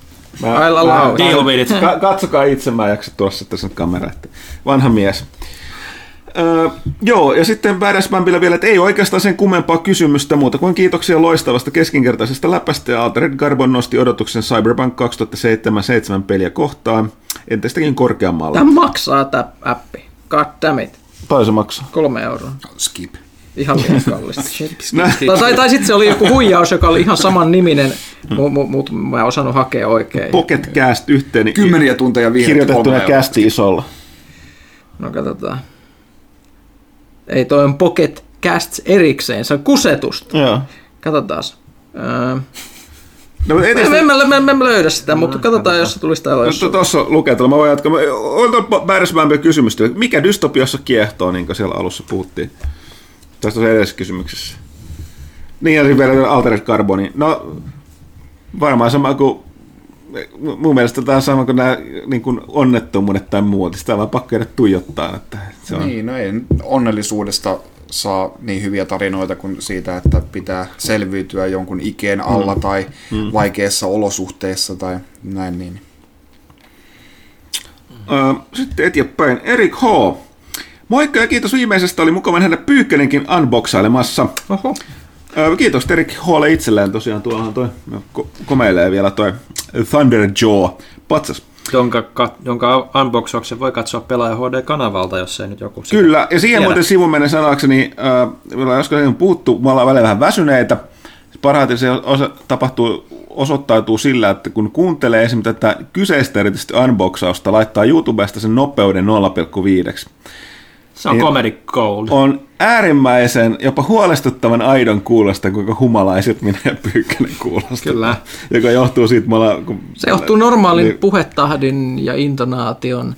Deal with it. Katsokaa itse, mä en jaksa tuossa sitten sen kamera, että vanha mies. Joo, ja sitten Badass Bambilla vielä, että ei oikeastaan sen kummempaa kysymystä muuta kuin kiitoksia loistavasta keskinkertaisesta läpästä, ja Altered Carbon nosti odotuksen Cyberpunk 2077 peliä kohtaan entistäkin korkeammalla. Tämä maksaa tämä appi. God damn it. Tai se maksaa. 3 euroa. Skip. Ihan liian kallista. Tai sitten se oli joku huijaus, joka oli ihan saman niminen, mutta mä en osannut hakea oikein. Pocket Cast yhteen. 10 tunteja kirjoitettuna Casti isolla. No katsotaan. Ei, toi on Pocket Casts erikseen, se on kusetusta. Joo. Katsotaas. No, mä löydä sitä, mutta katsotaan, jos se tulisi täällä jossain. Tuossa lukee, mä voin jatkaa. Olen Badass Bambin kysymystä. Mikä dystopiassa kiehtoo, niin kuin siellä alussa puhuttiin? Tästä on se edellisessä kysymyksessä. Niin, ja vielä Altered Carboni. No, varmaan sama kuin, mun mielestä tämä on sama kuin nämä niin kuin onnettomuudet tai muut. Sitä on vaan pakko jäädä tuijottaa. Että se on. Niin, no ei onnellisuudesta saa niin hyviä tarinoita kuin siitä, että pitää selviytyä jonkun ikeen alla tai vaikeissa olosuhteissa tai näin niin. Sitten eteenpäin. Erik H. Moikka ja kiitos viimeisestä. Oli mukava nähdä Pyykkönenkin unboxailemassa. Oho. Kiitos Erik Hlle itselleen. Tosiaan tuollahan toi komeilee vielä toi Thunderjaw patsas. Jonka unboxauksen voi katsoa Pelaaja HD-kanavalta, jos ei nyt joku... Kyllä, ja siihen muuten sivumennen sanakseni, joskus puhuttu, me ollaan välillä vähän väsyneitä. Parhaiten se osoittautuu sillä, että kun kuuntelee esimerkiksi tätä kyseistä erityisesti unboxausta, laittaa YouTubesta sen nopeuden 0,5. Se on comedy gold. On äärimmäisen, jopa huolestuttavan aidon kuulosta, kuinka humalaiset minä ja Pyykkönen kuulostaa. Kyllä. Joka johtuu siitä, se johtuu normaalin puhetahdin ja intonaation.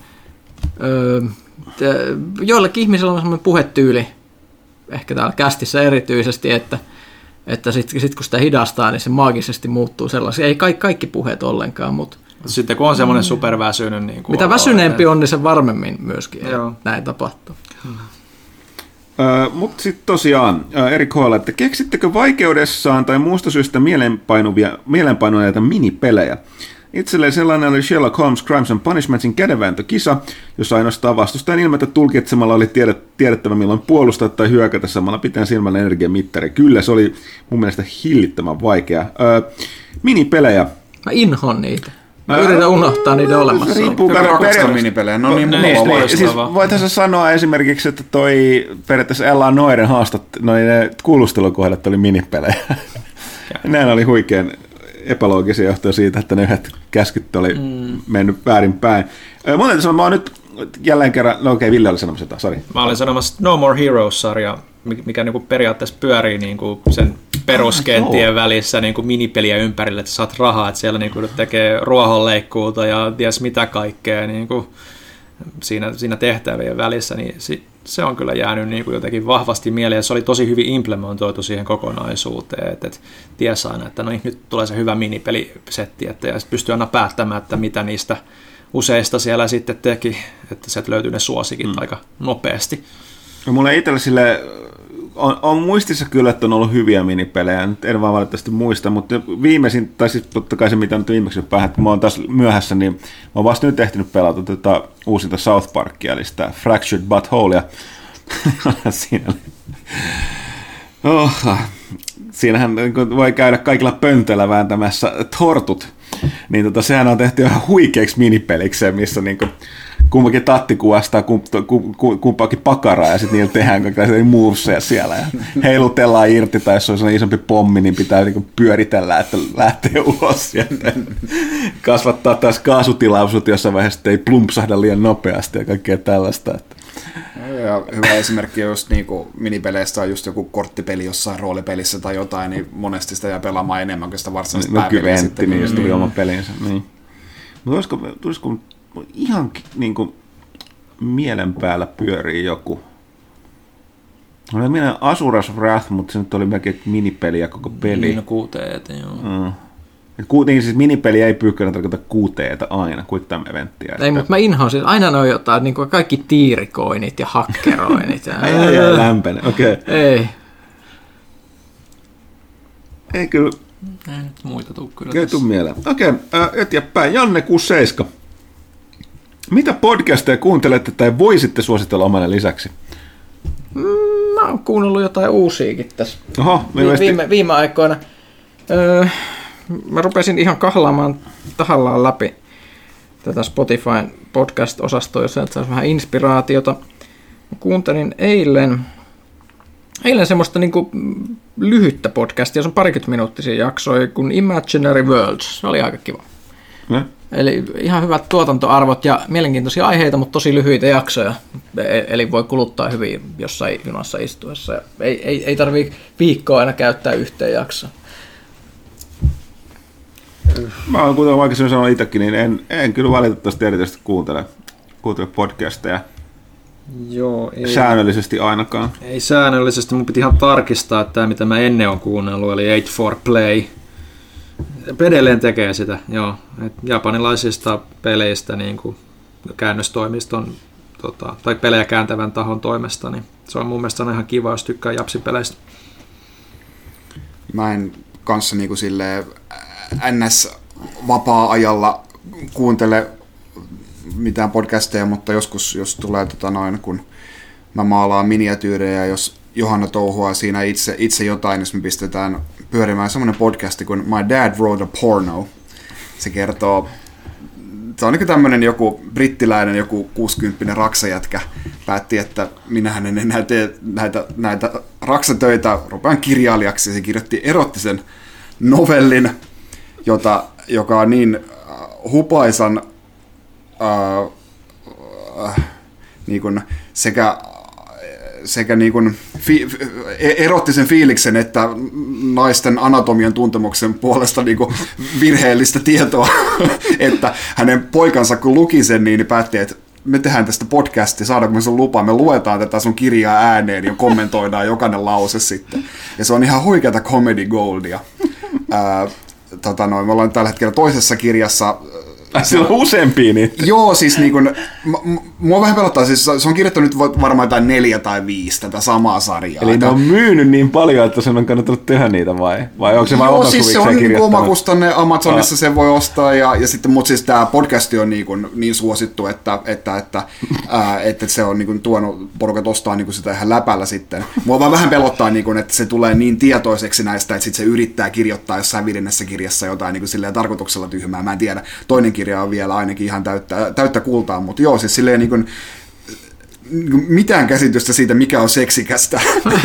Joillakin ihmisillä on sellainen puhetyyli, ehkä täällä kästissä erityisesti, että sit kun sitä hidastaa, niin se maagisesti muuttuu sellaisia. Ei kaikki puheet ollenkaan, mutta... Sitten kun on semmoinen superväsynyt... Niin mitä väsyneempi on, niin se varmemmin myöskin näin tapahtuu. Mutta sitten tosiaan, Erik Hoela, että keksittekö vaikeudessaan tai muusta syystä mieleenpainuneita minipelejä? Itselleen sellainen oli Sherlock Holmes Crimes and Punishmentsin kädenvääntökisa, jossa ainoastaan vastustajan ilmettä tulkitsemalla oli tiedettävä milloin puolustaa tai hyökätä samalla pitäen silmällä energiamittari. Kyllä, se oli mun mielestä hillittömän vaikea. Minipelejä. Mä inhoan niitä. Mä yritän unohtaa niiden olemassa. Riippuu periaatteessa minipelejä. No niin, siis voitaisiin sanoa esimerkiksi, että toi periaatteessa Ella Noiden ne kuulustelukohdat oli minipelejä. Nämä oli huikean epäloogisia johtuen siitä, että ne yhdet käskyt oli mennyt väärinpäin. Mä oon nyt jälleen kerran, no okei, Ville oli sanomassa jotain, sori. Mä olin sanomassa No More Heroes-sarja, mikä niinku periaatteessa pyörii niinku sen peruskenttien välissä niinku minipeliä ympärille, että saat rahaa, että siellä niinku tekee ruohonleikkuuta ja ties mitä kaikkea niinku siinä tehtävien välissä, niin se on kyllä jäänyt niinku jotenkin vahvasti mieleen, ja se oli tosi hyvin implementoitu siihen kokonaisuuteen, että ties aina, että no niin, nyt tulee se hyvä minipelisetti, että ja pystyy aina päättämään, että mitä niistä useista siellä sitten teki, että sieltä löytyy ne suosikit aika nopeasti. Mulla itsellä sille on muistissa kyllä, että on ollut hyviä minipelejä, nyt en vaan valitettavasti muista, mutta viimeisin, tai siis totta kai se mitä nyt viimeksi päähän, että mä oon taas myöhässä, niin mä oon vasta nyt ehtinyt pelata tätä uusinta South Parkia, eli sitä Fractured Buttholea. Siinä siinähän voi käydä kaikilla pöntöillä vääntämässä tortut. niin sehän on tehty ihan huikeaksi minipelikseen, missä niinku kummankin tatti kuvastaa kumpaakin pakaraa ja sitten niillä tehdään kaikenlaisia moveseja siellä ja heilutellaan irti tai jos on sellainen isompi pommi, niin pitää niinku pyöritellä, että lähtee ulos sieltä. Kasvattaa taas kaasutilausut jossain vaiheessa, että ei plumpsahda liian nopeasti ja kaikkea tällaista. Ja hyvä esimerkki just niinku minipeleistä on just joku korttipeli jossain roolipelissä tai jotain, niin monesti sitä jää pelaamaan enemmän kuin sitä varsinaista pääpeliä. Sitten, niin, jos tuli oma pelinsä. Niin. Tulisiko ihan niin kuin mielen päällä pyörii joku. Oli mieleen Asuras Wrath, mutta se nyt oli melkein minipeliä koko peli. Niin, QT:tä, joo. Kuitenkin siis minipeli ei pyykkönä tarkoita QT:tä aina, kuin tämä eventtiä. Ei, mutta mä inhoan siis, aina ne on jotain, niin kuin kaikki tiirikoinit ja hakkeroinit. Ei lämpene, okei. Okay. Ei. Ei kyllä. Ei nyt muita tuu kyllä. Ei tuu mieleen. Okei, eteenpäin. Janne 67. Mitä podcasteja kuuntelette tai voisitte suositella omalle lisäksi? Mä oon kuunnellut jotain uusiakin tässä. Oho, viime aikoina. Mä rupesin ihan kahlaamaan tahallaan läpi tätä Spotifyn podcast-osastoa, jossa saisi vähän inspiraatiota. Mä kuuntelin eilen semmoista niinku lyhyttä podcastia, se on 20 minuuttisia jaksoja, kun Imaginary Worlds. Se oli aika kiva. Eli ihan hyvät tuotantoarvot ja mielenkiintoisia aiheita, mutta tosi lyhyitä jaksoja. Eli voi kuluttaa hyvin jossain junassa istuessa. Ja ei tarvitse viikkoa aina käyttää yhteen jaksoon. Mä oon kuten aikaisemmin sanonut itsekin, niin en kyllä valitettavasti erityisesti kuuntele podcasteja. Joo, ei. Säännöllisesti ainakaan. Ei säännöllisesti, mun piti ihan tarkistaa tämä, mitä mä ennen on kuunnellut, eli 8-4-Play. Edelleen tekee sitä, joo. Et japanilaisista peleistä niin kuin käännöstoimiston tai pelejä kääntävän tahon toimesta, niin se on mun mielestä ihan kiva, jos tykkää japsipeleistä. Mä en kanssa niin kuin silleen NS-vapaa-ajalla kuuntele mitään podcasteja, mutta joskus, jos tulee kun mä maalaan miniatyyrejä, jos Johanna touhua siinä itse jotain, niin me pistetään pyörimään semmoinen podcasti kuin My Dad Wrote a Porno. Se kertoo, se on niin tämmöinen joku brittiläinen, joku 60 raksajätkä päätti, että minähän en enää tee näitä raksatöitä, rupean kirjailijaksi. Se kirjoitti erottisen novellin, joka on niin hupaisan niin kuin sekä niin kuin erottisen fiiliksen että naisten anatomian tuntemuksen puolesta niin kuin virheellistä tietoa, että hänen poikansa kun luki sen, niin päätti, että me tehdään tästä podcastia, saadaanko me sun lupaa, me luetaan tätä sun kirjaa ääneen ja kommentoidaan jokainen lause sitten. Ja se on ihan huikeata comedy goldia. Me ollaan tällä hetkellä toisessa kirjassa. Sillä on useampia niitä. Joo, siis niin kun, mua vähän pelottaa, siis se on kirjoittanut varmaan jotain 4 tai 5 tätä samaa sarjaa. Eli ne on myynyt niin paljon, että sen on kannattanut tehdä niitä vai onko se vain omakuvikseen kirjoittanut? Joo, siis se on omakustanne, Amazonissa sen voi ostaa, ja sitten, mutta siis tämä podcasti on niin suosittu, että se on niin tuonut porukat ostaa niin sitä ihan läpällä sitten. Mua vaan vähän pelottaa, niin että se tulee niin tietoiseksi näistä, että sitten se yrittää kirjoittaa jossain 5. kirjassa jotain niin silleen tarkoituksella tyhmää, mä en tiedä. Toinen kirja on vielä ainakin ihan täyttä kultaa, mutta joo, siis silleen niin kuin mitään käsitystä siitä, mikä on seksikästä.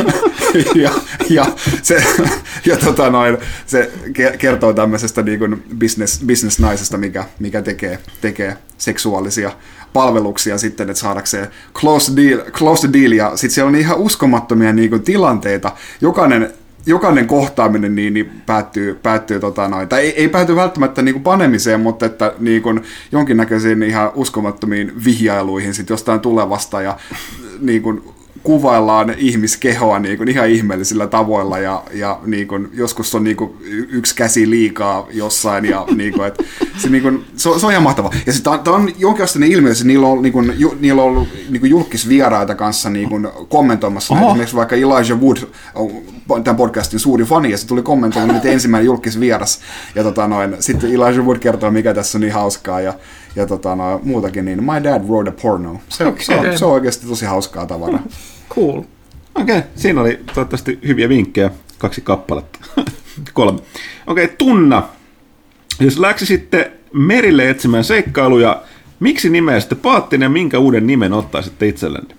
Se kertoo tämmöisestä niin kuin business-naisesta, mikä tekee seksuaalisia palveluksia sitten, että saadakseen close the deal, ja sitten siellä on ihan uskomattomia niin kuin tilanteita. Jokainen kohtaaminen niin päättyy tai ei pääty välttämättä niin kuin panemiseen, mutta että niin kuin jonkinnäköisiin ihan uskomattomiin vihjailuihin sit jostain tulevasta, ja niin kuin kuvaillaan ihmiskehoa niin kuin ihan ihmeellisillä tavoilla, ja niin kuin joskus on niin kuin yksi käsi liikaa jossain, ja niin kuin, että se on ihan mahtavaa. Ja sitten tämä on jonkinlainen ilmiö, että niillä on ollut niin kuin julkisvieraita kanssa niin kuin kommentoimassa. Esimerkiksi vaikka Elijah Wood on tämän podcastin suuri fani, ja se tuli kommentoimaan nyt ensimmäinen julkisvieras. Ja sitten Elijah Wood kertoo, mikä tässä on niin hauskaa, ja muutakin, niin My Dad Wrote a Porno. Se on oikeasti tosi hauskaa tavaraa. Cool. Okei, siinä oli toivottavasti hyviä vinkkejä. 2 kappaletta. 3. Okei, Tunna. Jos läksisitte merille etsimään seikkailuja, miksi nimeäisitte Paattinen ja minkä uuden nimen ottaisitte itsellenne?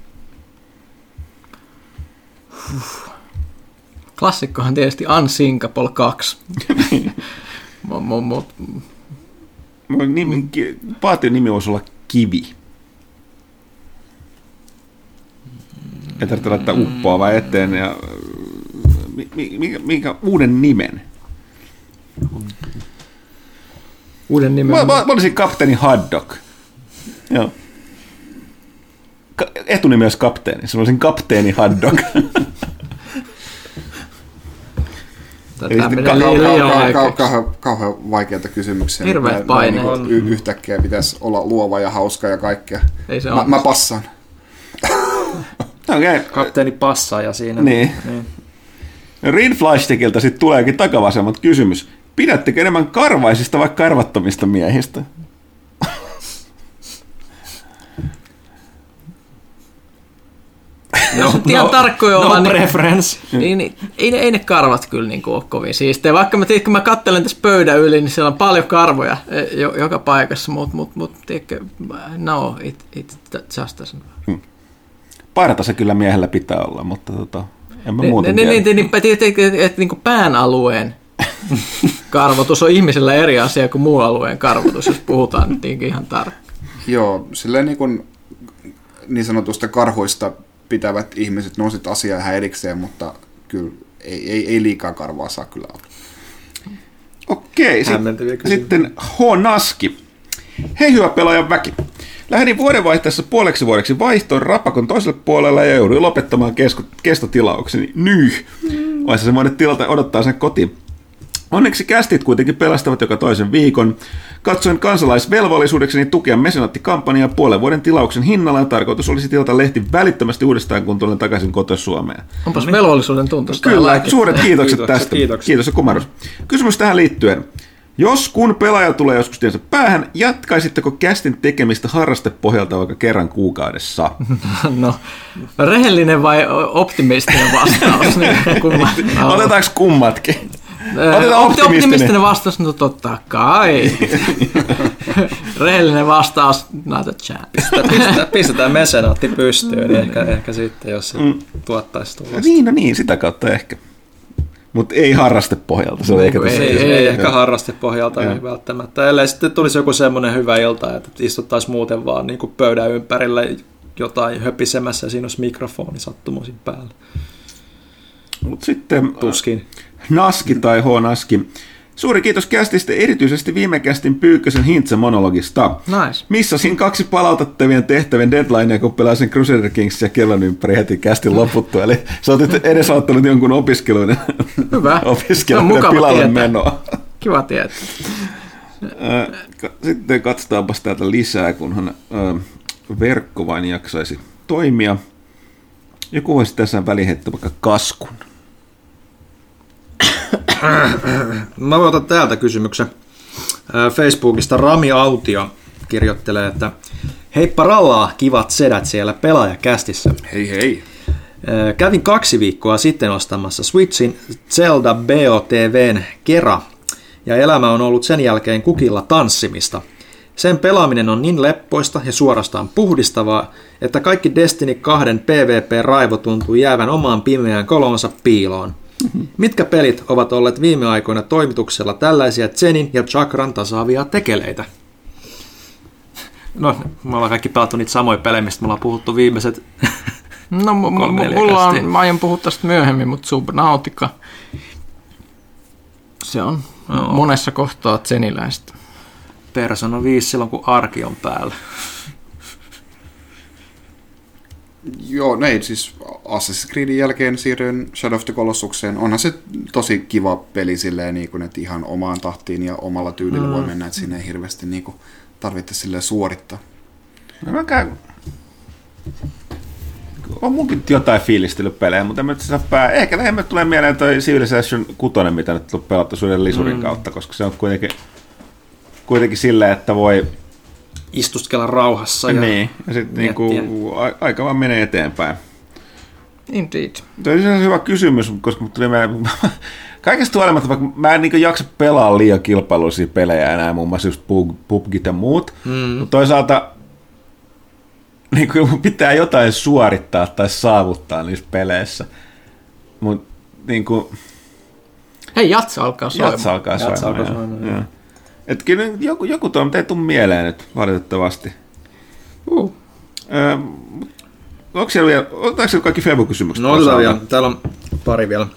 Klassikkohan tietysti Unsinkable 2. Paattinen nimi voisi olla Kivi. Ei tarvitse laittaa uppoavaa eteen. Ja minkä uuden nimen? Uuden nimen? Mä olisin kapteeni Haddock. Joo. Etunimi olisi kapteeni. Se olisin kapteeni Haddock. Kauhean vaikeita kysymyksiä. Hirveät paineet. Yhtäkkiä pitäisi olla luova ja hauska ja kaikkea. Mä passaan. Okay. Kapteeni passaaja siinä. Niin. Rinflastikilta sitten tuleekin takavasemmat kysymys. Pidättekö enemmän karvaisista vai karvattomista miehistä? Ihan tarkkoja olla. No preference. Ei ne karvat kyllä niin ole kovin siistejä. Vaikka kun mä katselen tässä pöydän yli, niin siellä on paljon karvoja joka paikassa, mutta no, it just doesn't. Parta se kyllä miehellä pitää olla, mutta en mä muuten tiedä. Niin pään alueen karvotus on ihmisellä eri asia kuin muun alueen karvotus, jos puhutaan nyt ihan tarkkaan. Joo, silleen niin sanotusta karhoista pitävät ihmiset nousit asiaa ihan erikseen, mutta kyllä ei liikaa karvaa saa kyllä olla. Okei, sitten H-Naski. Hei hyvä pelaajan väki. Lähdin vuodenvaihteessa puoleksi vuodeksi vaihtoon rapakon toiselle puolelle ja jouduin lopettamaan kestotilaukseni. Vaissa semmoinen tilalta odottaa sen kotiin. Onneksi kästit kuitenkin pelastavat joka toisen viikon. Katsoin kansalaisvelvollisuudekseni tukea mesenaattikampanjaa puolen vuoden tilauksen hinnalla ja tarkoitus olisi tilata lehti välittömästi uudestaan, kun tulen takaisin kotiin Suomeen. Onpas velvollisuuden tuntusta. Kyllä, suuret kiitokset tästä. Kiitos ja kumarus. Kysymys tähän liittyen. Jos kun pelaaja tulee joskus tiensä päähän, jatkaisitteko kästin tekemistä harrastepohjalta vaikka kerran kuukaudessa? No, rehellinen vai optimistinen vastaus? Otetaanko kummatkin? Optimistinen vastaus, no totta kai. Rehellinen vastaus, not a chance. Pistetään mesenaatti pystyyn, niin ehkä sitten, jos se tuottaisi tulosta. Niin, sitä kautta ehkä. Mutta ei harrastepohjalta. Se ei ehkä harrastepohjalta ei välttämättä. Ellei sitten tulisi joku semmoinen hyvä ilta, että istuttaisiin muuten vaan niin kuin pöydän ympärillä jotain höpisemässä ja siinä olisi mikrofoni sattumoisin päällä. Mutta sitten tuskin. Naski tai H-Naski. Suuri kiitos kästistä, erityisesti viime kästin Pyykkösen Hintsa-monologista. Nice. Missasin 2 palautettavien tehtävien deadlinea, kun pelasin Crusader Kingsia kellon ympäri heti kästin loputtua. Eli sä oot edesauttanut jonkun opiskeluiden pilalle menoa. Kiva tietää. Sitten katsotaanpas täältä lisää, kunhan verkko vain jaksaisi toimia. Joku voisi tässä väliin heittää vaikka kaskun. Mä voin ottaa täältä kysymyksen. Facebookista Rami Autio kirjoittelee, että heippa rallaa, kivat sedät siellä pelaajakästissä. Hei hei. Kävin 2 viikkoa sitten ostamassa Switchin Zelda BOTVn Kera, ja elämä on ollut sen jälkeen kukilla tanssimista. Sen pelaaminen on niin leppoista ja suorastaan puhdistavaa, että kaikki Destiny 2 PvP-raivo tuntuu jäävän omaan pimeään kolonsa piiloon. Mitkä pelit ovat olleet viime aikoina toimituksella tällaisia Zenin ja Chakran tasaavia tekeleitä? No, me ollaan kaikki pelattu niitä samoja pelejä, mistä me ollaan puhuttu viimeiset No, mä aion puhua tästä myöhemmin, mutta Subnautica, se on monessa kohtaa zeniläistä. Persona 5 silloin, kun arki on päällä. Joo, ei siis Assassin's Creedin jälkeen siirryin Shadow of the Colossukseen. Onhan se tosi kiva peli silleen, niin kuin, että ihan omaan tahtiin ja omalla tyylillä voi mennä, että siinä ei hirveästi niin kuin, tarvitse silleen suorittaa. On munkin jotain fiilistelypelejä, mutta en mä saa ehkä lähemmä tulee mieleen toi Civilization 6, mitä nyt on pelattu suuden lisurin kautta, koska se on kuitenkin silleen, että voi istuskella rauhassa. Niin, ja sitten niinku, aika vaan menee eteenpäin. Indeed. Tämä on hyvä kysymys, koska kaikesta huolimatta, vaikka mä en niin jaksa pelaa liian kilpailuisia pelejä enää, muun muassa just PUBGit ja muut, mutta toisaalta niin pitää jotain suorittaa tai saavuttaa niissä peleissä. Mut, niin kuin, hei, jatsa alkaa soimaan. Et kyllä joku tuo, mutta ei tule mieleen nyt valitettavasti. Onko siellä vielä, otetaanko siellä kaikki Febu-kysymykset? No otetaan vielä, täällä on pari vielä.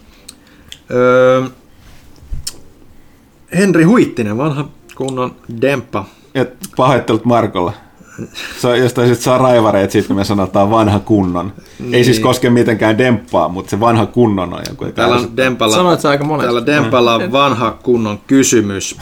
Henri Huittinen, vanha kunnon demppa. Et pahoittelut Markolla. Jostain sit saa raivareet siitä, kun me sanotaan vanha kunnon. Niin. Ei siis koske mitenkään demppaa, mutta se vanha kunnon on joku. Täällä on dempalla, sanoit sä aika monet. Täällä dempalla on vanha kunnon kysymys.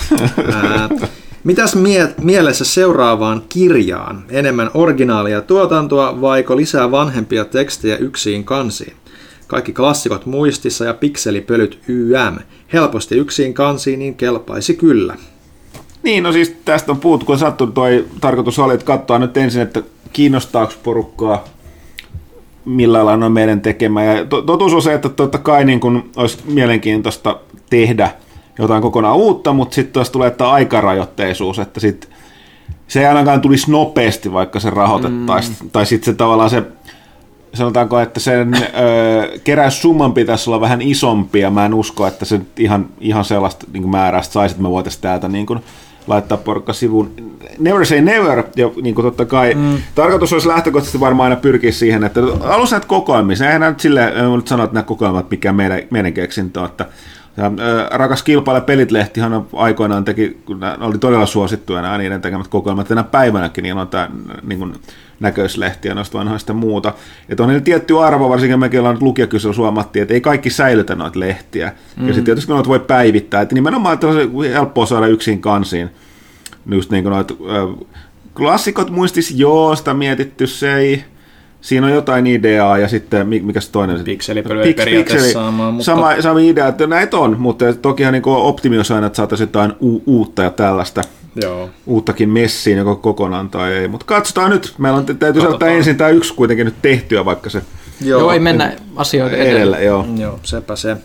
Mitäs mielessä seuraavaan kirjaan? Enemmän originaalia tuotantoa vaiko lisää vanhempia tekstejä yksiin kansiin? Kaikki klassikot muistissa ja pikselipölyt YM. Helposti yksiin kansiin, niin kelpaisi kyllä. Niin, no siis tästä on puhuttu, kun sattu toi tarkoitus oli, että katsoa nyt ensin, että kiinnostaako porukkaa millä lailla on meidän tekemä. Ja totuus on se, että totta kai niin kun olisi mielenkiintoista tehdä jotain kokonaan uutta, mutta sitten taas tulee tämä aikarajoitteisuus, että sit se ei ainakaan tulisi nopeasti, vaikka se rahoitettaisiin. Tai sitten se tavallaan se, sanotaanko, että sen keräyssumman pitäisi olla vähän isompi, ja mä en usko, että se ihan sellaista niin määrästä saisi, että me voitaisiin täältä niin kuin laittaa porukka sivuun. Never say never, ja niin kuin totta kai tarkoitus olisi lähtökohtaisesti varmaan aina pyrkiä siihen, että alussa näitä kokoelmia, eihän nyt silleen, en nyt sanoa, että nämä kokoelmat, mikä meidän keksintö on, että rakas Kilpaile Pelit-lehtihan aikoinaan teki, kun oli todella suosittuja nämä niiden tekemät kokoelmat, tänä päivänäkin niillä on tämä niin kuin näköislehtiä noista vanhoista muuta. Että on niillä tietty arvo, varsinkin mekin ollaan nyt lukijakyselyssä huomattiin, että ei kaikki säilytä noita lehtiä. Ja sitten tietysti noita voi päivittää, että nimenomaan on helppoa saada yksin kansiin. Just niin kuin noita klassikot muistis, joo, sitä mietitty, se ei. Siinä on jotain ideaa ja sitten, mikä se toinen? Pikselipöly ei periaatteessa saamaan. Mutta sama idea, että näitä on, mutta tokihan niin optimi on aina, että saataisiin jotain uutta ja tällaista. Joo. Uuttakin messiin, joko kokonaan tai ei. Mutta katsotaan nyt. Meillä on täytyy saada ensin tämä yksi kuitenkin nyt tehtyä, vaikka se Joo, ei mennä asioiden edellä. Joo, sepä se.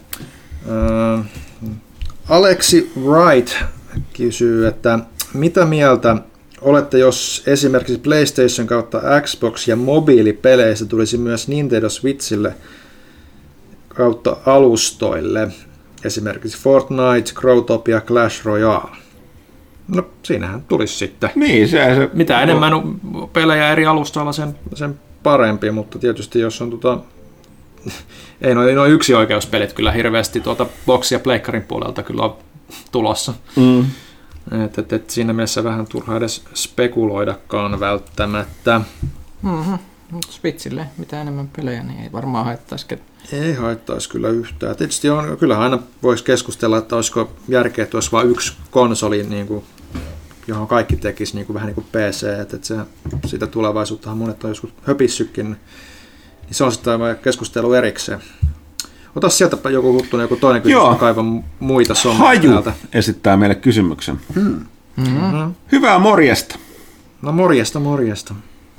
Alexi Wright kysyy, että mitä mieltä olette, jos esimerkiksi PlayStation kautta Xbox ja mobiilipeleissä tulisi myös Nintendo Switchille kautta alustoille, esimerkiksi Fortnite, Growtopia, Clash Royale? No siinähän tulisi sitten. Niin, se mitä enemmän pelejä eri alustoilla, sen parempi, mutta tietysti jos on ei noin yksioikeuspelit kyllä hirveästi box- ja pleikkarin puolelta kyllä on tulossa. Et siinä mielessä vähän turhaa edes spekuloidakaan välttämättä. Switchille mitä enemmän pelejä, niin ei varmaan haittaisi ketään. Ei haittaisi kyllä yhtään. Tietysti kyllähän aina voisi keskustella, että olisiko järkeä, että olisi vain yksi konsoli, niin kuin, johon kaikki tekisi niin kuin, vähän niin kuin PC, että sitä tulevaisuuttahan monet on joskus höpissytkin, niin se on sitten keskustelu erikseen. Ota sieltä joku huttunen, joku toinen kysymys, kaivan muita sommeja Haju täältä. esittää meille kysymyksen. Hyvää morjesta. No morjesta.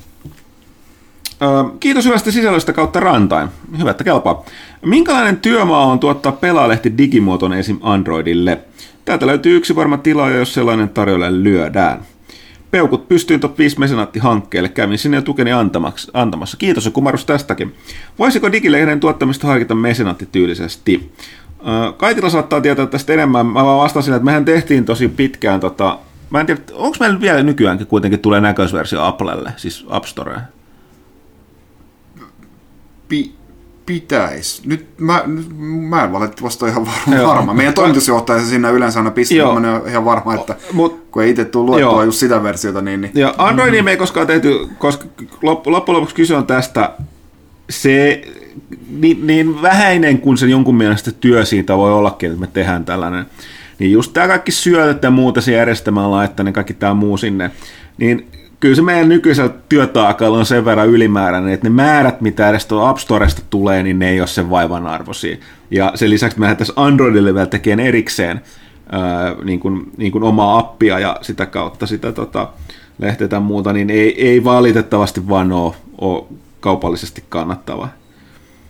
Kiitos hyvästä sisällöstä kautta Runtime. Hyvä, että kelpaa. Minkälainen työmaa on tuottaa pelaalehti digimuotoinen esim. Androidille? Täältä löytyy yksi varma tilaaja, jos sellainen tarjolle lyödään. Peukut pystyyn Top 5 Mesenaatti-hankkeelle. Kävin sinne jo tukeni antamassa. Kiitos ja kumarus tästäkin. Voisiko digilehden tuottamista harkita Mesenaatti-tyylisesti? Kaitila saattaa tietää tästä enemmän. Mä vaan vastasin, että mehän tehtiin tosi pitkään. Mä en tiedä, onko meillä vielä nykyäänkin kuitenkin tulee näköisversio Applelle, siis App Storeen? Pitäisi. Nyt mä en valitettavasti ole ihan varma. Meidän toimitusjohtaja siinä yleensä aina pistää, mä en ihan varma, että kun ei itse tule luettua just sitä versiota, niin. Ja Androidia me ei koskaan tehty, koska loppujen lopuksi kyse on tästä, se niin vähäinen kuin se jonkun mielestä työ siitä voi ollakin, että me tehdään tällainen. Niin just tämä kaikki syötöt ja muuta se järjestelmään laittaa, kaikki tämä muu sinne, niin kyllä se meidän nykyisellä työtaakalla on sen verran ylimääräinen, että ne määrät, mitä edes tuo App Storesta tulee, niin ne ei ole sen vaivan arvoisia. Ja sen lisäksi me lähdetään Androidille vielä tekemään erikseen niin kuin omaa appia ja sitä kautta sitä lehteä tai muuta, niin ei valitettavasti vaan ole kaupallisesti kannattavaa.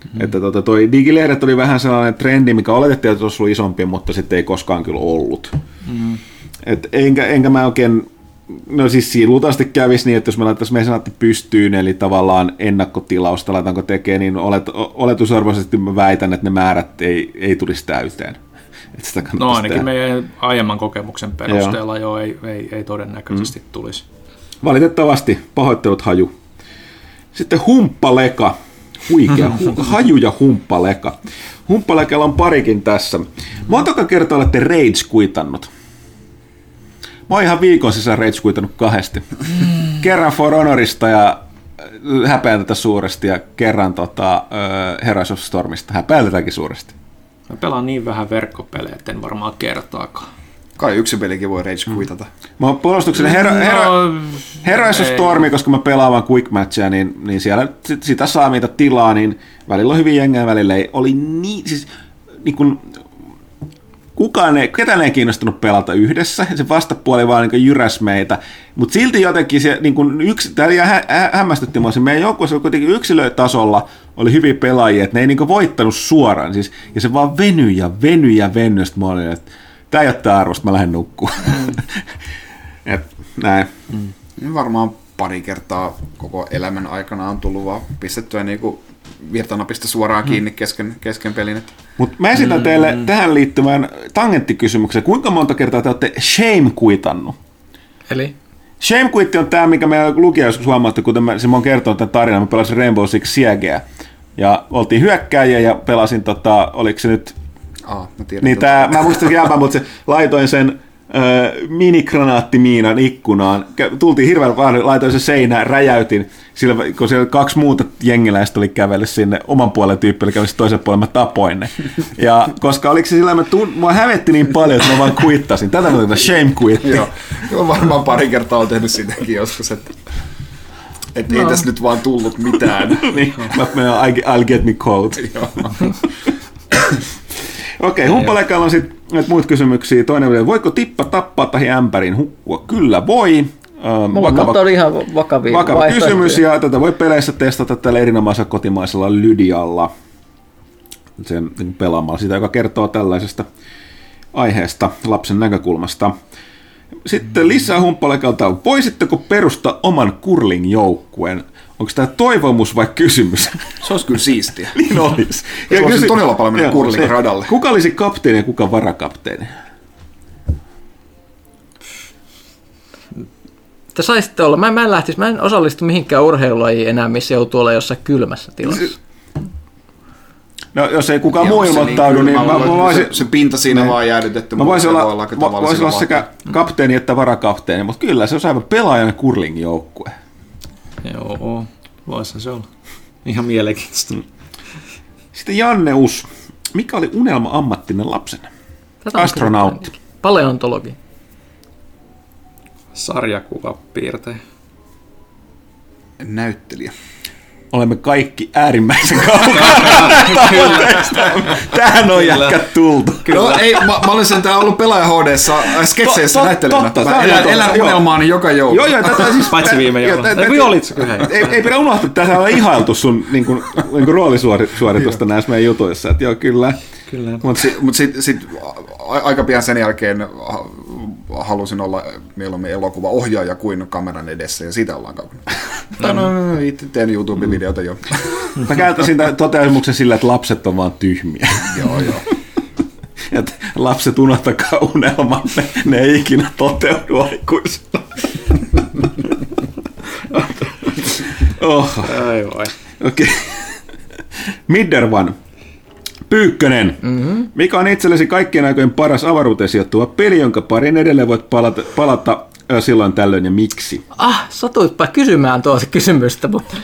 Että toi digilehdet oli vähän sellainen trendi, mikä oletettiin, että olisi ollut isompi, mutta sitten ei koskaan kyllä ollut. Et enkä mä oikein, no siis siinä luultavasti kävisi niin, että jos me laitaisiin mesenaatti pystyyn, eli tavallaan ennakkotilausta laitaanko tekee, niin oletusarvoisesti mä väitän, että ne määrät ei tulisi täyteen. No ainakin meidän aiemman kokemuksen perusteella ei todennäköisesti tulisi. Valitettavasti pahoittelut haju. Sitten humppaleka. Huikea. Haju ja humppaleka. Humppalekalla on parikin tässä. Montako kertaa olette rage-kuitannut? Mä oon ihan viikon sisään rage-kuitannut 2. Kerran For Honorista ja häpeän tätä suuresti ja kerran Heroes of Stormista. Häpeän tätäkin suuresti. Mä pelaan niin vähän verkkopelejä, etten varmaan kertaakaan. Kai yksi pelikin voi rage-kuitata. Mä oon puolustukseni Heroes of Stormi, koska mä pelaan vaan quick matcheja, niin siellä sitä saa mitä tilaa, niin välillä on hyvin jengää, välillä ei. Oli niin kuin ketään ei kiinnostunut pelata yhdessä, se vastapuoli vaan niin jyräs meitä, mutta silti jotenkin se niin tämä hämmästytti mua, meidän joukkueessa kuitenkin yksilötasolla oli hyviä pelaajia, että ne ei niin voittanut suoraan, siis, ja se vaan venyi, sitten mä olin, että tämä ei ole tämä arvosta, mä lähden nukkumaan. Näin. Varmaan pari kertaa koko elämän aikana on tullut vaan pistettyä niinku virtanapista suoraan kiinni kesken pelin. Mutta mä esitän teille tähän liittyvän tangenttikysymyksen. Kuinka monta kertaa te olette shame-kuitannut? Eli? Shame-kuitti on tämä, mikä meidän lukija joskus huomaatte, kuten mä oon kertonut tämän tarinan. Mä pelasin Rainbow Six Siegeä. Ja oltiin hyökkääjiä ja pelasin, oliko se nyt... mä tiedän. Niin mä muistan jäbän, mutta laitoin sen minigranaatimiinan ikkunaan. Tultiin hirveän vaan, laitoin sen seinään, räjäytin. Sillä, kun siellä 2 muuta jengiläistä oli kävellyt sinne, oman puolen tyyppi oli kävellyt toisen puolen, mä tapoin ne. Ja koska oliko se sillä, mua hävetti niin paljon, että mä vaan kuittasin. Tätä mä otin shame quit. Joo, varmaan pari kertaa on tehnyt sitäkin joskus, että ei tässä nyt vaan tullut mitään. Niin, mä menen, I'll get me cold. Okei, humppalekalla on sitten muita kysymyksiä. Toinen oli, voiko tippa tappaa tai ämpärin hukkua? Kyllä voi. Vakava oli ihan vakava kysymys, ja tätä voi peleissä testata tällä erinomaisella kotimaisella Lydialla sen pelaamalla sitä, joka kertoo tällaisesta aiheesta lapsen näkökulmasta. Sitten lisää humppalekalta, voisitteko perustaa oman curling-joukkueen? Onko tämä toivomus vai kysymys? Se olisi kyllä siistiä. Niin olisi. Se olisi todella paljon mennä curling-radalle. Kuka olisi kapteeni ja kuka varakapteeni? Te saisitte olla. Mä en osallistu mihinkään urheilulajiin enää, missä joutuu olla jossain kylmässä tilassa. No jos ei kukaan muu ilmoittaudu, niin mä voisin... Se pinta siinä vaan jäädytetty. Mä voisin olla sekä kapteeni että varakapteeni, mutta kyllä se on aivan pelaajan curling-joukkue. Joo, voisi se olla. Ihan mielenkiintoista. Sitten Janne Us. Mikä oli unelma-ammattinen lapsena? Astronautti. Paleontologi. Sarjakuvapiirtäjä. Näyttelijä. Olemme kaikki äärimmäisen kaukana tavoitteesta. Tähän on jätkät tultu. No, ei, mä olen sentään ollut pelaaja HD:ssa sketseissä näyttelijänä. Mä elän unelmaani joka joulu. Joo, tätä siis... Paitsi viime joulu. Ei pidä unohtaa, että tässä on ihailtu sun niin roolisuoritusta näissä meidän jutuissa. Että joo, kyllä. Mutta sitten aika pian sen jälkeen halusin olla mieluummin elokuvaohjaaja kuin kameran edessä, ja siitä ollaan kaukana. Itse teen YouTube-videota jo. Mä käytäisin tämän toteamuksen sillä, että lapset on vaan tyhmiä. Joo. Että lapset unohtakaa unelmat, ne ei ikinä toteudu aikuisena. Okei. Middervan. Pyykkönen. Mikä on itsellesi kaikkien aikojen paras avaruuteen sijoittuva peli, jonka parin edelleen voit palata silloin tällöin ja miksi? Satuitpa kysymään tuota kysymystä, mutta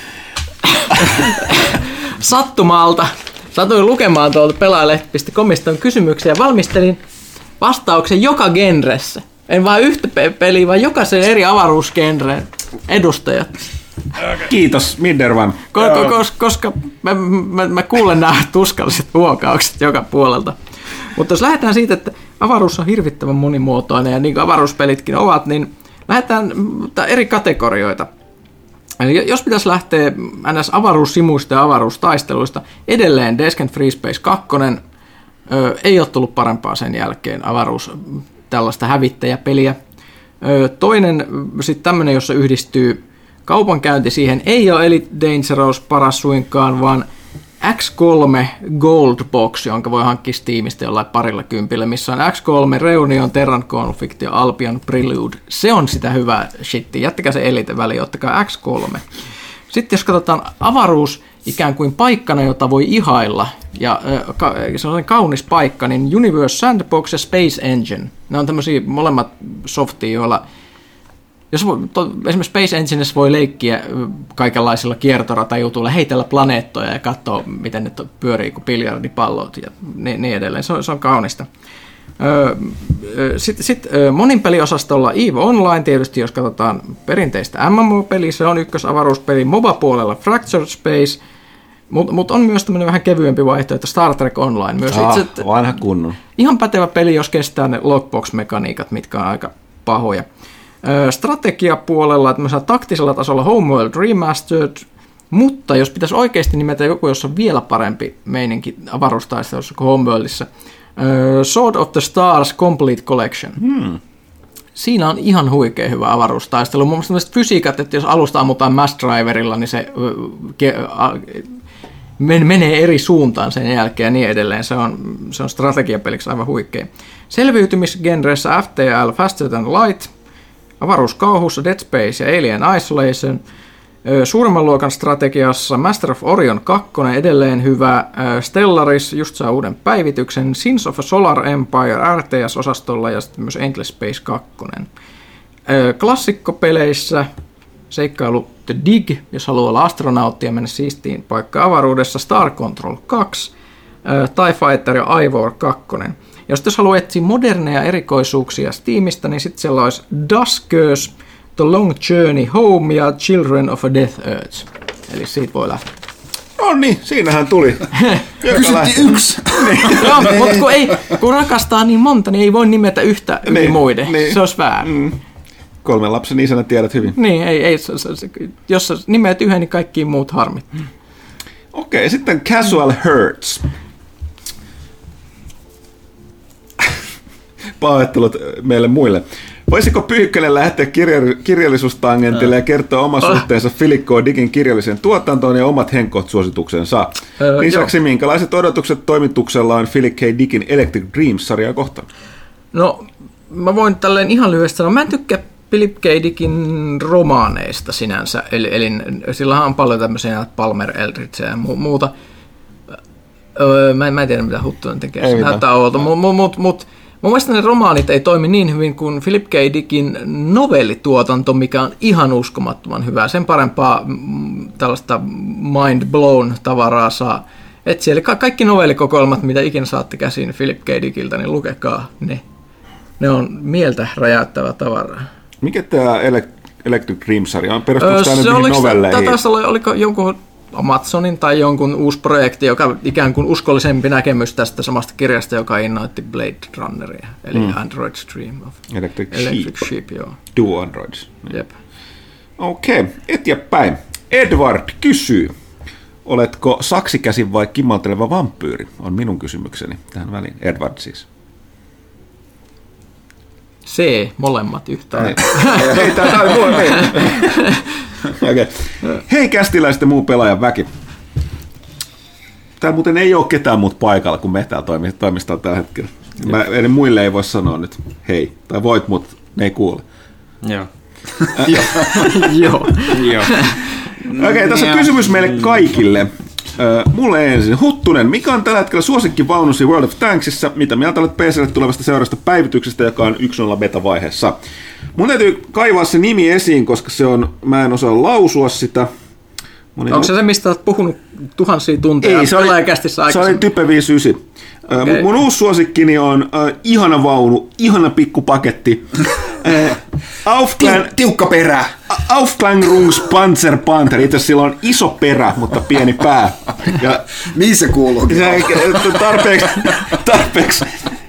sattumalta satuin lukemaan tuolta pelaajalehti.comista kysymyksiä ja valmistelin vastauksen joka genressä. En vain yhtä peliä, vaan jokaisen eri avaruusgenren edustajat. Kiitos, Middervan. Koska mä kuulen nämä tuskalliset huokaukset joka puolelta. Mutta jos lähdetään siitä, että avaruus on hirvittävän monimuotoinen ja niin kuin avaruuspelitkin ovat, niin lähdetään eri kategorioita. Eli jos pitäisi lähteä ns. Avaruussimuista ja avaruustaisteluista, edelleen Descent Free Space 2 ei ole tullut parempaa sen jälkeen tällaista hävittäjäpeliä. Toinen sitten tämmöinen, jossa yhdistyy kaupankäynti siihen, ei ole Elite Dangerous paras suinkaan, vaan X3 Gold Box, jonka voi hankkia Steamista jollain parilla kympillä, missä on X3, Reunion, Terran Conflict ja Albion Prelude. Se on sitä hyvää shittiä. Jättäkää se Elite väliin, ottakaa X3. Sitten jos katsotaan avaruus ikään kuin paikkana, jota voi ihailla, ja se on kaunis paikka, niin Universe Sandbox ja Space Engine. Ne on tämmöisiä molemmat softia, joilla esimerkiksi Space Enginessä voi leikkiä kaikenlaisilla kiertoratajutuilla, heitellä planeettoja ja katsoa, miten ne pyörii kuin biljardipallot ja niin edelleen. Se on kaunista. Sitten monin peliosastolla EVE Online, tietysti jos katsotaan perinteistä MMO-peliä, se on ykkösavaruuspeli. MOBA-puolella Fractured Space, mutta on myös tämmöinen vähän kevyempi vaihtoehto, Star Trek Online. Myös vanha kunnon. Ihan pätevä peli, jos kestää ne lockbox-mekaniikat, mitkä on aika pahoja. Strategiapuolella, tämmöisellä taktisella tasolla Homeworld Remastered, mutta jos pitäisi oikeasti nimetä joku, jossa on vielä parempi meininki avaruustaistelussa kuin Homeworldissa, Sword of the Stars Complete Collection. Siinä on ihan huikea hyvä avaruustaistelu. Mun mielestä fysiikat, että jos alusta ammutaan Mass Driverilla, niin se menee eri suuntaan sen jälkeen ja niin edelleen. Se on strategiapeliksi aivan huikea. Selviytymisgenreissä FTL Faster Than Light, avaruuskauhussa Dead Space ja Alien Isolation, suuremman luokan strategiassa Master of Orion 2 edelleen hyvä, Stellaris just saa uuden päivityksen, Sins of a Solar Empire RTS-osastolla ja sitten myös Endless Space 2. Klassikkopeleissä seikkailu The Dig, jos haluaa olla astronautti ja mennä siistiin paikkaan avaruudessa, Star Control 2, TIE Fighter ja Ivor 2. Jos haluaa etsiä moderneja erikoisuuksia Steamista, niin sitten siellä olisi Duskers, The Long Journey Home ja Children of a Death Earth. Eli siitä voi lähteä. No niin, siinähän tuli. Kysyttiin yksi. Joo, mutta kun rakastaa niin monta, niin ei voi nimetä yhtä yli muiden. Niin. Se olisi väärin. 3 lapsen isänä tiedät hyvin. Niin, jos sä nimeät yhden, niin kaikki muut harmit. Okei, sitten Casual Hurts. Pahoittelut meille muille. Voisiko Pyykkönen lähteä kirjallisuustangentille ja kertoa oma suhteensa Philip K. Dickin kirjalliseen tuotantoon ja omat henkot-suosituksensa? Lisäksi minkälaiset odotukset toimituksella on Philip K. Dickin Electric Dreams-sarjaa kohtaan? No, mä voin tälleen ihan lyhyesti sanoa. Mä en tykkää Philip K. Dickin romaaneista sinänsä. Eli sillähän on paljon tämmöisiä Palmer Eldritchia ja muuta. Mä en tiedä, mitä Huttunen tekee. Se näyttää oolta, mutta mun mielestä ne romaanit ei toimi niin hyvin kuin Philip K. Dickin novellituotanto, mikä on ihan uskomattoman hyvää. Sen parempaa tällaista mind blown tavaraa saa etsiä. Eli kaikki novellikokoelmat, mitä ikinä saatte käsiin Philip K. Dickiltä, niin lukekaa ne. Ne on mieltä räjäyttävää tavaraa. Mikä tämä Electric Dream-sarja on? Perustuuko tämä nyt novelleihin? Oliko jonkun Amazonin tai jonkun uusi projekti, joka ikään kuin uskollisempi näkemys tästä samasta kirjasta, joka innoitti Blade Runneria, eli Android's Dream of Electric Sheep. Joo. Duo Androids. Jep. Okei, eteenpäin. Edward kysyy, oletko saksikäsin vai kimmalteleva vampyyri? On minun kysymykseni tähän väliin. Edward siis. C, molemmat yhtään. Ei, tämä on mua. Okay. Hei kästiläiset ja muu pelaajan väki. Täällä muuten ei ole ketään muut paikalla, kun me täällä toimistolla tällä hetkellä. Eli muille ei voi sanoa nyt hei. Tai voit, mutta ne ei kuule. Joo. Joo. Okei, tässä on kysymys meille kaikille. Mulle ensin. Huttunen, mikä on tällä hetkellä suosikkivaunusi World of Tanksissa? Mitä mieltä olet PC:lle tulevasta seuraavasta päivityksestä, joka on 1.0 beta-vaiheessa? Mun täytyy kaivaa se nimi esiin, koska se on, mä en osaa lausua sitä. Onko se, mistä olet puhunut tuhansia tunteja? Ei, se oli Type 59. Okay. Mun uusi suosikkini on ihana vaunu, ihana pikkupaketti. Tiukka perä. Aufklangrungs Panzer Panther. Itse asiassa sillä on iso perä, mutta pieni pää. Ja niin se kuuluu. Tarpeeksi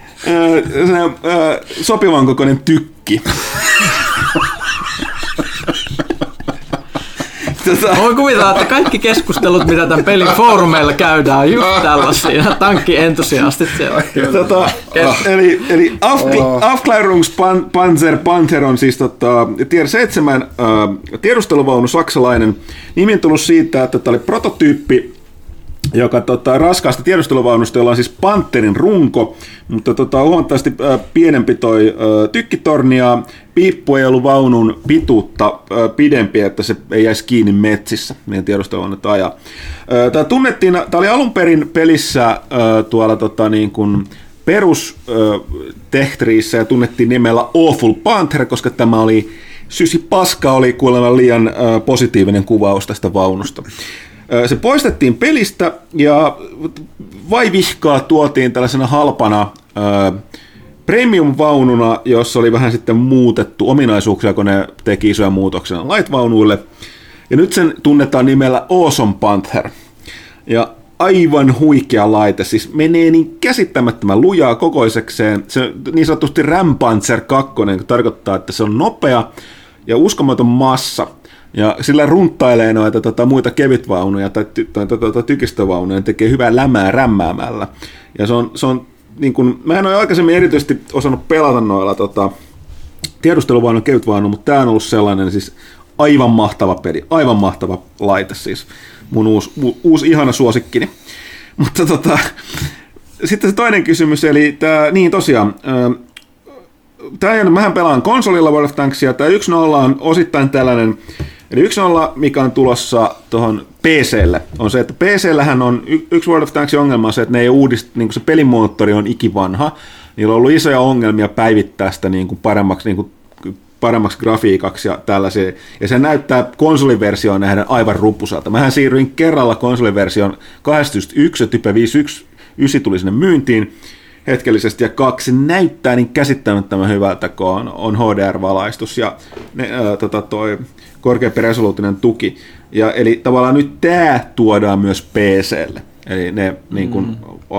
sopivan kokoinen tykki. Voin kuvitella, että kaikki keskustelut, mitä tämän pelin foorumeilla käydään, on just tällaisia tankkientusiastit siellä. Eli Aufklärungspanzer on siis Tier 7 tiedusteluvaunu saksalainen. Nimi on tullut siitä, että tämä oli prototyyppi, joka raskaasta tiedusteluvaunusta, jolla on siis Pantherin runko, mutta huomattavasti pienempi toi tykkitorni ja piippu ei ollut vaunun pituutta pidempi, että se ei jäisi kiinni metsissä, meidän tiedusteluvaunut ajaa. Tämä oli alun perin pelissä tuolla niin kuin perustehtriissä ja tunnettiin nimellä Awful Panther, koska tämä oli Sysi Paska oli kuulemma liian positiivinen kuvaus tästä vaunusta. Se poistettiin pelistä ja vaivihkaa tuotiin tällaisena halpana premium-vaununa, jossa oli vähän sitten muutettu ominaisuuksia, kun ne teki isoja muutoksia light-vaunuille. Ja nyt sen tunnetaan nimellä Awesome Panther. Ja aivan huikea laite, siis menee niin käsittämättömän lujaa kokoisekseen. Se niin sanotusti Rampanzer 2 tarkoittaa, että se on nopea ja uskomaton massa. Ja sillä runttailee noita muita kevytvaunuja tai tykistövaunuja, tekee hyvää lämää rämmäämällä. Ja se on niin kuin, mä en ole aikaisemmin erityisesti osannut pelata noilla tiedusteluvaunun kevytvaunuja, mutta tämä on ollut sellainen siis aivan mahtava peli, aivan mahtava laite siis. Mun uusi ihana suosikkini. Mutta sitten se toinen kysymys, eli niin tosiaan, mähän pelaan konsolilla World of Tanksia, tämä 1.0 on osittain tällainen, eli 1.0, mikä on tulossa tuohon PC:lle, on se, että PC:llähän on yksi World of Tanksin ongelma on se, että ne ei uudistu, niin kuin se pelimoottori on ikivanha, niillä on ollut isoja ongelmia päivittää sitä niin kuin paremmaksi grafiikaksi ja tällaisia, ja se näyttää konsoliversioon nähdä aivan ruppusalta. Mähän siirryin kerralla konsoliversion 2.1 ja Type 5.1 tuli sinne myyntiin hetkellisesti, ja 2 näyttää niin käsittämättömän hyvältä, kun on HDR-valaistus ja toi korkeampi resoluutinen tuki. Ja, eli tavallaan nyt tämä tuodaan myös PC:lle. Eli ne niin kun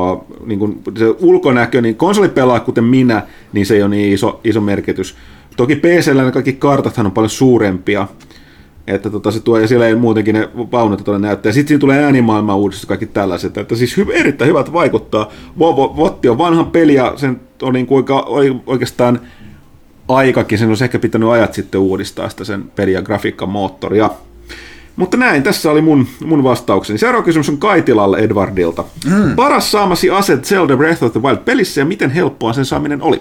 se ulkonäkö, niin konsoli pelaa kuten minä, niin se ei ole niin iso merkitys. Toki PC:llä ne kaikki kartathan on paljon suurempia, että se tuo, ja siellä ei muutenkin ne vaunut näyttää. Sitten siinä tulee äänimaailman uudistus kaikki tällaiset, että siis erittäin hyvältä vaikuttaa. Votti on vanha peli, ja sen on niin kuin oikeastaan aikakin, sen olisi ehkä pitänyt ajat sitten uudistaa sitä sen peli- ja grafiikkamoottoria. Mutta näin, tässä oli mun vastaukseni. Seuraava kysymys on Kaitilalle Edwardilta. Paras saamasi ase Zelda Breath of the Wild pelissä, ja miten helppoa sen saaminen oli?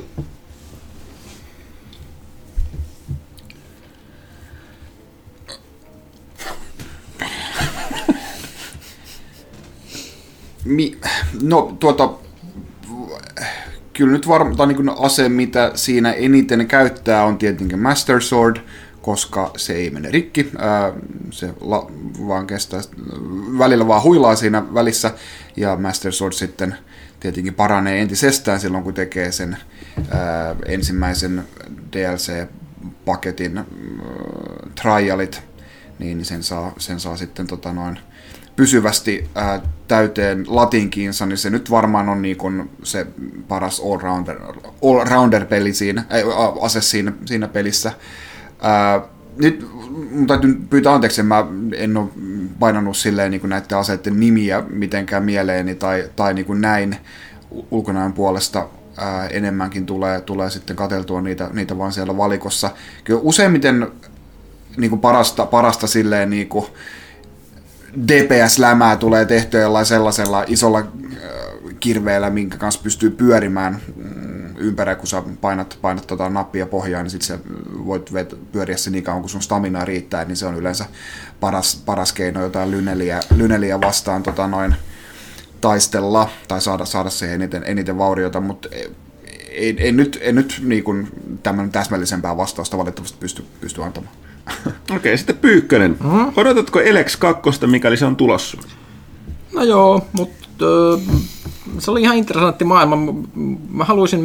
Kyllä nyt varmaan niin ase, mitä siinä eniten käyttää, on tietenkin Master Sword, koska se ei mene rikki, se vaan kestää, välillä vaan huilaa siinä välissä, ja Master Sword sitten tietenkin paranee entisestään silloin, kun tekee sen ensimmäisen DLC-paketin trialit, niin sen saa sitten pysyvästi täyteen latinkiinsa, niin se nyt varmaan on niin kuin se paras all-rounder-peli siinä, ase siinä pelissä. Nyt mun täytyy pyytää anteeksi, mä en ole painanut silleen niin kuin näiden aseiden nimiä mitenkään mieleeni tai niin kuin näin ulkonäön puolesta enemmänkin tulee sitten katseltua niitä vaan siellä valikossa. Kyllä useimmiten niin kuin parasta silleen niin kuin DPS-lämää tulee tehtyä jollain sellaisella isolla kirveellä, minkä kanssa pystyy pyörimään ympäri, kun sä painat nappia pohjaan, niin sitten sä voit pyöriä se niin kauan, kun sun staminaa riittää, niin se on yleensä paras keino jotain lyneliä vastaan taistella tai saada siihen eniten vauriota, mutta en nyt niin kuin tämän täsmällisempää vastausta valitettavasti pysty antamaan. Okei, sitten Pyykkönen. Odotatko Elex 2, mikäli se on tulossa? No joo, mutta se oli ihan interessantti maailma. Mä haluaisin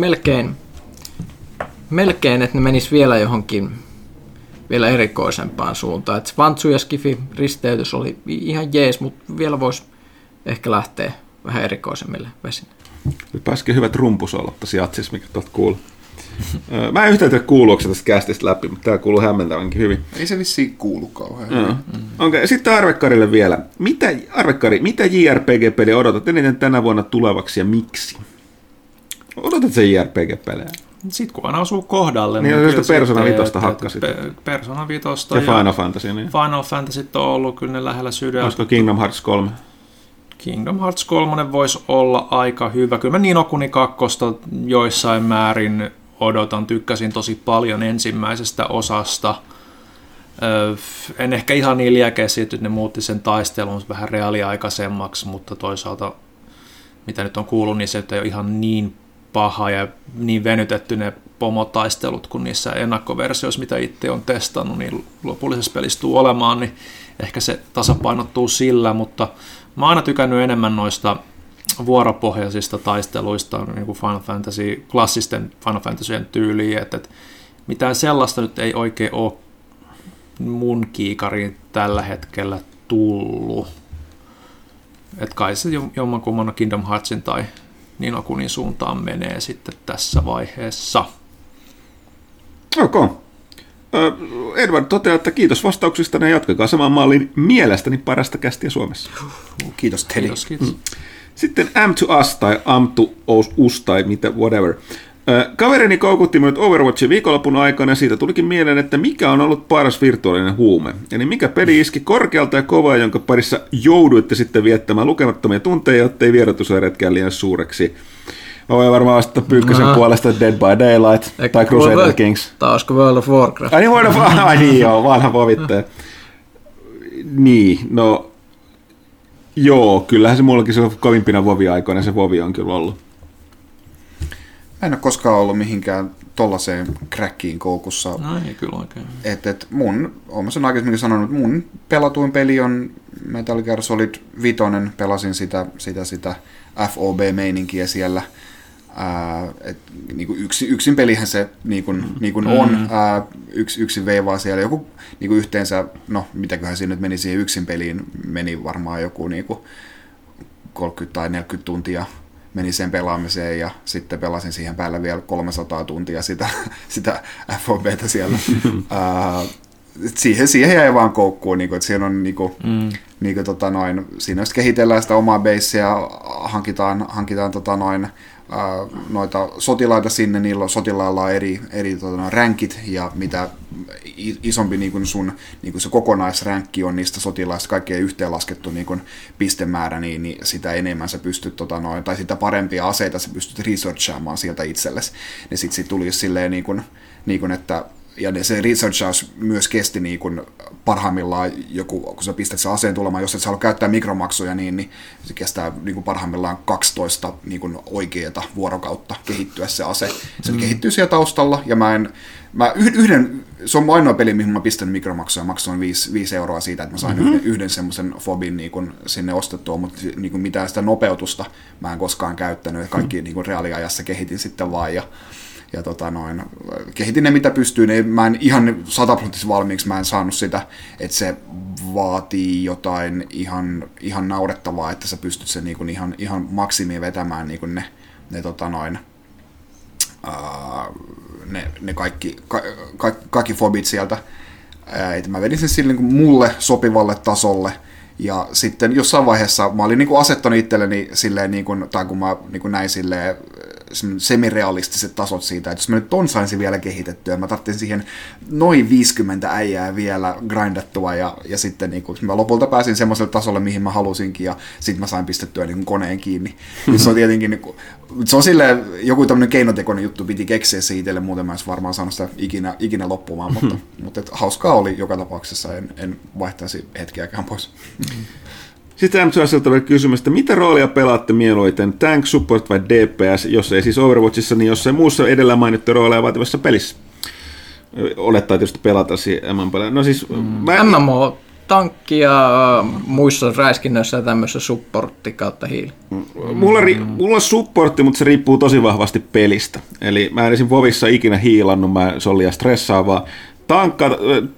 melkein, että ne menis vielä johonkin vielä erikoisempaan suuntaan. Et Vantsu ja Skifi risteytys oli ihan jees, mutta vielä voisi ehkä lähteä vähän erikoisemmille vesille. Nyt pääsikin hyvät rumpusolot tosi jatsis, mikä tuolta kuuluu. Mä en yhtään tiedä kuuluuko se tästä kästistä läpi, mutta tää kuuluu hämmentävänkin hyvin. Ei se vissiin kuulu kauhean hyvin. Okay, sitten Arvekkarille vielä. Mitä JRPG-peliä odotat eniten tänä vuonna tulevaksi ja miksi? Odotat se JRPG-pelejä? Sitten kun aina osuu kohdalle. Niin kyllä Persona 5 hakkasit. Persona 5 ja Final Fantasy. Niin. Final Fantasy on ollut kyllä ne lähellä sydäntä. Olisiko Kingdom Hearts 3? Kingdom Hearts 3 voisi olla aika hyvä. Kyllä mä Ni no Kuni 2 joissain määrin odotan. Tykkäsin tosi paljon ensimmäisestä osasta. En ehkä ihan niin liekeä siitä, että ne muutti sen taistelun vähän reaaliaikaisemmaksi, mutta toisaalta mitä nyt on kuullut, niin se ei ole ihan niin paha ja niin venytetty ne pomotaistelut kuin niissä ennakkoversioissa, mitä itse on testannut, niin lopullisessa pelissä tuu olemaan, niin ehkä se tasapainottuu sillä, mutta mä oon aina tykännyt enemmän noista vuoropohjaisista taisteluista, niin kuin Final Fantasy, klassisten Final Fantasyjen tyyliin, että mitään sellaista nyt ei oikein ole mun kiikariin tällä hetkellä tullut. Että kai se jommankumman Kingdom Heartsin tai Ni no Kunin suuntaan menee sitten tässä vaiheessa. Okay. Edward toteaa, että kiitos vastauksista ja jatkakaa samaan malliin mielestäni parasta kästiä Suomessa. Kiitos Teddy. Kiitos. Sitten Am to Us tai Am to Us tai mitä, whatever. Kaverini koukutti minut Overwatchin viikonlopun aikana ja siitä tulikin mieleen, että mikä on ollut paras virtuaalinen huume. Eli mikä peli iski korkealta ja kovaa, jonka parissa jouduitte sitten viettämään lukemattomia tunteja, jottei vierotusoireetkään liian suureksi. Mä voin varmaan vastata Pyykkösen puolesta Dead by Daylight tai Crusader Kings. Tausko World of Warcraft. Ai niin, World of Warcraft, niin joo, vanha vovittaja. Niin, no joo, kyllähän se mullakin se kovimpina vovi-aikoina se vovi on kyllä ollut. Mä en ole koskaan ollut mihinkään tollaiseen crackiin koukussa. No ei kyllä oikein. Olen sen aikaisemmin sanonut, että mun pelatuin peli on Metal Gear Solid 5, pelasin sitä FOB-meininkiä siellä. Niin yksin pelihän se niin kuin on, yksin veivaa siellä. Joku niin kuin yhteensä, no mitäköhän siinä nyt meni siihen yksin peliin, meni varmaan joku niin kuin 30 tai 40 tuntia. Meni sen pelaamiseen ja sitten pelasin siihen päälle vielä 300 tuntia sitä FOB:tä siellä. Siihen jäi vaan koukkuun, että siinä on siinä kehitellään sitä omaa basea, hankitaan noita sotilaita sinne, sotilailla on eri rankit, ja mitä isompi sun se kokonaisränkki on niistä sotilaista, kaikkien yhteenlaskettu pistemäärä, niin sitä enemmän sä pystyt, tai sitä parempia aseita sä pystyt researchaamaan sieltä itsellesi. Ja sitten tuli silleen, että ja se researchaus myös kesti parhaimmillaan kun sä pistät sen aseen tulemaan, jos et sä halua käyttää mikromaksuja, niin se kestää parhaimmillaan 12 oikeata vuorokautta kehittyä se ase. Se kehittyy siellä taustalla, ja se on ainoa peli, mihin mä pistän mikromaksuja, maksoin 5 euroa siitä, että mä sain yhden semmoisen fobin sinne ostettua, mutta mitään sitä nopeutusta mä en koskaan käyttänyt, kaikki reaaliajassa kehitin sitten vaan, ja kehitin ne mitä pystyy, mä en ihan 100% valmiiksi, mä en saanut sitä, että se vaatii jotain ihan naurettavaa, että sä pystyt sen ihan maksimiin vetämään ne kaikki fobit sieltä, että mä vedin sen sille mulle sopivalle tasolle. Ja sitten jossain vaiheessa mä olin asettanut itselleni silleen, tai kun mä näin silleen semirealistiset tasot siitä, että jos mä nyt ton saisin vielä kehitettyä, mä tarvitsin siihen noin 50 äijää vielä grindattua, ja sitten mä lopulta pääsin semmoiselle tasolle, mihin mä halusinkin, ja sitten mä sain pistettyä koneen kiinni. Se on tietenkin, se on silleen, joku tämmöinen keinotekoinen juttu piti keksiä se itselle, muuten mä en varmaan saanut sitä ikinä loppumaan, mutta hauskaa oli joka tapauksessa, en vaihtaisi hetkeäkään pois. Sitten M2Siltä vielä kysymys, että mitä roolia pelaatte mieluiten, tank, support vai DPS, jos ei siis Overwatchissa, niin jossain muussa edellä mainittu rooleja vaativassa pelissä? Olettaa tietysti pelata MMO-pelejä. No siis, MMO, tankki ja muissa räiskinnöissä ja tämmöisessä supportti kautta hiili. Mulla on supportti, mutta se riippuu tosi vahvasti pelistä. Eli mä en esim. Vovissa ikinä hiilannut, se on liian stressaavaa.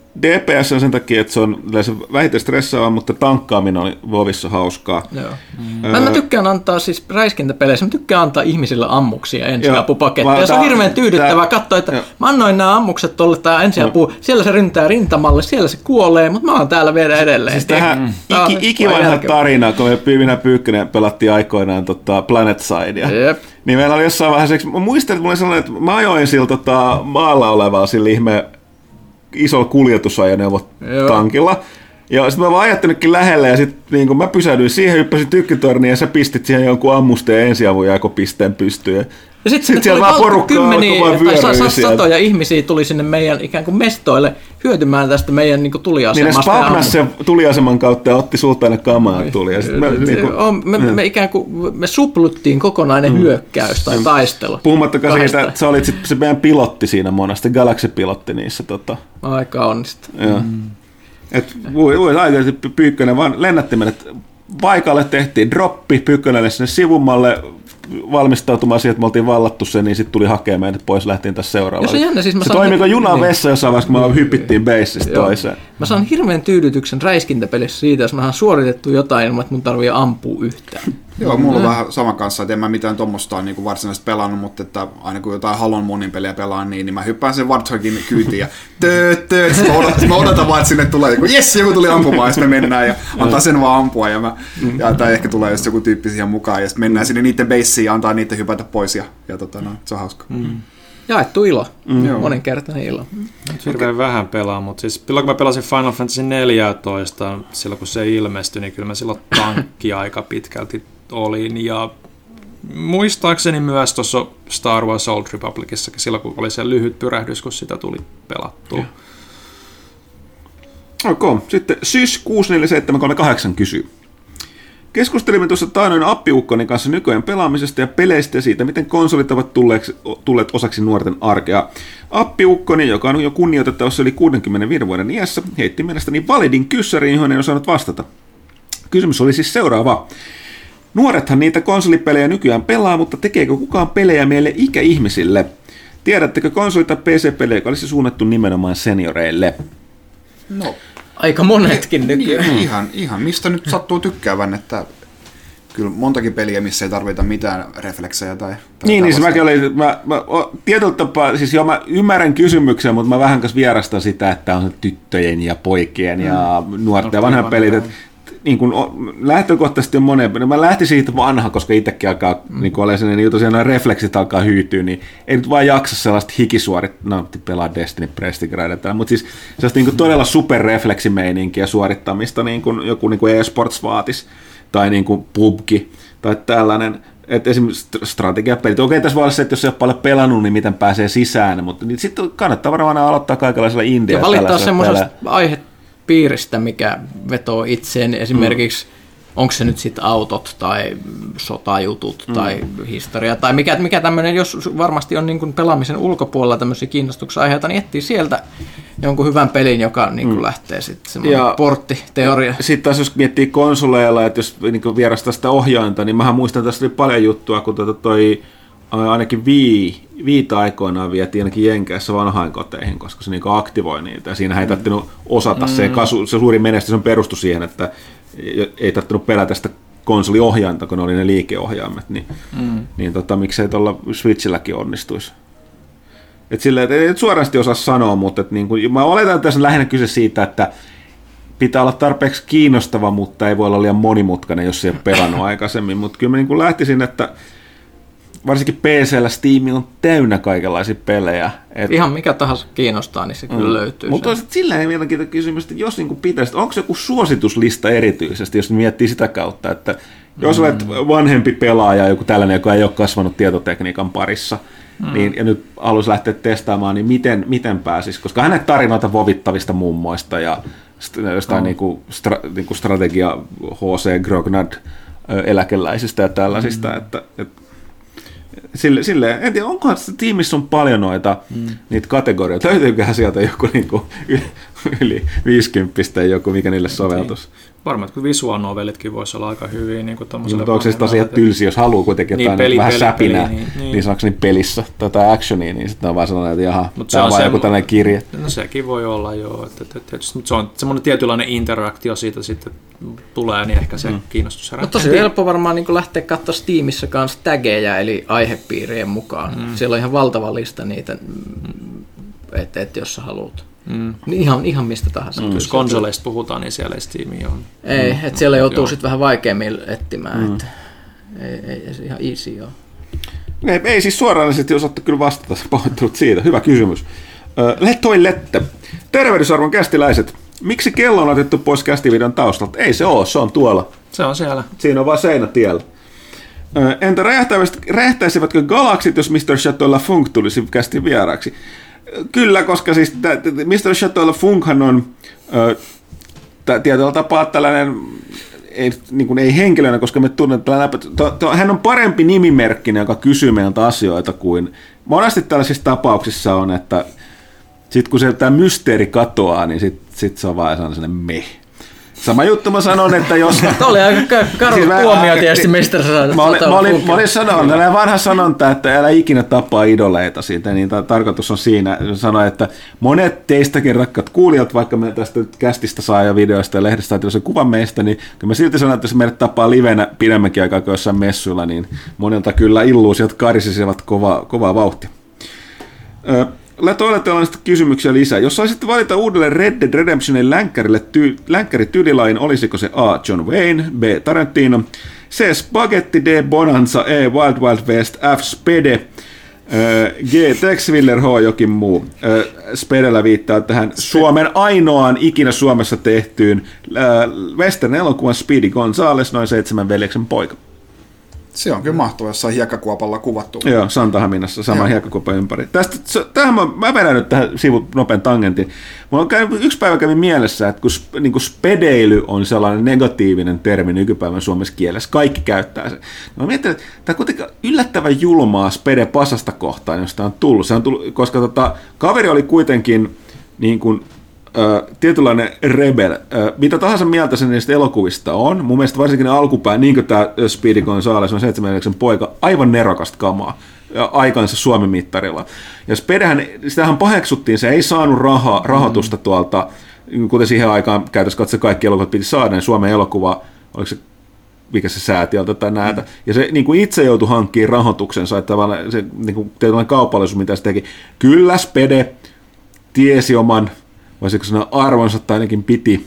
DPS on sen takia, että se on vähiten stressaavaa, mutta tankkaaminen oli WoWissa hauskaa. Joo. Mä tykkään antaa siis räiskintäpeleissä, mä tykkään antaa ihmisille ammuksia ensiapupaketteja. Se on hirveän tyydyttävää katsoa, että mä annoin nämä ammukset tolle tää ensiapu, siellä se ryntää rintamalle, siellä se kuolee, mutta mä oon täällä vielä edelleen. Siis tähän ikivanha tarina, kun me Minä Pyykkönen pelattiin aikoinaan PlanetSidea. Jep. Niin meillä oli jossain vaiheessa, mä muistan, että mulla oli sellainen, että mä ajoin sillä maalla olevaa sillä ihme isolla kuljetusajoneuvotankilla. Ja sitten mä vaan ajattelinkin lähelle ja sitten niin mä pysähdyin siihen, hyppäsin tykkitorniin ja sä pistit siihen jonkun ammusteen ensiavun jakopisteen pystyyn. Ja sitten siellä vaan porukkaa tai satoja ihmisiä tuli sinne meidän ikään kuin mestoille hyötymään tästä meidän niin kuin tuliasemasta. Niin ne spavnas sen tuliaseman kautta ja otti sulta aina kamaa tuli. Ja me ikään kuin me supluttiin kokonainen hyökkäys tai taistelu. Puhumattakaan siitä, että sä olit sit se meidän pilotti siinä monesta, Galaxy-pilotti niissä. Aika onnista. Et voi ajatella, että Pyykkönen vaan lennätti meidät paikalle, tehtiin droppi Pyykkönelle sinne sivumalle valmistautumaan siihen, että me oltiin vallattu sen, niin sitten tuli hakemaan meidät pois, lähtiin tässä seuraavalle. Se toimii kuin junan vessa jossain vaiheessa, kun me hyppittiin bassista toiseen. Mä saan hirveän tyydytyksen räiskintäpelissä siitä, jos mä saan suoritettu jotain ilman, että mun tarvii ampua yhtään. Joo, mulla on vähän sama kanssa, että en mä mitään tommosta niin varsinaisesti pelannut, mutta että aina kun jotain Halon Moonin peliä pelaan, niin mä hyppään sen Warthogin kyytiin ja mä odotan vaan, että sinne tulee joku, jes, joku tuli ampumaan, ja sitten me mennään ja antaa sen vaan ampua, tai ehkä tulee just joku tyyppi siihen mukaan, ja sitten mennään sinne niiden beissiin ja antaa niiden hypätä pois, ja se on hauska. Jaettu ilo, monenkertainen ilo. Hirveän vähän pelaa, mutta siis silloin kun mä pelasin Final Fantasy 14, silloin kun se ilmestyi, niin kyllä mä silloin tankki aika pitkälti olin, ja muistaakseni myös tuossa Star Wars Old Republicissakin, silloin kun oli se lyhyt pyrähdys, kun sitä tuli pelattua. Ok, sitten Sys64738 kysyy. Keskustelimme tuossa taanoin appiukkoni kanssa nykyään pelaamisesta ja peleistä ja siitä, miten konsolit ovat tulleet osaksi nuorten arkea. Appiukkoni, joka on jo kunnioitettavassa yli 65 vuoden iässä, heitti mielestäni validin kyssäriin, johon en osannut vastata. Kysymys oli siis seuraava. Nuorethan niitä konsolipelejä nykyään pelaa, mutta tekeekö kukaan pelejä meille ikäihmisille? Tiedättekö konsoli- tai PC-pelejä, joka olisi suunnattu nimenomaan senioreille? No. Aika monetkin nykyään. Ihan mistä nyt sattuu tykkäävän, kyllä montakin peliä, missä ei tarvita mitään refleksejä tai niin se mäkin olin, tietyllä tapaa, siis joo mä ymmärrän kysymyksen, mutta mä vähän kanssa vierastan sitä, että on tyttöjen ja poikien ja nuorten ja vanhan pelit, että niin kuin lähtökohtaisesti on monen, mä lähtisin siitä vanha, koska itsekin alkaa niin olla sellainen, niin tosiaan refleksit alkaa hyytyä, niin ei nyt vaan jaksa sellaista pelaa Destiny Prestige, mutta siis sellaista niin kuin todella superrefleksimeininkiä suorittamista, niin kuin joku niin kuin eSports vaatisi, tai niin kuin PUBG, tai tällainen, että esimerkiksi strategiapelit, okei tässä voi olla se, että jos ei ole paljon pelannut, niin miten pääsee sisään, mutta niin sitten kannattaa varmaan aloittaa kaikenlaisella indie. Ja valittaa semmoisesta aihepiiristä, mikä vetoo itseen, esimerkiksi onko se nyt sitten autot tai sotajutut tai historia tai mikä tämmöinen, jos varmasti on niin kuin pelaamisen ulkopuolella tämmöisiä kiinnostuksen aiheita, niin etsii sieltä jonkun hyvän pelin, joka niin kuin lähtee sitten semmoinen porttiteoria. Sitten taas jos miettii konsoleilla, että jos niin vierastaa sitä ohjainta, niin mähän muistan, että tässä oli paljon juttua, kun ainakin Viita aikoinaan vietiin ainakin Jenkeissä vanhainkoteihin, koska se niin aktivoi niitä. Ja siinähän ei tarvinnut osata. Se suuri menestys on perustu siihen, että ei tarvinnut pelätä sitä konsoliohjainta, kun ne oli ne liikeohjaimet. Niin miksei tuolla Switchilläkin onnistuisi. Et silleen, ei suorasti osaa sanoa, mutta niin kuin, mä oletan, että tässä on lähinnä kyse siitä, että pitää olla tarpeeksi kiinnostava, mutta ei voi olla liian monimutkainen, jos ei ole pelannut aikaisemmin. Mutta kyllä mä niin kuin lähtisin, että varsinkin PC:llä Steam on täynnä kaikenlaisia pelejä. Ihan mikä tahansa kiinnostaa, niin se kyllä löytyy. Mutta silleen mielenkiintoinen kysymys, että jos niin pitäisi, onko se joku suosituslista erityisesti, jos miettii sitä kautta, että jos olet vanhempi pelaaja, joku tällainen, joka ei ole kasvanut tietotekniikan parissa, niin, ja nyt haluaisi lähteä testaamaan, niin miten pääsisi? Koska hänet tarinoita vovittavista mummoista ja jostain niinku strategia HC Grognard eläkeläisistä ja tällaisista, että silleen, en tiedä, onkohan tiimissä on paljon niitä kategorioita, löytyyköhän sieltä joku niinku yli 50 joku, mikä niille soveltus. Varmaan, että visual novelitkin voisi olla aika hyviä. Niin mutta onko se tosiaan tylsi, jos haluaa kuitenkin jotain vähän säpinää, niin saako niin pelissä tätä actionia, niin sitten on vaan sellainen, että jaha, tämä on vaan joku tällainen kirje. No sekin voi olla, joo. Tietysti, mutta se on semmoinen tietynlainen interaktio siitä sitten tulee, niin ehkä se kiinnostus herää. Mutta tosi helppo varmaan niin lähteä katsoa Steamissa kanssa tageja, eli aihepiirien mukaan. Siellä on ihan valtava lista niitä, että jos sä haluat. Ihan mistä tahansa. Jos konsoleista puhutaan, niin siellä ei Steamia on. Ei, että siellä joutuu sitten vähän vaikeammin etsimään. Ei se ihan easy ole. Ei siis suoranaisesti osattu kyllä vastata, pahoittelut siitä. Hyvä kysymys. Lette. Tervehdysarvon kästiläiset. Miksi kello on otettu pois kästivideon taustalta? Ei se ole, se on tuolla. Se on siellä. Siinä on vaan seinätiellä. Entä räjähtäisivätkö galaksit, jos Mr. Chateau Lafunk tulisi kästin vieraaksi? Kyllä, koska siis Mr. Chateau Lafunkhan on tietyllä tapaa tällainen, ei henkilönä, koska me tunnetaan, hän on parempi nimimerkkinen, joka kysyy meiltä asioita kuin monesti tällaisissa tapauksissa on, että sitten kun tämä mysteeri katoaa, niin sit se on vaan sellainen meh. Sama juttu mä sanon, että jos... Tämä oli aika karu tuomio tietysti, mistä sä saat. Mä olin sanonut, tällainen vanha sanonta, että älä ikinä tapaa idoleita siitä, niin tarkoitus on siinä, sanoa, että monet teistäkin rakkaat kuulijat, vaikka me tästä kästistä saa ja videoista ja lehdestä saa sen kuvan meistä, niin kyllä mä silti sanon, että jos meidät tapaa livenä pidemmänkin aikaa kuin jossain messuilla, niin monelta kyllä illuusiot karisisivat kovaa vauhtia. Toivottavasti on kysymyksiä lisää. Jos saisitte valita uudelle Red Dead Redemptionin länkkärityylilain, olisiko se A. John Wayne, B. Tarantino, C. Spaghetti, D. Bonanza, E. Wild Wild West, F. Spede, G. Tex Willer, H. jokin muu. Spedellä viittaa tähän Suomen ainoaan ikinä Suomessa tehtyyn western-elokuvan Speedy Gonzales, noin 7 veljeksen poika. Se on kyllä mahtavaa, jossain hiekkakuopalla kuvattu. Joo, Santahaminassa, sama hiekkakuopan ympäri. Tähän mä vedän nyt tähän sivun nopean tangentin. Yksi päivä kävi mielessä, että kun niin spedeily on sellainen negatiivinen termi nykypäivän suomessa kielessä, kaikki käyttää sen. Mä mietin, että tämä on kuitenkin yllättävän julmaa spede pasasta kohtaan, josta on tullut. Se on tullut, koska kaveri oli kuitenkin niin kuin tietynlainen rebel. Mitä tahansa mieltä sen niistä elokuvista on, mun mielestä varsinkin alkupää, niin kuin tämä Speedy Gonzales on 7 poika, aivan nerokasta kamaa aikansa Suomen mittarilla. Ja Spedehän, sitähän paheksuttiin, se ei saanut rahoitusta tuolta, kuten siihen aikaan käytössä katsoa kaikki elokuvat piti saada, niin Suomen elokuva, oliko se mikä se säätiöltä tai näitä. Ja se niin kuin itse joutui hankkimaan rahoituksensa, että tavallaan se niin kuin tietynlainen kaupallisuus, mitä se teki. Kyllä Spede tiesi oman, voisiko sanoa arvonsa, tai ainakin piti.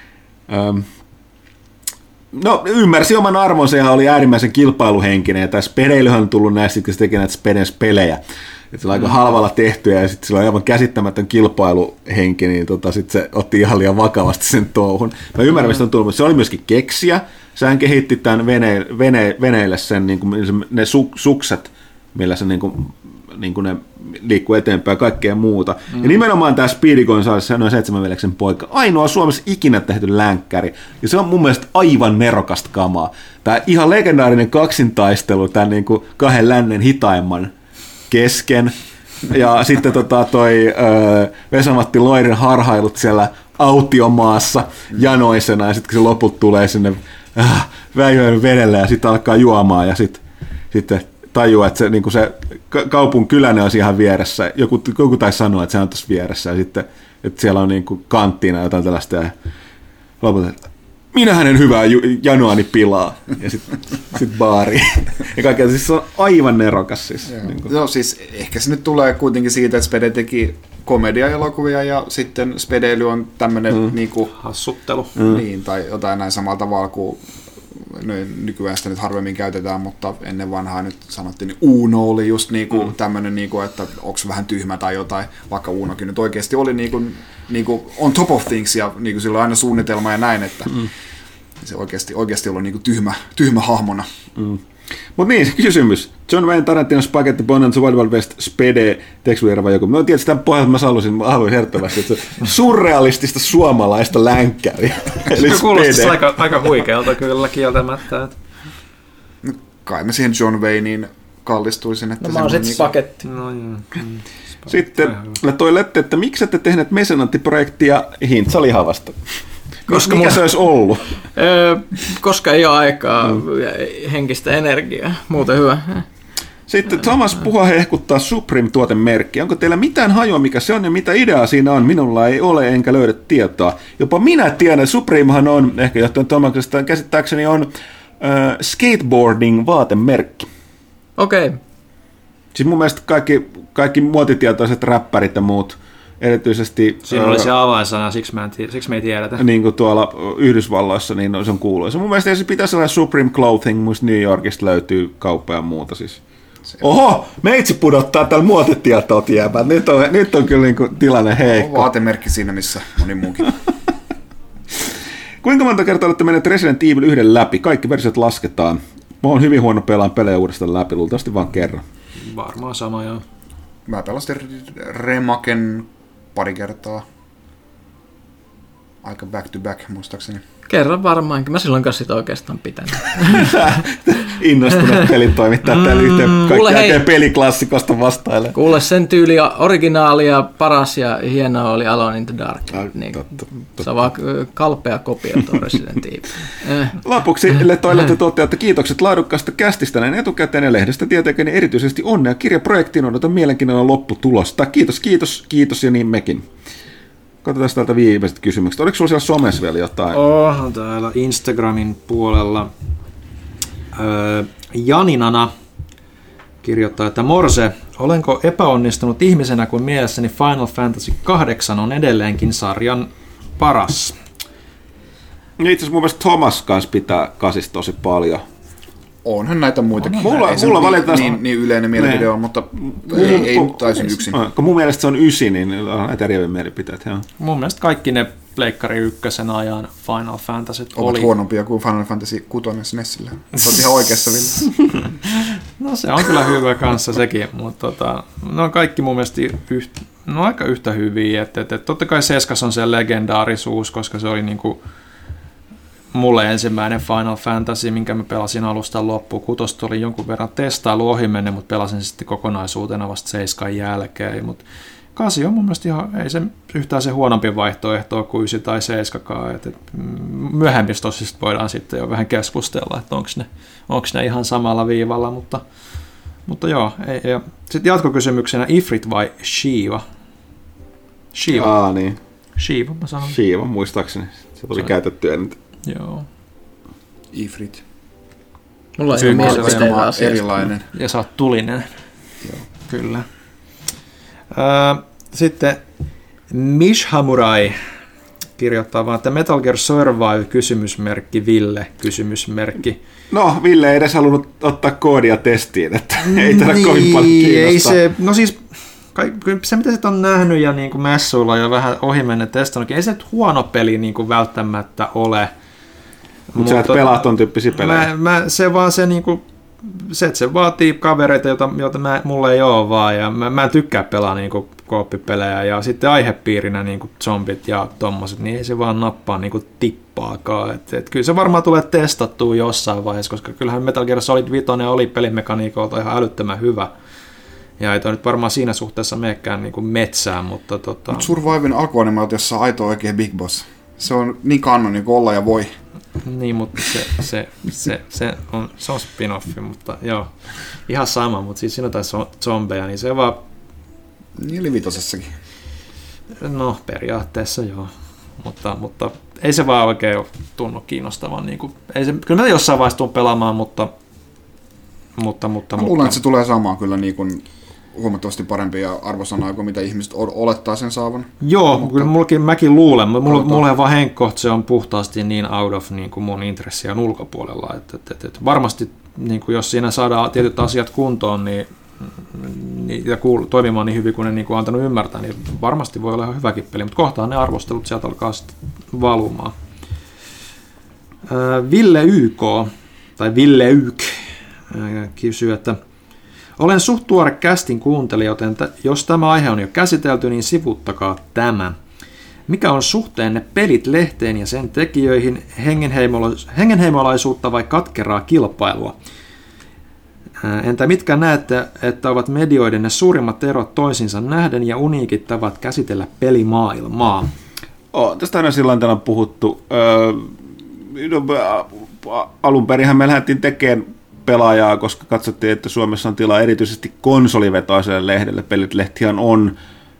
Ymmärsi oman arvonsa ja oli äärimmäisen kilpailuhenkinen. Ja tämä Spedeilyhän on tullut näistä, kun se teki näitä Spedens pelejä. Että se on aika halvalla tehtyä ja sitten sillä on aivan käsittämätön kilpailuhenki, niin sitten se otti ihan liian vakavasti sen touhun. Mä ymmärrän, mistä on tullut, mutta se oli myöskin keksiä. Sehän kehitti tämän veneille sen, niin kuin, ne sukset, millä se niin kuin ne liikkuu eteenpäin ja kaikkea muuta. Ja nimenomaan tämä Speedy Gonzales, se on noin 7 veljeksen poika, ainoa Suomessa ikinä tehty länkkäri. Ja se on mun mielestä aivan nerokasta kamaa. Tämä ihan legendaarinen kaksintaistelu tämän niin kuin 2 lännen hitaimman kesken. Ja sitten toi Vesa-Matti Loirin harhailut siellä autiomaassa janoisena, ja sitten kun se loput tulee sinne Väijöön vedelle ja sitten alkaa juomaan ja sitten tajua, että se, niin se kaupunkikyläinen on ihan vieressä. Joku taisi sanoa, että se on tuossa vieressä ja sitten että siellä on niin kuin kanttiina jotain tällaista ja lopulta, minä hänen hyvää janoani pilaa ja sitten baari. Ja kaikkea, siis se on aivan nerokas. Siis, niin kuin. Joo, siis ehkä se nyt tulee kuitenkin siitä, että Spede teki komedia-elokuvia ja sitten Spedeily on tämmöinen niinku hassuttelu. Niin, tai jotain näin samalla tavalla kuin nykyään sitä nyt harvemmin käytetään, mutta ennen vanhaa nyt sanottiin, niin Uno oli just niinku tämmöinen, niinku, että onko vähän tyhmä tai jotain, vaikka Unokin nyt oikeasti oli niinku on top of things ja niinku sillä on aina suunnitelma ja näin, että se oikeasti ollut niinku tyhmä hahmona. Mutta niin, se kysymys. John Wayne, Tarantino, Spaghetti, Bonanza, Wild Wild West, Spede, Tex Willer vai joku. No tietysti tämän pohjalta mä haluaisin herttävästi, että se surrealistista suomalaista länkkäriä. Se kuulostaa aika huikealta kyllä kieltämättä. No, kai mä siihen John Wayneen kallistuisin. Että No mä oon sit spagetti. No, Sitten toi Lette, että miksi ette tehneet mesenanttiprojektia Hintsa-lihavasta? Koska mikä se olisi ollut? Koska ei ole aikaa henkistä energiaa. Muuten hyvä. Sitten Thomas Puha hehkuttaa Supreme-tuotemerkkiä. Onko teillä mitään hajua, mikä se on ja mitä ideaa siinä on? Minulla ei ole, enkä löydä tietoa. Jopa minä tiedän, Supremehan on, ehkä johtuen Thomaksesta, käsittääkseni on skateboarding-vaatemerkki. Okei. Okay. Siis mun mielestä kaikki muotitietoiset räppärit ja muut, erityisesti... Siinä oli se avainsana, siksi me ei tiedetä. Niin kuin tuolla Yhdysvalloissa, niin se on kuuluisa. Mun mielestä se pitäisi olla Supreme Clothing, muista New Yorkista löytyy kauppa ja muuta siis. Oho, meitsi pudottaa täällä muotitietoa jääpään. Nyt on kyllä niin kuin tilanne heikko. On vaatemerkki siinä, missä moni muukin. Kuinka monta kertaa olette menneet Resident Evil 1 läpi? Kaikki versiot lasketaan. Mä oon hyvin huono pelaan pelejä uudestaan läpi, luultavasti vaan kerran. Varmaan sama, joo. Mä pelasin Remaken pari kertaa. Aika back to back, muistaakseni. Kerran varmaankin. Mä silloin kanssa sitä oikeastaan pitänyt. Innostuneet pelitoimittajat täällä yhteen kaikki jälkeen peliklassikosta vastaille. Kuule, sen tyyli originaali ja paras ja hienoa oli Alone in the Dark. Niin, se on vaan kalpea kopio tuo Resident Evil. Lopuksi toilette toteaa, että kiitokset laadukkaasta kästistä näin etukäteen ja lehdestä tietenkin erityisesti onnea kirjaprojektiin, odotan mielenkiinnolla lopputulosta. Kiitos ja niin mekin. Katsotaan täältä viimeiset kysymykset. Oliko sulla siellä somessa vielä jotain? On täällä Instagramin puolella. Janinana kirjoittaa, että Morse, olenko epäonnistunut ihmisenä, kun mielessäni Final Fantasy 8 on edelleenkin sarjan paras? Itse asiassa mun mielestä Thomas kanssa pitää kasista tosi paljon. Onhan näitä muitakin. Mulla valitettavasti niin yleinen mielipide on, mutta ei täysin yksin. Kun mun mielestä se on 9, niin on näitä eriäviä mielipiteet. Joo. Mun mielestä kaikki ne Pleikkari 1 ajan Final Fantasyt ovat huonompia kuin Final Fantasy 6 SNESillä. Se on ihan oikeassa, Ville. No se on kyllä hyvä kanssa sekin, mutta ne on kaikki mun mielestä aika yhtä hyviä. Totta kai Seskas on se legendaarisuus, koska se oli niinku mulle ensimmäinen Final Fantasy, minkä mä pelasin alusta loppuun. 6 oli jonkun verran testailu ohi menne, mutta pelasin sitten kokonaisuutena vasta 7 jälkeen. Mutta 8 on mun mielestä ihan, ei se yhtään se huonompi vaihtoehto kuin 9 tai 7. Myöhemmin tosista voidaan sitten jo vähän keskustella, että onko ne ihan samalla viivalla, mutta joo. Sitten jatkokysymyksenä Ifrit vai Shiva? Shiva. Niin. Shiva, mä sanon. Shiva, muistaakseni. Se tuli käytettyä nyt. Joo. Ifrit. Mulla on ihan erilainen. Ja sä oot tulinen. Joo. Kyllä. Sitten Mishhamurai kirjoittaa vaan, että Metal Gear Survive kysymysmerkki Ville kysymysmerkki. No, Ville ei edes halunnut ottaa koodia testiin, että ei tätä kovin paljon kiinnostaa. Ei se, no siis se mitä sit on nähnyt ja niin kuin messuilla ja vähän ohimenne testannutkin, ei se nyt huono peli niin kuin välttämättä ole. Mutta sä et pelaa ton tyyppisiä pelejä. Se vaan se niinku, se vaatii kavereita, joita mulla ei ole vaan, ja mä en tykkää pelaa niinku kooppipelejä, ja sitten aihepiirinä niinku zombit ja tommoset, niin ei se vaan nappaa niinku tippaakaan. Et kyllä se varmaan tulee testattua jossain vaiheessa, koska kyllähän Metal Gear Solid 5 oli pelimekaniikolta ihan älyttömän hyvä. Ja ei toi nyt varmaan siinä suhteessa meekään niinku metsään, mutta Mut Surviven alkuanimaatiossa on aito oikein Big Boss. Se on niin kanoni kuin olla ja voi. Niin, mutta se on spin-offi, mutta joo, ihan sama, mutta siis siinä on taas zombeja, niin se vaan... Niin oli vitosessakin. No, periaatteessa joo, mutta ei se vaan oikein tunnu kiinnostavan. Niin kuin, ei se, kyllä mä jossain vaiheessa tuun pelaamaan, mutta luulen, että se tulee saamaan kyllä niin kuin huomattavasti parempia arvosanaa kuin mitä ihmiset olettaa sen saavan. Joo, mutta kyllä mäkin luulen. Mulle vaan henkkoht se on puhtaasti niin out of niin kuin mun intressiä ulkopuolella. Että varmasti niin kuin jos siinä saadaan tietyt asiat kuntoon niin ja toimimaan niin hyvin kuin ne niin kuin antanut ymmärtää, niin varmasti voi olla ihan hyväkin peli. Mutta kohtaan ne arvostelut sieltä alkaa sitten valumaan. Ville YK, tai Ville YK, kysyy, että olen suht tuore kästin kuuntelija, joten jos tämä aihe on jo käsitelty, niin sivuttakaa tämä. Mikä on suhteenne pelit lehteen ja sen tekijöihin, hengenheimolaisuutta vai katkeraa kilpailua? Entä mitkä näette, että ovat medioiden ne suurimmat erot toisiinsa nähden ja uniikit tavat käsitellä pelimaailmaa? Tästä aina silloin täällä on puhuttu. Alun perinhän me lähdettiin tekemään pelaajaa, koska katsottiin, että Suomessa on tilaa erityisesti konsolivetoiselle lehdelle. Pelilehtihän on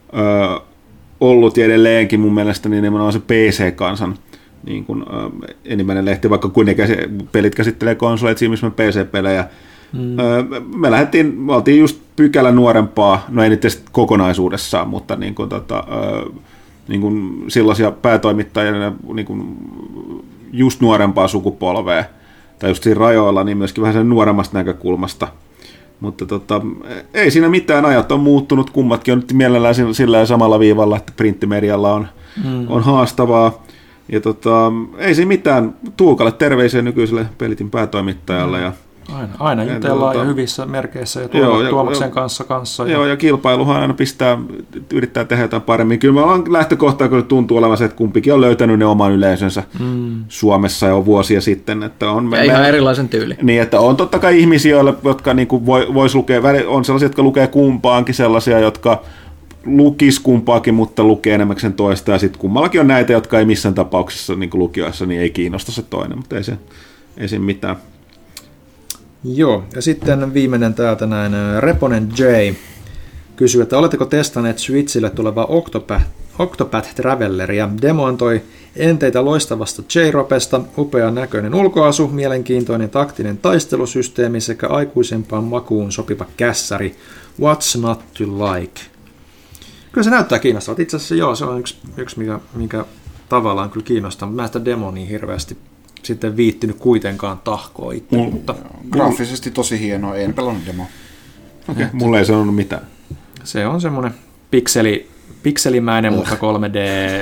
ollut ja edelleenkin mun mielestä niin nimenomaan se PC-kansan niin kuin, ensimmäinen lehti, vaikka kuitenkin pelit käsittelee konsoleita, siinä missä me PC-pelejä. Me oltiin just pykälä nuorempaa, no ei nyt edes kokonaisuudessaan, mutta niin kuin, niin kuin sellaisia päätoimittajia niin kuin just nuorempaa sukupolvea, tai just siinä rajoilla, niin myöskin vähän sen nuoremmasta näkökulmasta. Mutta ei siinä mitään, ajat on muuttunut, kummatkin on nyt mielellään sillä samalla viivalla, että printtimedialla on haastavaa. Ja ei siinä mitään, Tuukalle terveisiä nykyiselle Pelitin päätoimittajalle. Ja aina jutellaan ja hyvissä merkeissä ja Tuomaksen kanssa. Joo, ja kilpailuhan aina yrittää tehdä jotain paremmin. Kyllä me ollaan lähtökohtaa, kun tuntuu olevan se, että kumpikin on löytänyt ne oman yleisönsä Suomessa jo vuosia sitten. Että on ihan erilaisen tyyli. Niin, että on totta kai ihmisiä, jotka niinku vois lukea, on sellaisia, jotka lukee kumpaankin, sellaisia, jotka lukis kumpaakin, mutta lukee enemmän toista. Ja sitten kummallakin on näitä, jotka ei missään tapauksessa niin lukioissa niin ei kiinnosta se toinen, mutta ei se mitään. Joo, ja sitten viimeinen täältä näin, Reponen J kysyy, että oletteko testanneet Switchille tulevaa Octopath Travelleria? Demo antoi enteitä loistavasta J-Ropesta, upean näköinen ulkoasu, mielenkiintoinen taktinen taistelusysteemi sekä aikuisempaan makuun sopiva kässäri. What's not to like? Kyllä se näyttää kiinnostavalta. Itse asiassa joo, se on yksi mikä tavallaan kyllä kiinnostaa, mutta mä sitä demoa niin hirveästi sitten viittynyt kuitenkaan tahkoa itse. Mutta graafisesti tosi hienoa, en pelannut demoa. Okei, mulle ei sanonut mitään. Se on semmoinen pikselimäinen, mutta 3D.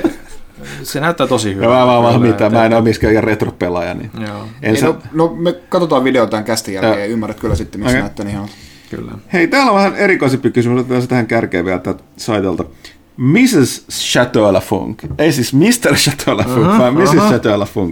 Se näyttää tosi hyvältä. Mä en ole miskään retro-pelaaja. Niin. No me katsotaan videota tämän kästin jälkeen ja ymmärrät kyllä sitten, missä näyttää niin ihan. Kyllä. Hei, täällä on vähän erikoisempi kysymys, otetaan se tähän kärkeen vielä tältä saitelta. Mrs. Chateau Lafunk. Ei siis Mr. Chateau Lafunk, vaan Mrs. Chateau Lafunk.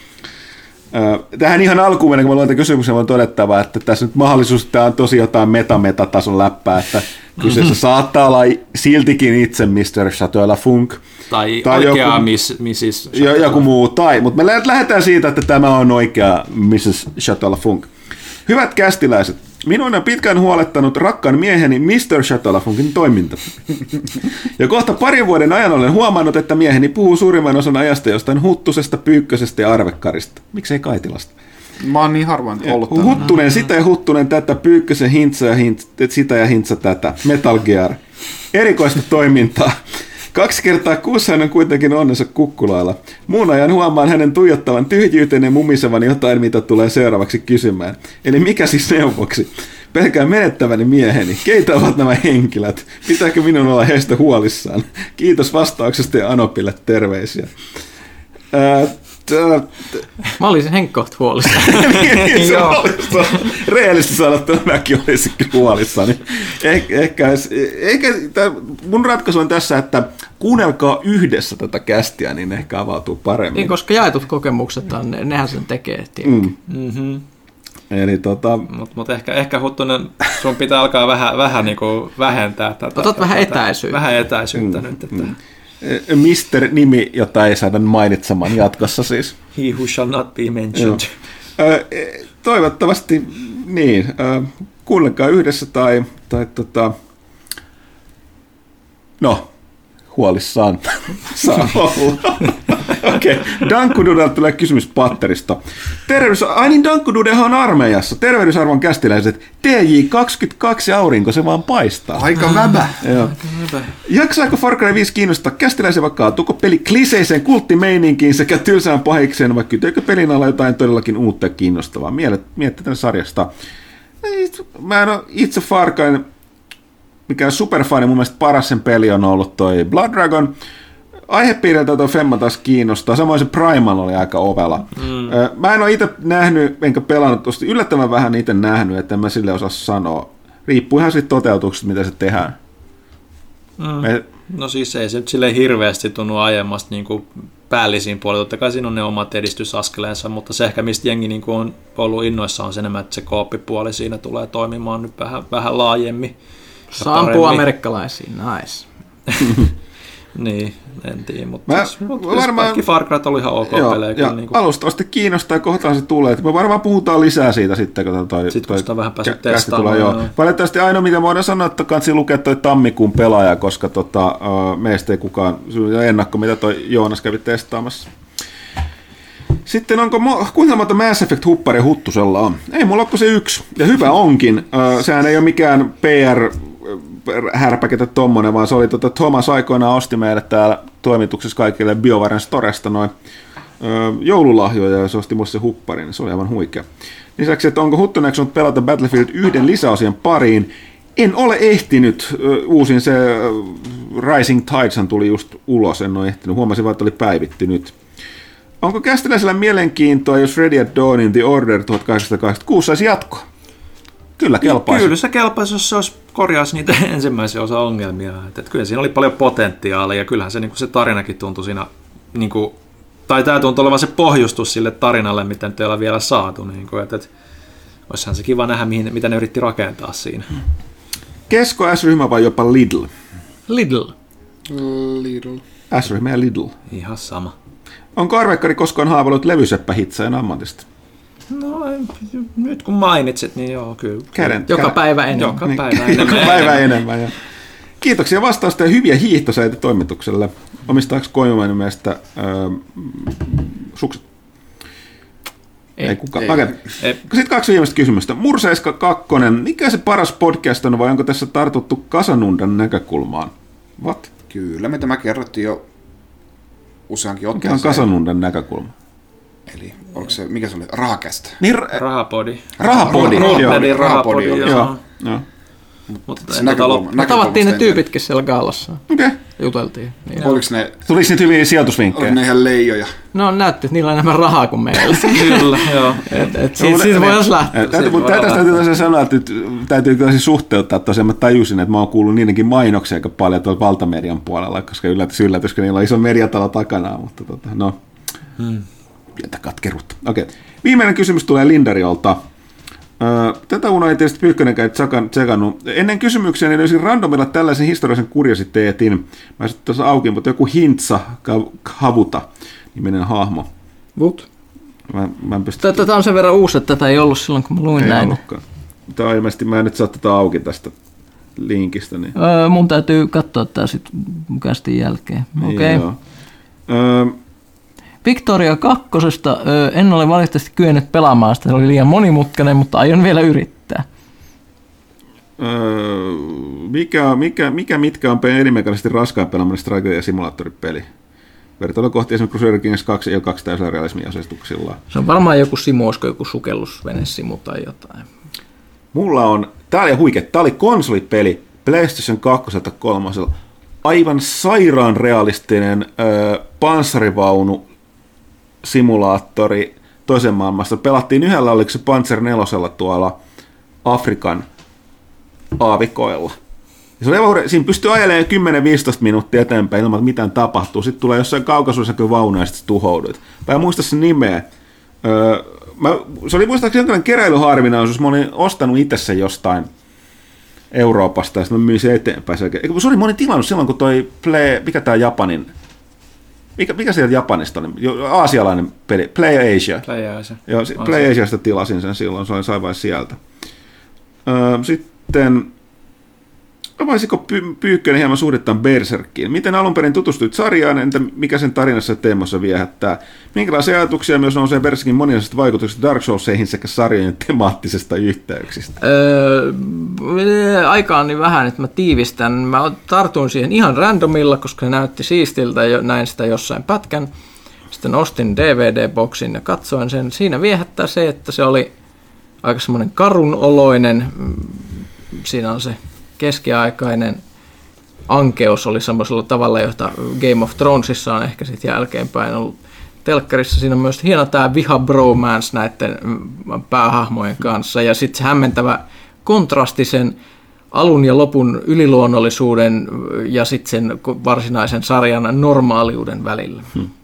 Tähän ihan alkuun, kun mä luen tämän kysymyksen, voin todettava, että tässä nyt mahdollisuus, että tämä on tosi jotain meta-metatason läppää, että kyseessä saattaa olla siltikin itse Mr. Chateau Lafunk. Tai oikea Mrs. Joku muu, mutta me lähdetään siitä, että tämä on oikea Mrs. Chateau Lafunk. Hyvät kästiläiset, minun on pitkään huolettanut rakkaan mieheni Mr. Chateau Lafunkin toiminta. Ja kohta parin vuoden ajan olen huomannut, että mieheni puhuu suurimman osan ajasta jostain huttusesta, pyykkösestä ja arvekkarista. Miksei Kaitilasta? Mä oon niin harvoin ollut täällä. Huttunen sitä ja huttunen tätä, pyykkösen hintsa ja sitä ja hintsa tätä. Metal Gear. Erikoista toimintaa. 2 kertaa kuussa hän on kuitenkin onnensa kukkulailla. Muun ajan huomaan hänen tuijottavan tyhjyyteen ja mumisevan jotain, mitä tulee seuraavaksi kysymään. Eli mikä siis neuvoksi? Pelkään menettäväni mieheni. Keitä ovat nämä henkilöt? Pitääkö minun olla heistä huolissaan? Kiitos vastauksesta ja Anopille terveisiä. Mä olisin henkkoht huolissaan. Rehellisesti sanottuna mäkin olisin huolissaan. Mun ratkaisu on tässä, että kuunnelkaa yhdessä tätä kästiä, niin ehkä avautuu paremmin. Niin, koska jaetut kokemukset, nehän sen tekee. Eli Mutta ehkä Huttunen, sun pitää alkaa vähän niinku vähentää tätä. Otat vähän etäisyyttä. Vähän etäisyyttä nyt. Että. Mr-nimi, jota ei saada mainitsemaan jatkossa siis. He who shall not be mentioned. Toivottavasti niin. Kuunnelkaa yhdessä tai no, huolissaan saa olla. Okei, Dankududalta tulee kysymys patterista. Dankkududehan on armeijassa. Tervehdysarvon kästiläiset. TJ22 aurinko, se vaan paistaa. Aika väbä. Jaksaako Far Cry 5 kiinnostaa kästiläisen, vaikka kaatuuko peli kliseiseen kulttimeininkiin sekä tylsään pahikseen, vai kyteekö pelin alla jotain todellakin uutta ja kiinnostavaa? Miettii tänne sarjasta. Mä en ole itse Far Cry, mikä on superfani, mun mielestä paras sen peli on ollut toi Blood Dragon. Aihepiiriltä tuo Femma taas kiinnostaa. Samoin se Primal oli aika ovela. Mä en ole itse nähnyt, enkä pelannut tuosta yllättävän vähän itse nähnyt, että en mä sille osaa sanoa. Riippuu ihan siitä toteutuksesta, mitä se tehdään. No siis ei se nyt silleen hirveästi tunnu aiemmasta niin kuin päällisiin puolella. Totta kai siinä on ne omat edistysaskeleensa, mutta se ehkä mistä jengi niin kuin on ollut innoissaan on se enemmän, että se kooppipuoli siinä tulee toimimaan nyt vähän laajemmin. Sampuu amerikkalaisiin, nice. Niin, en tiedä, mutta varmaan kaikki Far Cryt oli ihan ok pelejä. Ja niin kuin alustavasti kiinnostaa, kohtaan se tulee. Me varmaan puhutaan lisää siitä sitten, kun toi vähän päässyt testaamaan. Tulee. Valitettavasti ainoa, mitä voidaan sanoa, että kannattaa lukea toi tammikuun pelaaja, koska meistä ei kukaan ennakko, mitä toi Joonas kävi testaamassa. Sitten kuinka monta Mass Effect-huppari Huttusella on? Ei mulla ole kuin se yksi, ja hyvä onkin. Sehän ei ole mikään PR-härpäketä tommonen, vaan se oli Thomas aikoinaan osti meille täällä toimituksessa kaikille BioWaren Storesta noin joululahjoja, ja se osti musta se huppari, niin se oli aivan huikea. Lisäksi, että onko Huttunen jaksanut pelata Battlefield 1 lisäosien pariin? En ole ehtinyt. Uusin se Rising Tideshan tuli just ulos, en ole ehtinyt. Huomasin vaan, että oli päivittynyt. Onko kästiläisellä mielenkiintoa, jos Ready at Dawnin The Order 1886 saisi jatkoa? Kyllä kelpaisi. Kyllä se kelpaisi, jos se olisi korjaisi niitä ensimmäisiä osa ongelmia. Että kyllä siinä oli paljon potentiaalia ja kyllähän se, niin kuin se tarinakin tuntui siinä, niin kuin, tai tämä tuntui olevan se pohjustus sille tarinalle, mitä nyt ei ole vielä saatu. Niin kuin, että olisihan se kiva nähdä, mitä ne yritti rakentaa siinä. Kesko, S-ryhmä vai jopa Lidl? Lidl. S-ryhmä ja Lidl. Ihan sama. Onko Arvekkari koskaan haaveillut levyseppä-hitsaajan ammatista? No nyt kun mainitsit, niin joo, kyllä. Joka päivä enemmän. Joka päivä enemmän. Ja. Kiitoksia vastausta ja hyviä hiihtosäitä toimitukselle. Omistaako Koivumainen mielestä sukset? Ei kukaan. Okay. Sitten 2 viimeistä kysymystä. Murseiska 2. Mikä se paras podcast on vai onko tässä tartuttu Kasanundan näkökulmaan? What? Kyllä, me tämä kerrottiin jo useankin otteeseen. Mikä on Kasanundan näkökulma? Eli oliko se, mikä se oli? Rahakästä. Niin, Rahapodi. Rahapodi. Joo. Mutta me tavattiin ne tyypitkin siellä gaalassa. Okei. Juteltiin. Niin. Tuliko niitä hyviä sijoitusvinkkejä? Oliko ne ihan leijoja? No näytti, että niillä on enemmän rahaa kuin meillä. Kyllä, joo. Siitä voisi lähteä. Tästä täytyy sanoa, että täytyy suhteuttaa tosiaan. Mä tajusin, että mä oon kuullut niidenkin mainoksia aika paljon tuolla valtamedian puolella, koska yllätys, kun niillä on iso mediatalo takana. Mutta pientä katkeruutta. Okei. Viimeinen kysymys tulee Lindariolta. Tätä unohdin tietysti Pyykkönenkään tsekannut. Ennen kysymyksiä niin löysin randomilla tällaisen historiallisen kuriositeetin. Mä sitten tuossa auki, mutta joku Hintsa Havuta niminen hahmo. What? Mä en pysty... Tätä on sen verran uusi, että tätä ei ollut silloin, kun mä luin ei näin. Tämä on ilmeisesti, mä en nyt saa tätä auki tästä linkistä. Niin. Mun täytyy katsoa tää sitten mukaisesti jälkeen. Okei. Okay. Victoria 2. En ole valitettavasti kyennyt pelaamaan sitä, se oli liian monimutkainen, mutta aion vielä yrittää. Mitkä on elimekallisesti raskaan pelaaminen strategia-simulaattoripeli? Vertailla kohti esimerkiksi Crusader Kings 2 ja 2 täysillä realismiasetuksilla. Se on varmaan joku olisiko joku sukellusvenesimu tai jotain. Mulla on, tää oli huikea, tää oli konsolipeli PlayStation 2 3. Aivan sairaan realistinen panssarivaunu simulaattori toisen maailmasta. Pelattiin yhdellä, oliko se Panzer 4 tuolla Afrikan aavikoilla. Siinä pystyy ajelemaan 10-15 minuuttia eteenpäin ilman, että mitään tapahtuu. Sitten tulee jossain kaukaisuudessa kuin vaunu ja sitten tuhouduit. Mä en muista sen nimeä. Se oli muistaakseni jonkinlainen keräilyharvinaisuus. Mä olin ostanut itse sen jostain Euroopasta ja sitten mä myin sen eteenpäin. Se oli moni tilannut silloin, kun toi mikä tää Japanin... Mikä sieltä Japanista oli? Aasialainen peli. Play Asia. Joo, Play Asiasta tilasin sen silloin, se oli sain vain sieltä. Sitten, avaisiko Pyykkönen hieman suhdettaan Berserkkiin? Miten alun perin tutustuit sarjaan, entä mikä sen tarinassa ja teemassa viehättää? Minkälaisia ajatuksia myös nousee Berserkin moninaisista vaikutuksista Dark Soulseihin sekä sarjojen temaattisesta yhteyksistä? Aika on niin vähän, että mä tiivistän. Mä tartuin siihen ihan randomilla, koska se näytti siistiltä ja näin sitä jossain pätkän. Sitten ostin DVD-boksin ja katsoin sen. Siinä viehättää se, että se oli aika semmoinen karunoloinen. Siinä on se keskiaikainen ankeus oli semmoisella tavalla, jota Game of Thronesissa on ehkä sitten jälkeenpäin ollut telkkarissa. Siinä on myös hieno tämä viha bromance näiden päähahmojen kanssa ja sitten se hämmentävä kontrasti sen alun ja lopun yliluonnollisuuden ja sitten sen varsinaisen sarjan normaaliuden välillä.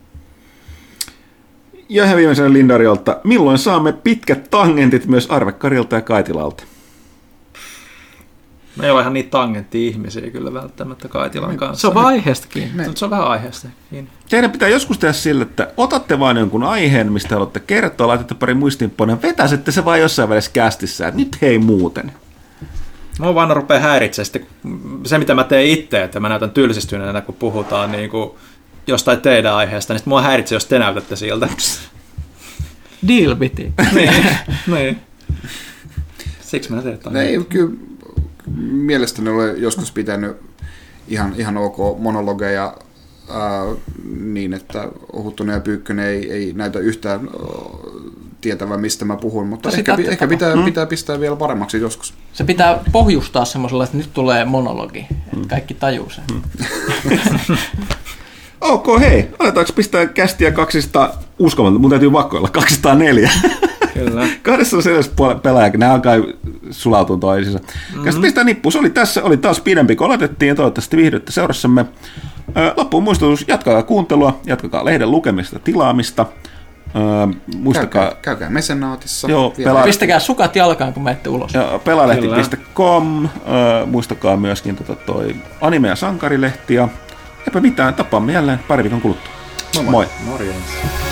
Ja ihan viimeisenä Lindariolta, milloin saamme pitkät tangentit myös Arvekarilta ja Kaitilalta? Me ei ole ihan niitä tangenttia-ihmisiä kyllä välttämättä Kaitilan kanssa. Se on vaan aiheestakin. Se on vähän aiheestakin. Teidän pitää joskus tehdä sillä, että otatte vain jonkun aiheen, mistä haluatte kertoa, laitatte pari muistiinpanoja, vetäsette se vaan jossain välissä kästissä, että nyt hei muuten. Mä vaan rupeaa häiritsemään sitten se, mitä mä teen itse, että mä näytän tylsistyneenä, kun puhutaan niin kuin jostain teidän aiheesta, niin sitten mua häiritsee, jos te näytätte siltä. Deal biti. Niin. Siksi mä teen tämän. Ei, kyllä mielestäni olen joskus pitänyt ihan ok monologeja niin, että Huttunen ja Pyykkönen ei näytä yhtään tietävän, mistä mä puhun, mutta ehkä pitää pistää vielä paremmaksi joskus. Se pitää pohjustaa semmoisella, että nyt tulee monologi, että kaikki tajuu sen. Ok, hei, aletaanko pistää kästiä 200, uskomatta, mun täytyy vakoilla, 204. Kyllä. 204 pelaajakin, nämä alkaa sulautua toisiinsa. Pistää nippu, se oli tässä, oli taas pidempi kuin oletettiin ja toivottavasti viihdytte seurassamme. Loppuun muistutus, jatkakaa kuuntelua, jatkakaa lehden lukemista, tilaamista. Muistakaa... Käykää Mesenaatissa. Joo, pistäkää sukat jalkaan, kun menette ulos. Pelalehti.com. Muistakaa myöskin toi anime- ja sankarilehti. Ja eipä mitään, tapaamme jälleen pari viikon kuluttua. Moi. Morjens.